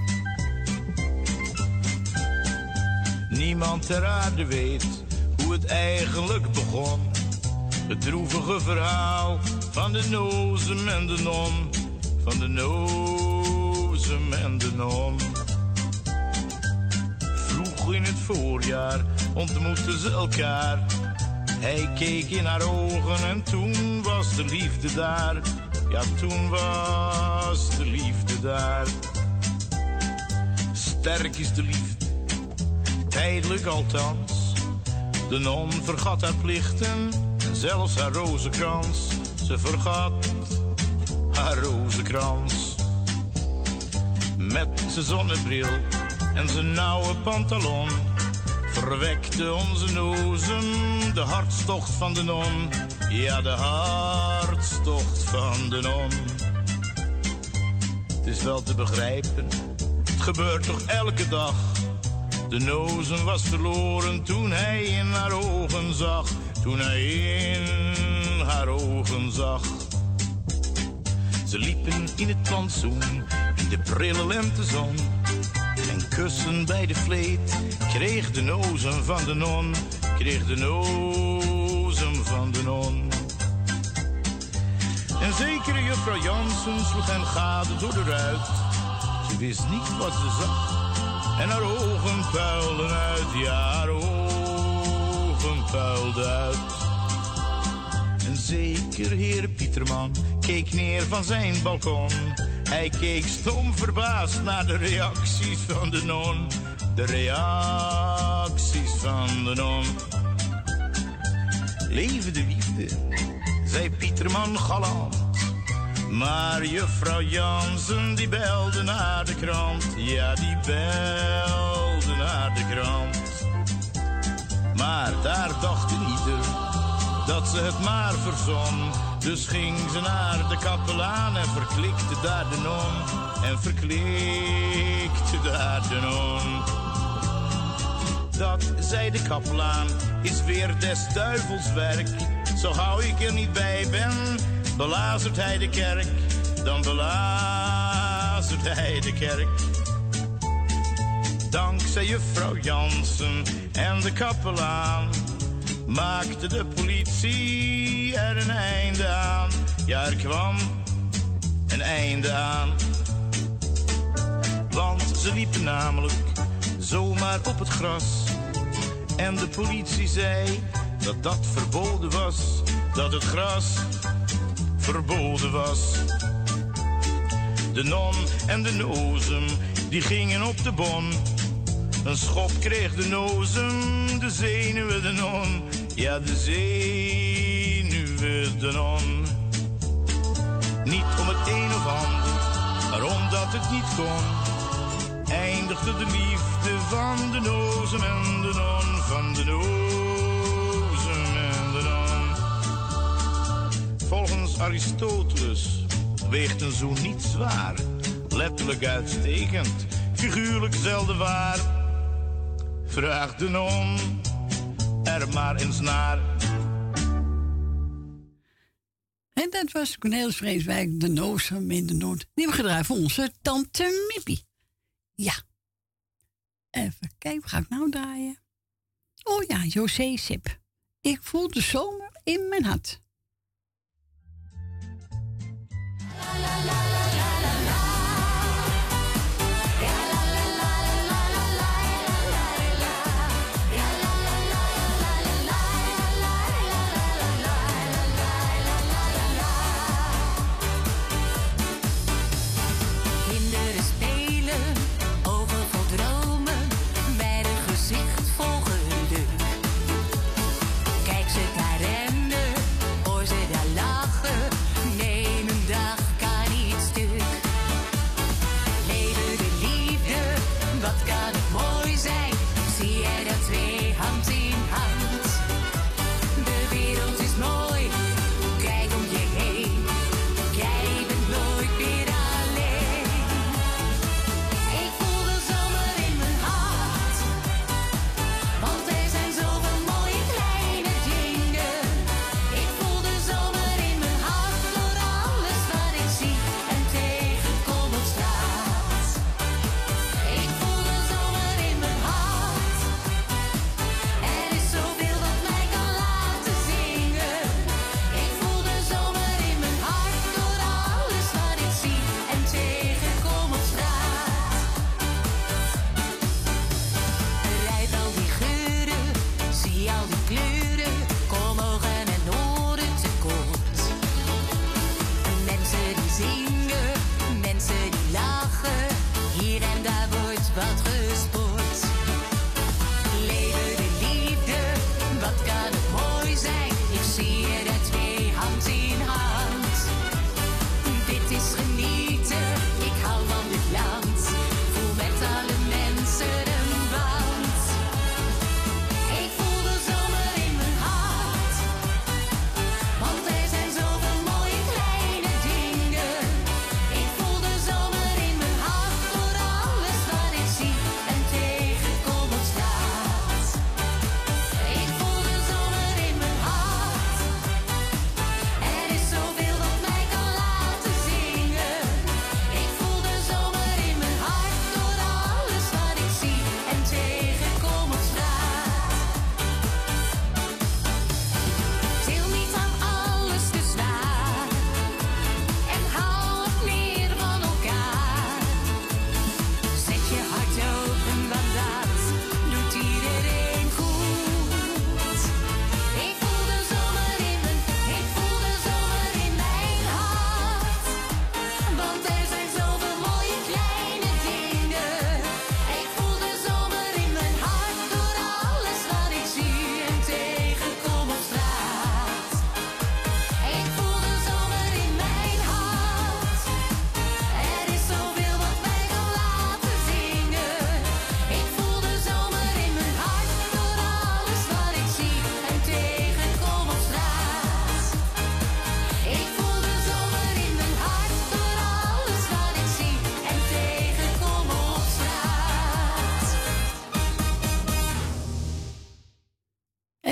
Niemand ter aarde weet hoe het eigenlijk begon. Het droevige verhaal van de nozem en de non. Van de nozem en de non. Vroeg in het voorjaar ontmoetten ze elkaar. Hij keek in haar ogen en toen was de liefde daar. Ja, toen was de liefde daar. Sterk is de liefde, tijdelijk althans. De non vergat haar plichten en zelfs haar rozenkrans. Ze vergat haar rozenkrans. Met zijn zonnebril en zijn nauwe pantalon verwekte onze nozem de hartstocht van de non. Ja, de hartstocht van de non. Het is wel te begrijpen, het gebeurt toch elke dag. De nozem was verloren toen hij in haar ogen zag. Toen hij in haar ogen zag. Ze liepen in het plantsoen, in de prille lentezon. En kussen bij de vleet kreeg de nozem van de non. Kreeg de nozem van de non. En zekere juffrouw Jansen sloeg hem gade door de ruit. Ze wist niet wat ze zag. En haar ogen puilden uit, ja, haar ogen puilden uit. En zeker heer Pieterman keek neer van zijn balkon. Hij keek stom verbaasd naar de reacties van de non. De reacties van de non. Leven de liefde, zei Pieterman galant. Maar juffrouw Jansen die belde naar de krant. Ja, die belde naar de krant. Maar daar dacht ieder dat ze het maar verzon. Dus ging ze naar de kapelaan en verklikte daar de non. En verklikte daar de non. Dat, zei de kapelaan, is weer des duivels werk. Zo gauw ik er niet bij ben, belazert hij de kerk. Dan belazert hij de kerk. Dankzij juffrouw Jansen en de kapelaan maakte de politie er een einde aan. Ja, er kwam een einde aan. Want ze liepen namelijk zomaar op het gras. En de politie zei dat dat verboden was. Dat het gras verboden was. De non en de nozem, die gingen op de bon. Een schop kreeg de nozem, de zenuwen de non. Ja, de zenuwen de non. Niet om het een of ander, maar omdat het niet kon, eindigde de liefde van de nozem en de non. Van de nozem en de non. Volgens Aristoteles weegt een zoen niet zwaar. Letterlijk uitstekend, figuurlijk zelden waar. Vraag de non er maar eens naar. En dat was Cornelis Vreeswijk, de nozem in de Noord. Die we gedraaid voor onze tante Mippie. Ja. Even kijken, wat ga ik nou draaien? Oh ja, José Sip. Ik voel de zomer in mijn hart. La, la, la. Zomer in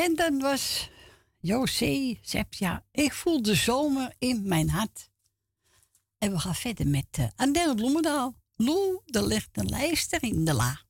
En dat was José zegt ja, ik voel de zomer in mijn hart. En we gaan verder met uh, Adele Bloemendaal. Lou, er ligt een lijster in de la.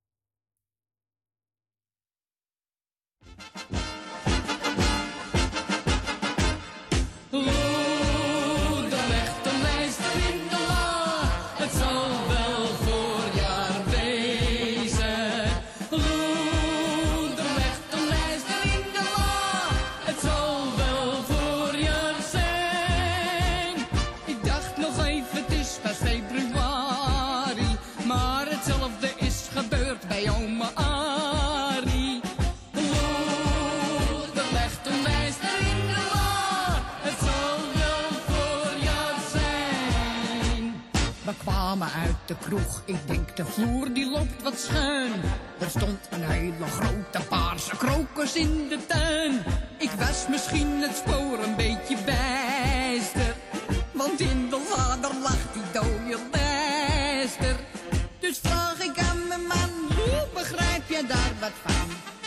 Uit de kroeg, ik denk de vloer die loopt wat schuin. Er stond een hele grote paarse krokus in de tuin. Ik was misschien het spoor een beetje bijster, want in de lader lag die dode lijster. Dus vraag ik aan mijn man, hoe begrijp je daar wat van?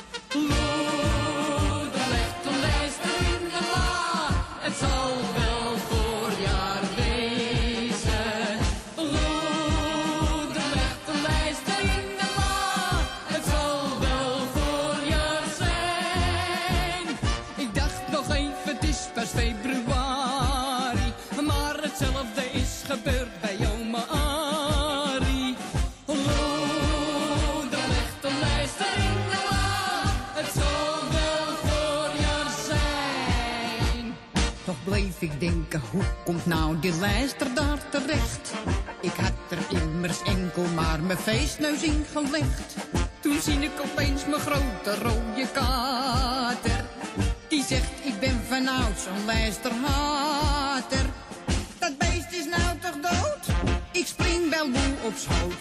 Lou, er ligt een lijster in de la, het zal wel voorjaar wezen. Lou, er ligt een lijster in de la, het zal wel voorjaar zijn. Ik dacht nog even, het is pas februari, maar hetzelfde is gebeurd bij oma Arie. Lou, er ligt een lijster in de la, het zal wel voorjaar zijn. Toch bleef ik denken, hoe komt nou die lijster daar terecht? Ik had er immers enkel maar mijn feestneus in gelegd. Toen zie ik opeens mijn grote rode kater. Die zegt, ik ben vanouds een lijsterhater. Dat beest is nou toch dood? Ik spring wel moe op schoot.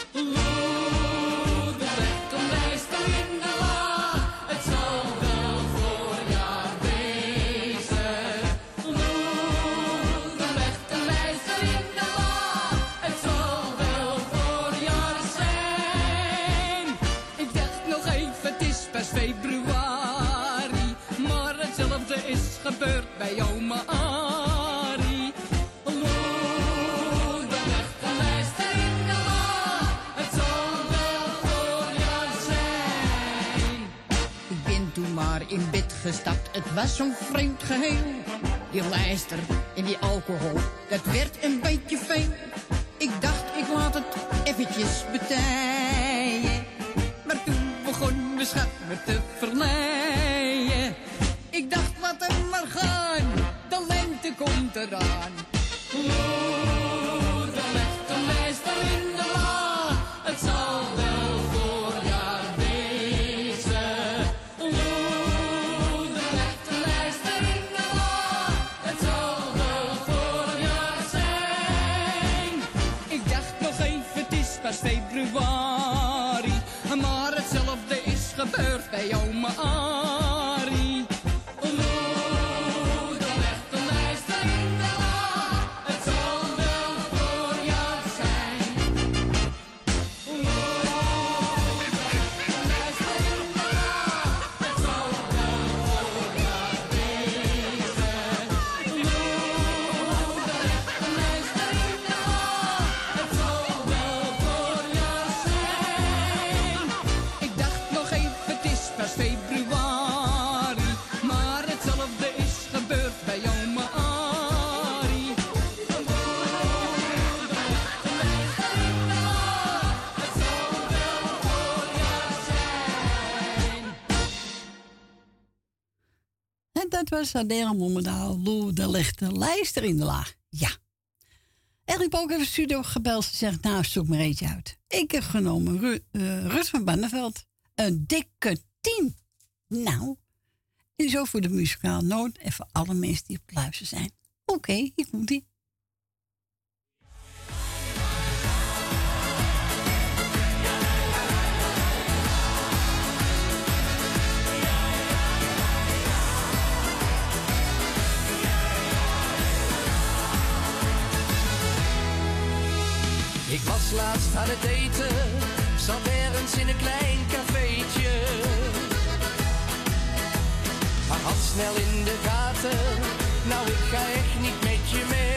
Lou, er ligt een lijster in de la, het zal wel voorjaar wezen. Lou, er ligt een lijster in de la, het zal wel voorjaar zijn. Ik dacht nog even, het is pas februari, maar hetzelfde is gebeurd bij oma Arie. Lou, er ligt een lijster in de la, het zal wel voorjaar zijn. Ik ben toen maar in bed gestapt, het was zo'n vreemd geheel. Die lijster en die alcohol, dat werd een beetje veel. Ik dacht, ik laat het eventjes betijen. Maar toen begon mijn schat me te verleiden. Ik dacht, laat hem maar gaan, de lente komt eraan. Lou, er ligt een lijster in de la, het zal wel voorjaar wezen. Lou, er ligt een lijster in de la, het zal wel voorjaar zijn. Ik dacht nog even, het is pas februari, maar hetzelfde is gebeurd bij oma Arie. Lou, er ligt een lijster in de la, het zal wel voorjaar zijn. Lou, er ligt een lijster in de la, het zal wel voorjaar wezen. Lou, er ligt een lijster in de la, het zal wel voorjaar zijn. Ik dacht nog even, het is pas februari, maar hetzelfde is gebeurd bij oma Arie. Het zal wel voorjaar zijn. En dat was Adele Bloemendaal. Lou, er ligt een lijster in de la. Ja. En ik heb ook even de studio gebeld. Ze zegt, nou, zoek maar eentje uit. Ik heb genomen Ru uh, Rut van Barneveld. Een dikke tien. Nou, en zo voor de muzikale noot en voor alle mensen die op het luisteren zijn. Oké, okay, hier komt ie. Ik was laatst aan het eten, zat ergens in een klein cafeetje. snel in de gaten. Nou, ik ga echt niet met je mee.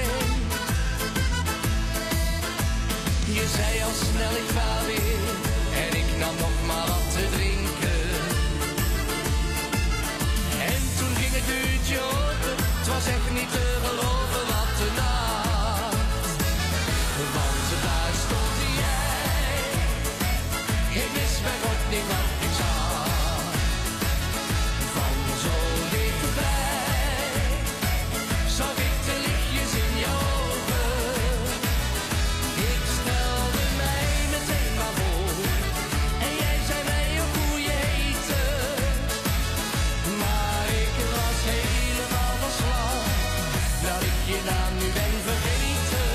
Je zei al snel, ik ga weer. En ik nam nog maar wat te drinken. En toen ging het deurtje open. Het was echt niet te geloven wat de nacht. Want daar stond jij. Ik wist bij God niet wat ik zag. Van zo dichtbij zag ik de lichtjes in je ogen. Ik stelde mij meteen maar voor. En jij zei mij ook hoe je heette. Maar ik was helemaal van slag dat ik je naam nu ben vergeten.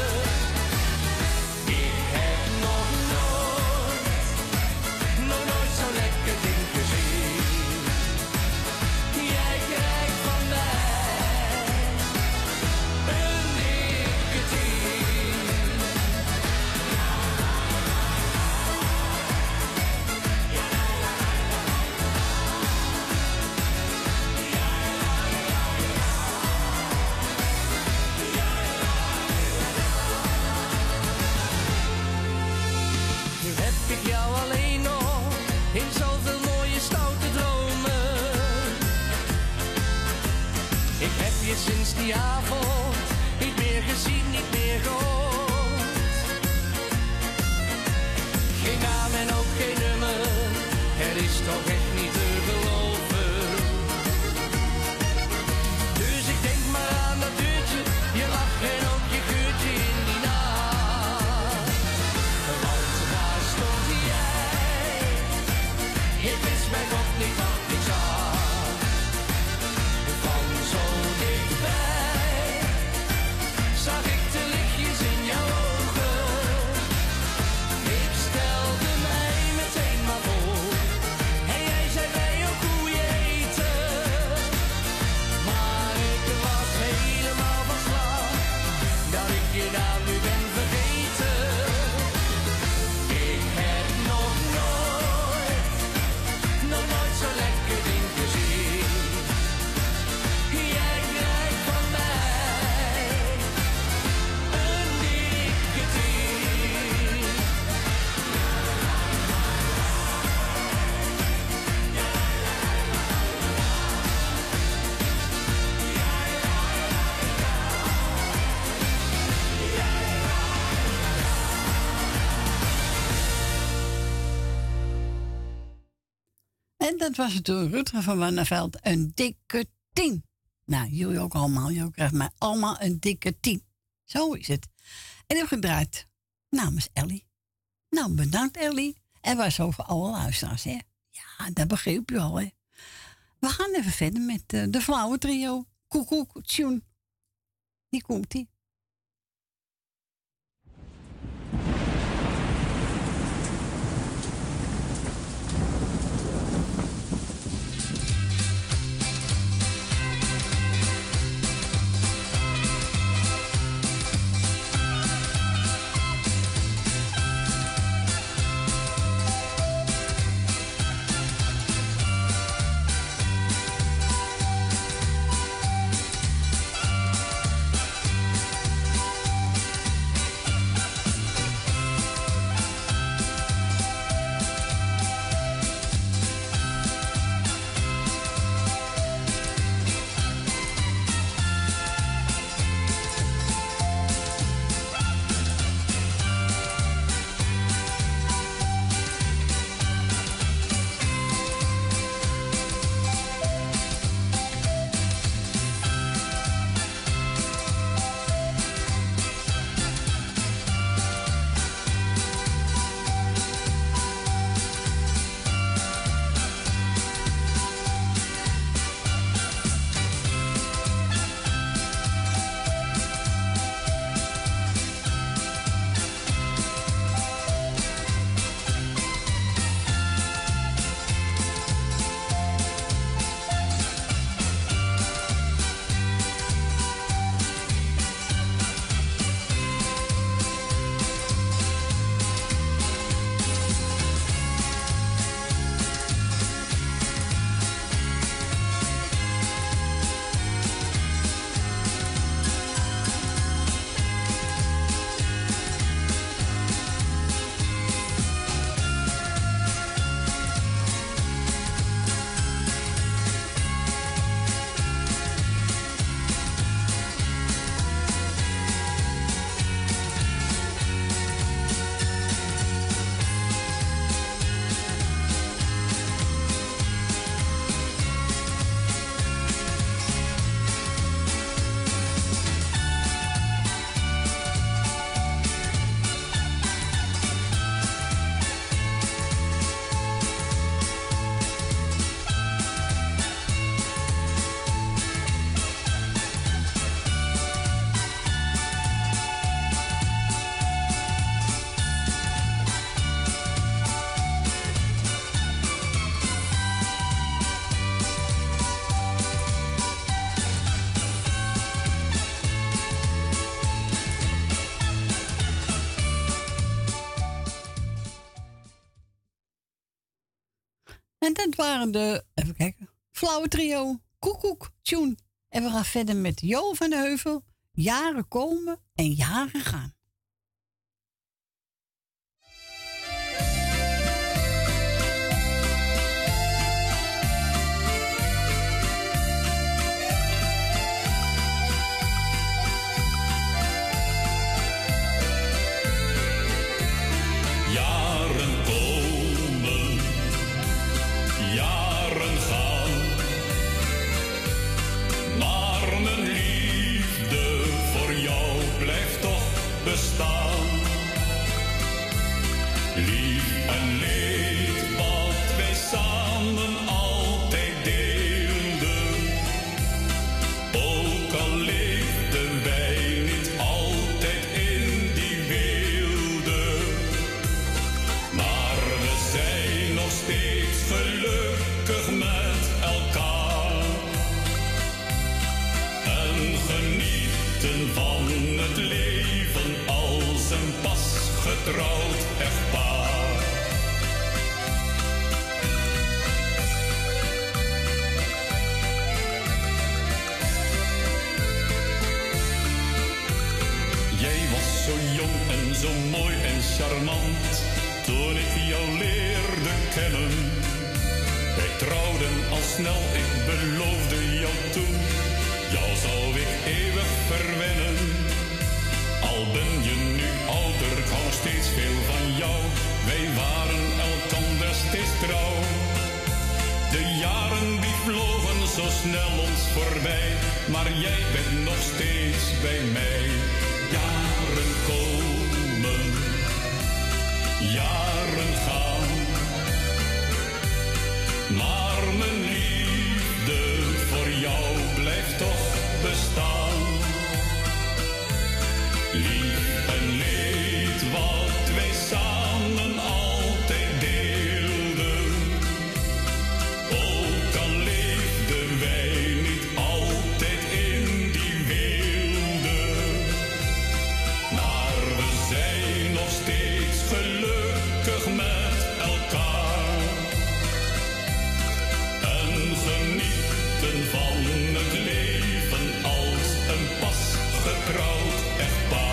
Ik heb nog nooit, nog nooit zo'n lekker ding gezien. Jij krijgt van mij een dikke tien. Nu heb ik jou alleen nog in zoveel mooie stoute dromen. Ik heb je sinds die avond niet meer gezien, niet meer gehoord. Geen naam en ook geen nummer, het is toch echt niet te geloven. Dus ik denk maar aan dat uurtje, je lach en ook je geurtje in die nacht. Want daar stond jij, ik wist bij God niet wat ik zag. Van zo dichtbij zag ik de lichtjes in jouw ogen. Ik stelde mij meteen maar voor. En jij zei mij ook hoe je heette. Maar ik was helemaal van slag dat ik je naam nu ben vergeten. Ik heb nog nooit, nog nooit zo lekker ding gezien. Jij krijgt van mij een dikke tien. En dat was het door Rutger van Wanneveld. Een dikke tien. Nou, jullie ook allemaal. Jullie krijgen mij allemaal een dikke tien. Zo is het. En ik heb gedraaid namens Ellie. Nou, bedankt Ellie. En was over alle luisteraars, hè. Ja, dat begreep je al, hè. We gaan even verder met uh, de Flauwe Trio. Koekoek, tjoen. Die komt-ie. Thank En dat waren de, even kijken, Flauwe Trio, Koekoek, Tune. En we gaan verder met Jo van de Heuvel. Jaren komen en jaren gaan. Jaren komen, jaren gaan, maar mijn liefde voor jou blijft toch bestaan. Lief en leed wat wij samen altijd deelden, ook al leefden wij niet altijd in die weelde. Maar we zijn nog steeds gelukkig met elkaar en genieten van het leven als een pas getrouwd echtpaar. Jij was zo jong en zo mooi en charmant toen ik jou leerde kennen. Wij trouwden al snel, ik beloofde jou toen, jou zou ik eeuwig verwennen. Al ben je nu ouder, ik hou nog steeds veel van jou. Wij waren elkander steeds trouw. De jaren die vlogen zo snel ons voorbij, maar jij bent nog steeds bij mij. Jaren komen, jaren gaan, maar mijn liefde voor jou blijft toch bestaan. Lief en leed wat wij samen altijd deelden, ook al leefden wij niet altijd in die weelde. Maar we zijn nog steeds gelukkig met elkaar en genieten van het leven als een pas getrouwd echtpaar.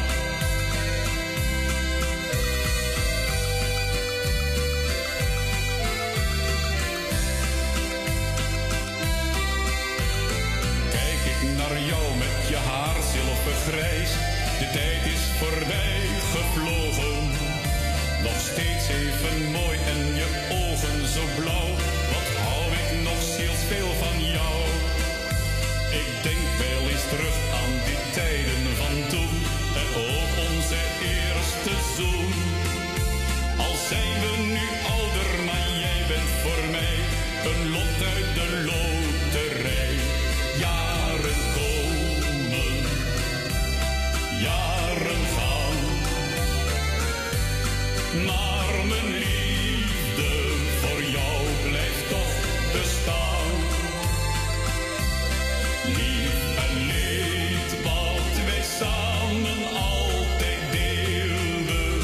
Kijk ik naar jou met je haar zilvergrijs, de tijd is voorbij gevlogen. Nog steeds even mooi en je ogen zo blauw, wat hou ik nog zielsveel van jou. Ik denk wel eens terug aan die tijden van toen en ook onze eerste zoen. Al zijn we nu ouder, maar jij bent voor mij een lot uit de loterij. Jaren komen, jaren gaan, maar mijn liefde voor jou blijft toch bestaan. Lief en leed wat wij samen altijd deelden,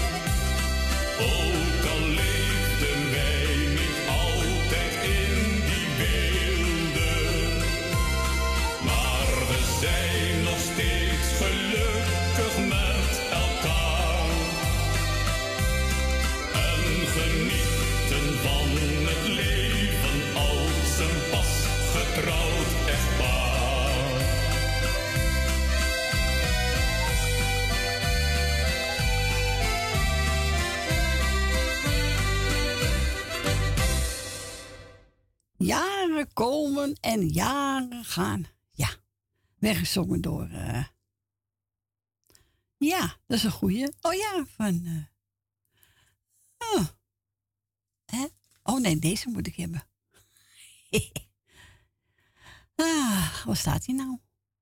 ook al leefden wij niet altijd in die weelde. Maar we zijn nog steeds gelukkig met elkaar en genieten van het leven als een pas getrouwd echtpaar. Jaren komen en jaren gaan. Ja, weggezongen door... Uh... Ja, dat is een goeie. Oh ja, van... Uh... Oh. Hè? Oh nee, deze moet ik hebben. ah, waar staat hij nou?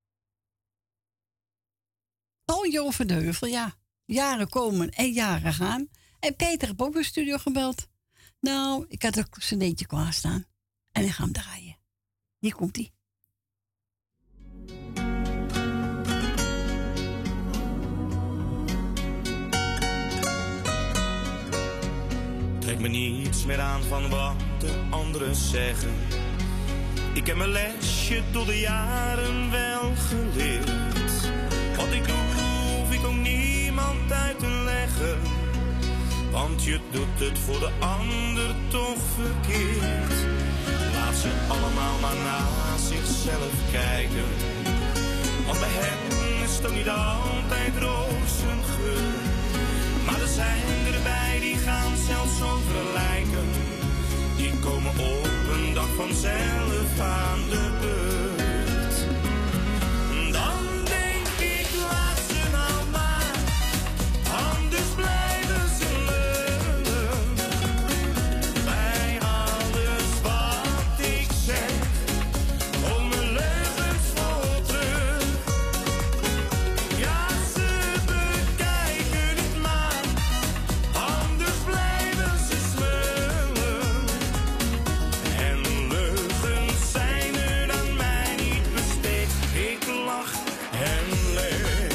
Oh, Jo van de Heuvel, ja. Jaren komen en jaren gaan. En Peter heeft ook in de studio gebeld. Nou, ik had een cd'tje klaarstaan. En ik ga hem draaien. Hier komt hij. Trek me niets meer aan van wat de anderen zeggen. Ik heb mijn lesje door de jaren wel geleerd. Wat ik doe, hoef ik ook niemand uit te leggen. Want je doet het voor de ander toch verkeerd. Laat ze allemaal maar naar zichzelf kijken. Want bij hen is het ook niet altijd rozengeur. Maar er zijn erbij die gaan zelfs over lijken. Die komen op een dag vanzelf aan de beurt. Dan denk ik, laat ze nou maar, anders blijven ze leunen. Bij alles wat ik zeg, komen leugens vol terug. Ja, ze bekijken het maar, anders blijven ze smeulen. En leugens zijn er aan mij niet besteed. Ik lach en leef.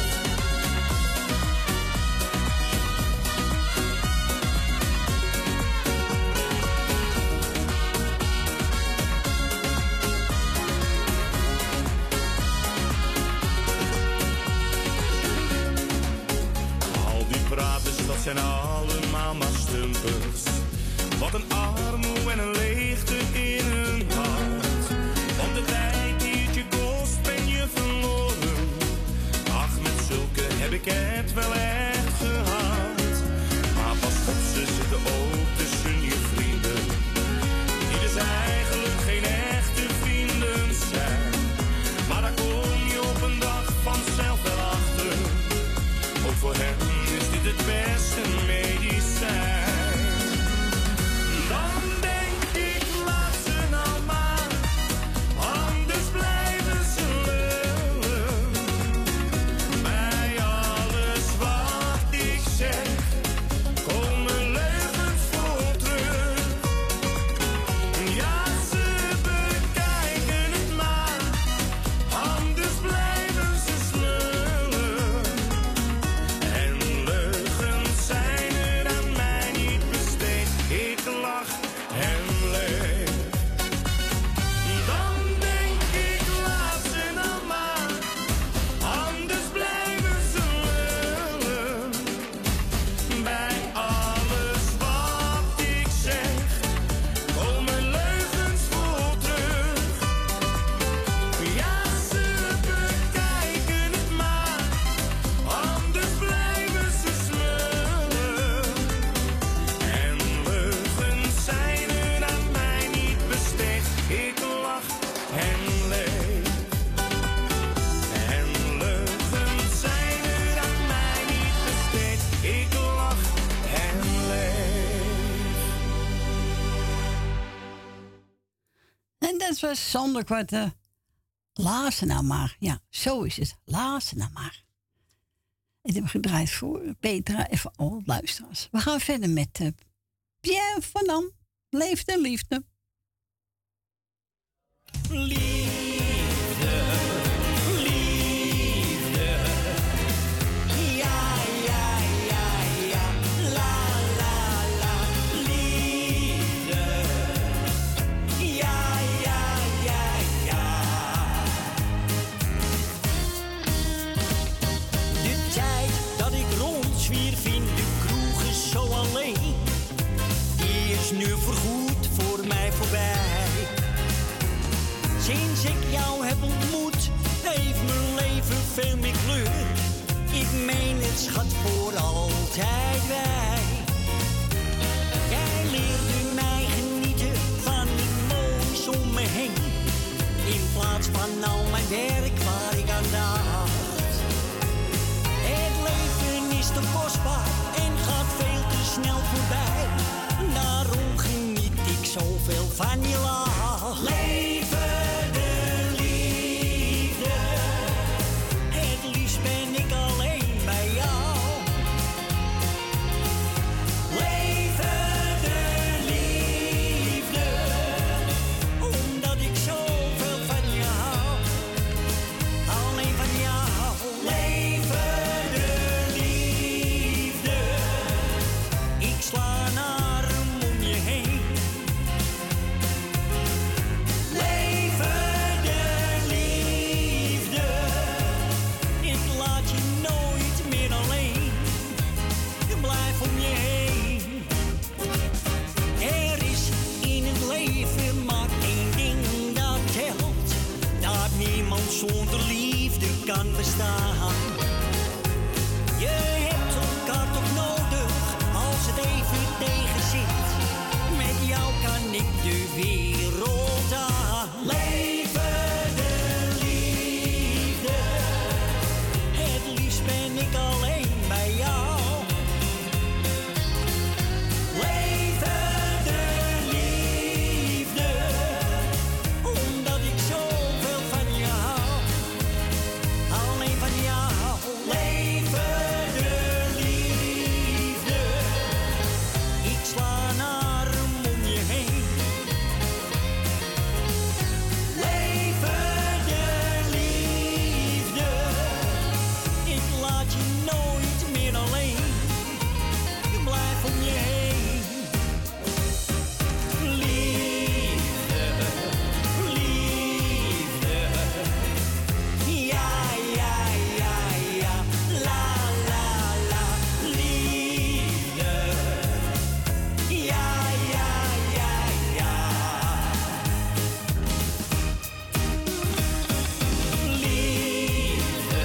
Al die praters, dat zijn allemaal maar stumpers. Wat een armoe en een leegte in hun hart. Want de tijd die het je kost, ben je verloren. Ach, met zulke heb ik het wel echt gehad. Maar pas op, ze zitten ook tussen je vrienden. Die dus eigenlijk geen echte vrienden zijn. Maar daar kom je op een dag vanzelf wel achter. Ook voor hen is dit het beste medicijn. Dan denk ik, laat ze nou maar, anders blijven ze leunen. Bij alles wat ik zeg, komen leugens vol terug. Ja, ze bekijken het maar, anders blijven ze smeulen. En leugens zijn er aan mij niet besteed. Ik lach en leef. Dan denk ik, laat ze nou maar, anders blijven ze leunen. Bij alles wat ik zeg, komen leugens vol terug. Ja, ze bekijken het maar, anders blijven ze smeulen. En leugens zijn er aan mij niet besteed. Ik lach en leef. En leugens zijn er aan mij niet besteed. Ik lach en leef. En dat was Sander Kwarten. Laat ze nou maar. Ja, zo is het. Laat ze nou maar. Ik heb gedraaid voor Petra en voor alle luisteraars. We gaan verder met uh, Pierre van Dam. Leef de liefde. Liefde, liefde. Ja, ja, ja, ja. La, la, la. Liefde. Ja, ja, ja, ja. De tijd dat ik rondzwierf in de kroegen zo alleen, die is nu voorgoed voor mij voorbij. Sinds ik jou heb ontmoet, heeft mijn leven veel meer kleur. Ik meen het, schat, voor altijd wij. Jij leerde mij genieten van het moois om me heen. In plaats van al mijn werk waar ik aan dacht. Het leven is te kostbaar en gaat veel te snel voorbij. Daarom geniet ik zoveel van je lach. Leven de liefde. Het liefst ben ik alleen bij jou. Leven de liefde. Omdat ik zoveel van je hou. Alleen van jou. Leven de liefde. Ik sla een arm om je heen. zonder liefde kan bestaan. Je hebt elkaar toch nodig als het even tegen zit. Met jou kan ik de wereld aan. Leven de liefde, het liefst ben ik alleen bij jou. Leven de liefde, omdat ik zoveel van je hou. Alleen van jou. Leven de liefde, ik sla een arm om je heen. Leven de liefde, ik laat je nooit meer alleen. Ik blijf om je heen. Liefde, liefde, ja, ja, ja, ja, la, la, la. Liefde, ja, ja, ja, ja. Liefde,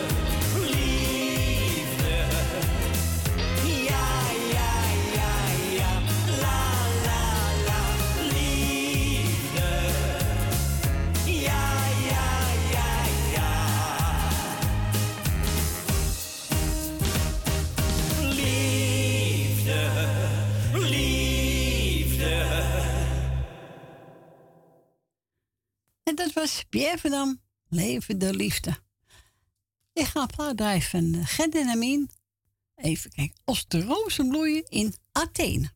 liefde, ja, ja, ja, ja, la, la, la. Liefde, ja, ja, ja, ja. Liefde, liefde. En dat was Pierre van Dam, Leven de Liefde. Ik ga een plaat draaien van eh, Gert en Amin. Even kijken. Als de rozen bloeien in Athene.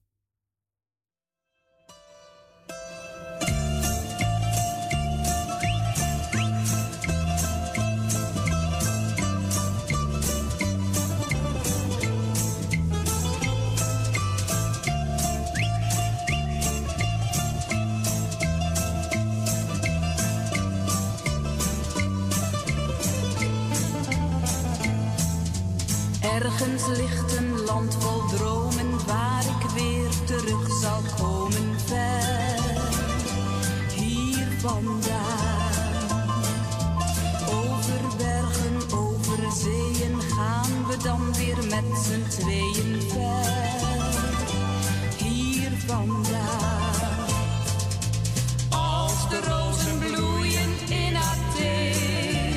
Ergens ligt een land vol dromen waar ik weer terug zal komen ver. Hier vandaan. Over bergen, over zeeën gaan we dan weer met z'n tweeën ver. Hier vandaan. Als de rozen bloeien in Athene,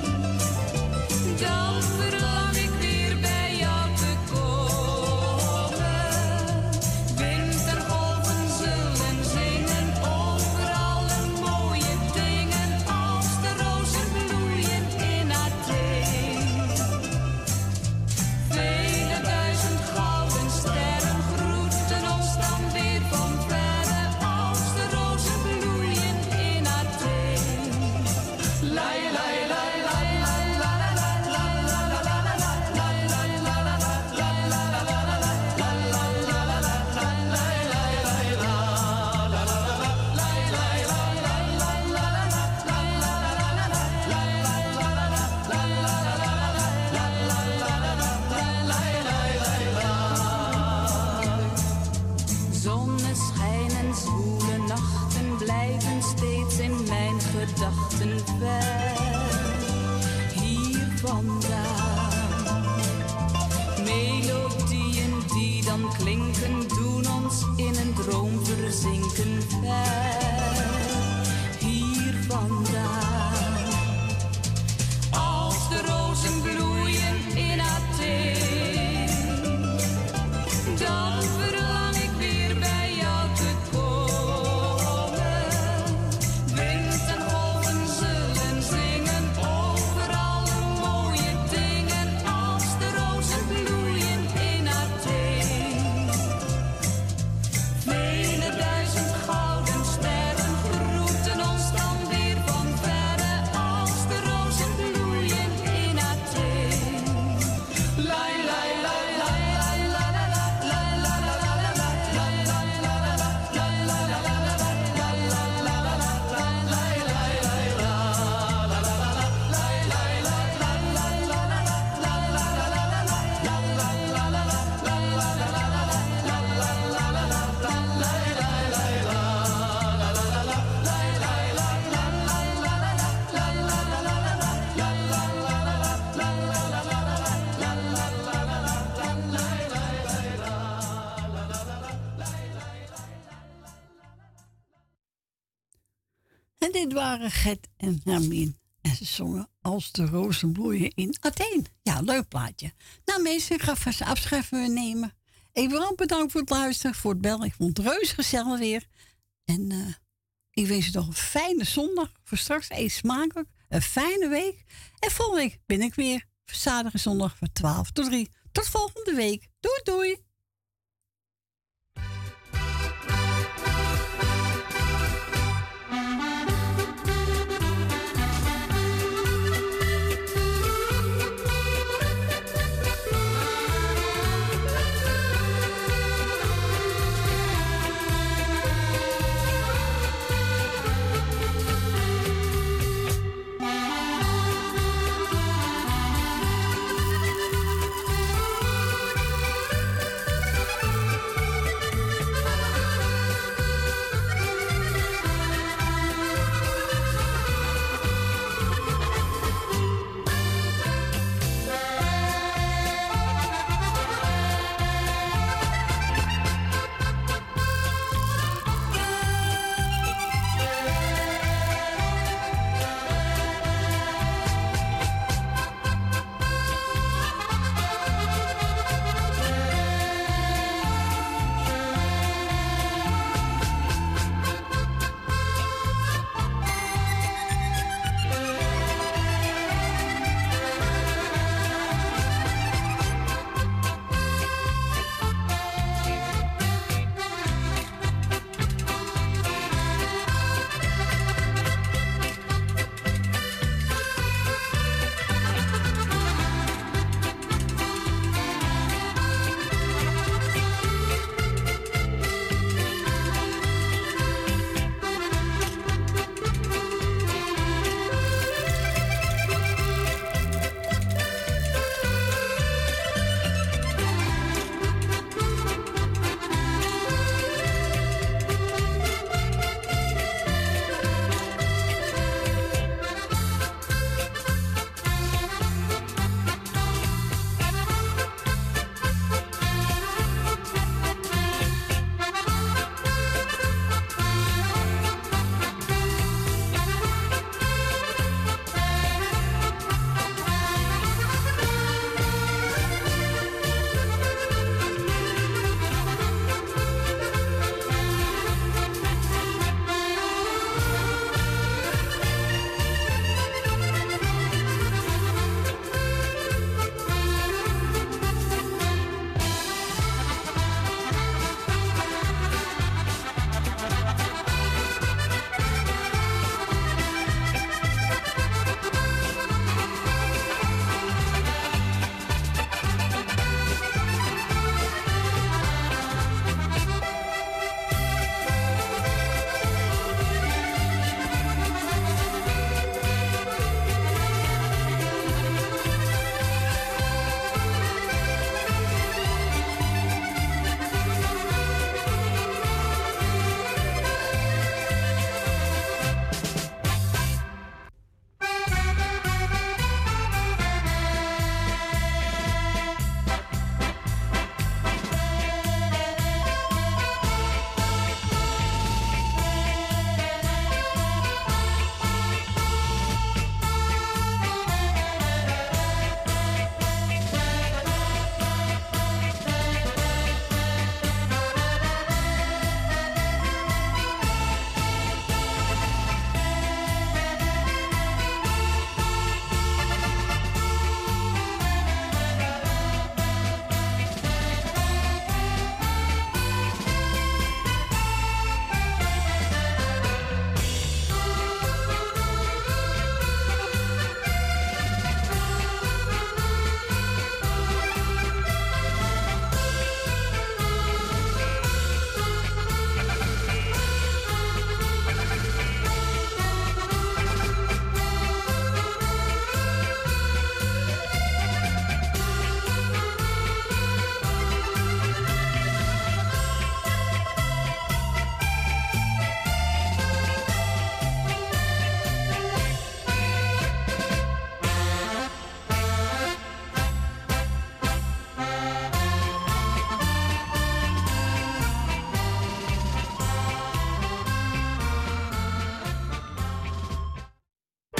dan verlang ik weer bij jou te komen. Wintergolven zullen zingen over alle mooie dingen. Als de rozen bloeien in Athene. Vele duizend gouden sterren groeten ons dan weer van verre. Als de rozen bloeien in Athene. La la la la la la la la la la la Zonneschijn en zwoele nachten blijven steeds in mijn gedachten ver. Hier vandaan. Melodieën die dan klinken doen ons in een droom verzinken ver. Hier vandaan. Als de rozen bloeien in Athene, dan verlang ik weer bij jou te komen. Wintergolven zullen zingen over alle mooie dingen. Als de rozen bloeien in Athene. Vele duizend gouden sterren dit waren Gert en Hermien. En ze zongen Als de rozen bloeien in Athene. Ja, leuk plaatje. Nou mensen, ik ga vast afscheid van u nemen. Ik wil ook bedankt voor het luisteren, voor het bellen. Ik vond het reuze gezellig weer. En uh, ik wens je nog een fijne zondag. Voor straks eet smakelijk. Een fijne week. En volgende week ben ik weer. Zaterdag en zondag van twaalf tot drie. Tot volgende week. Doei doei.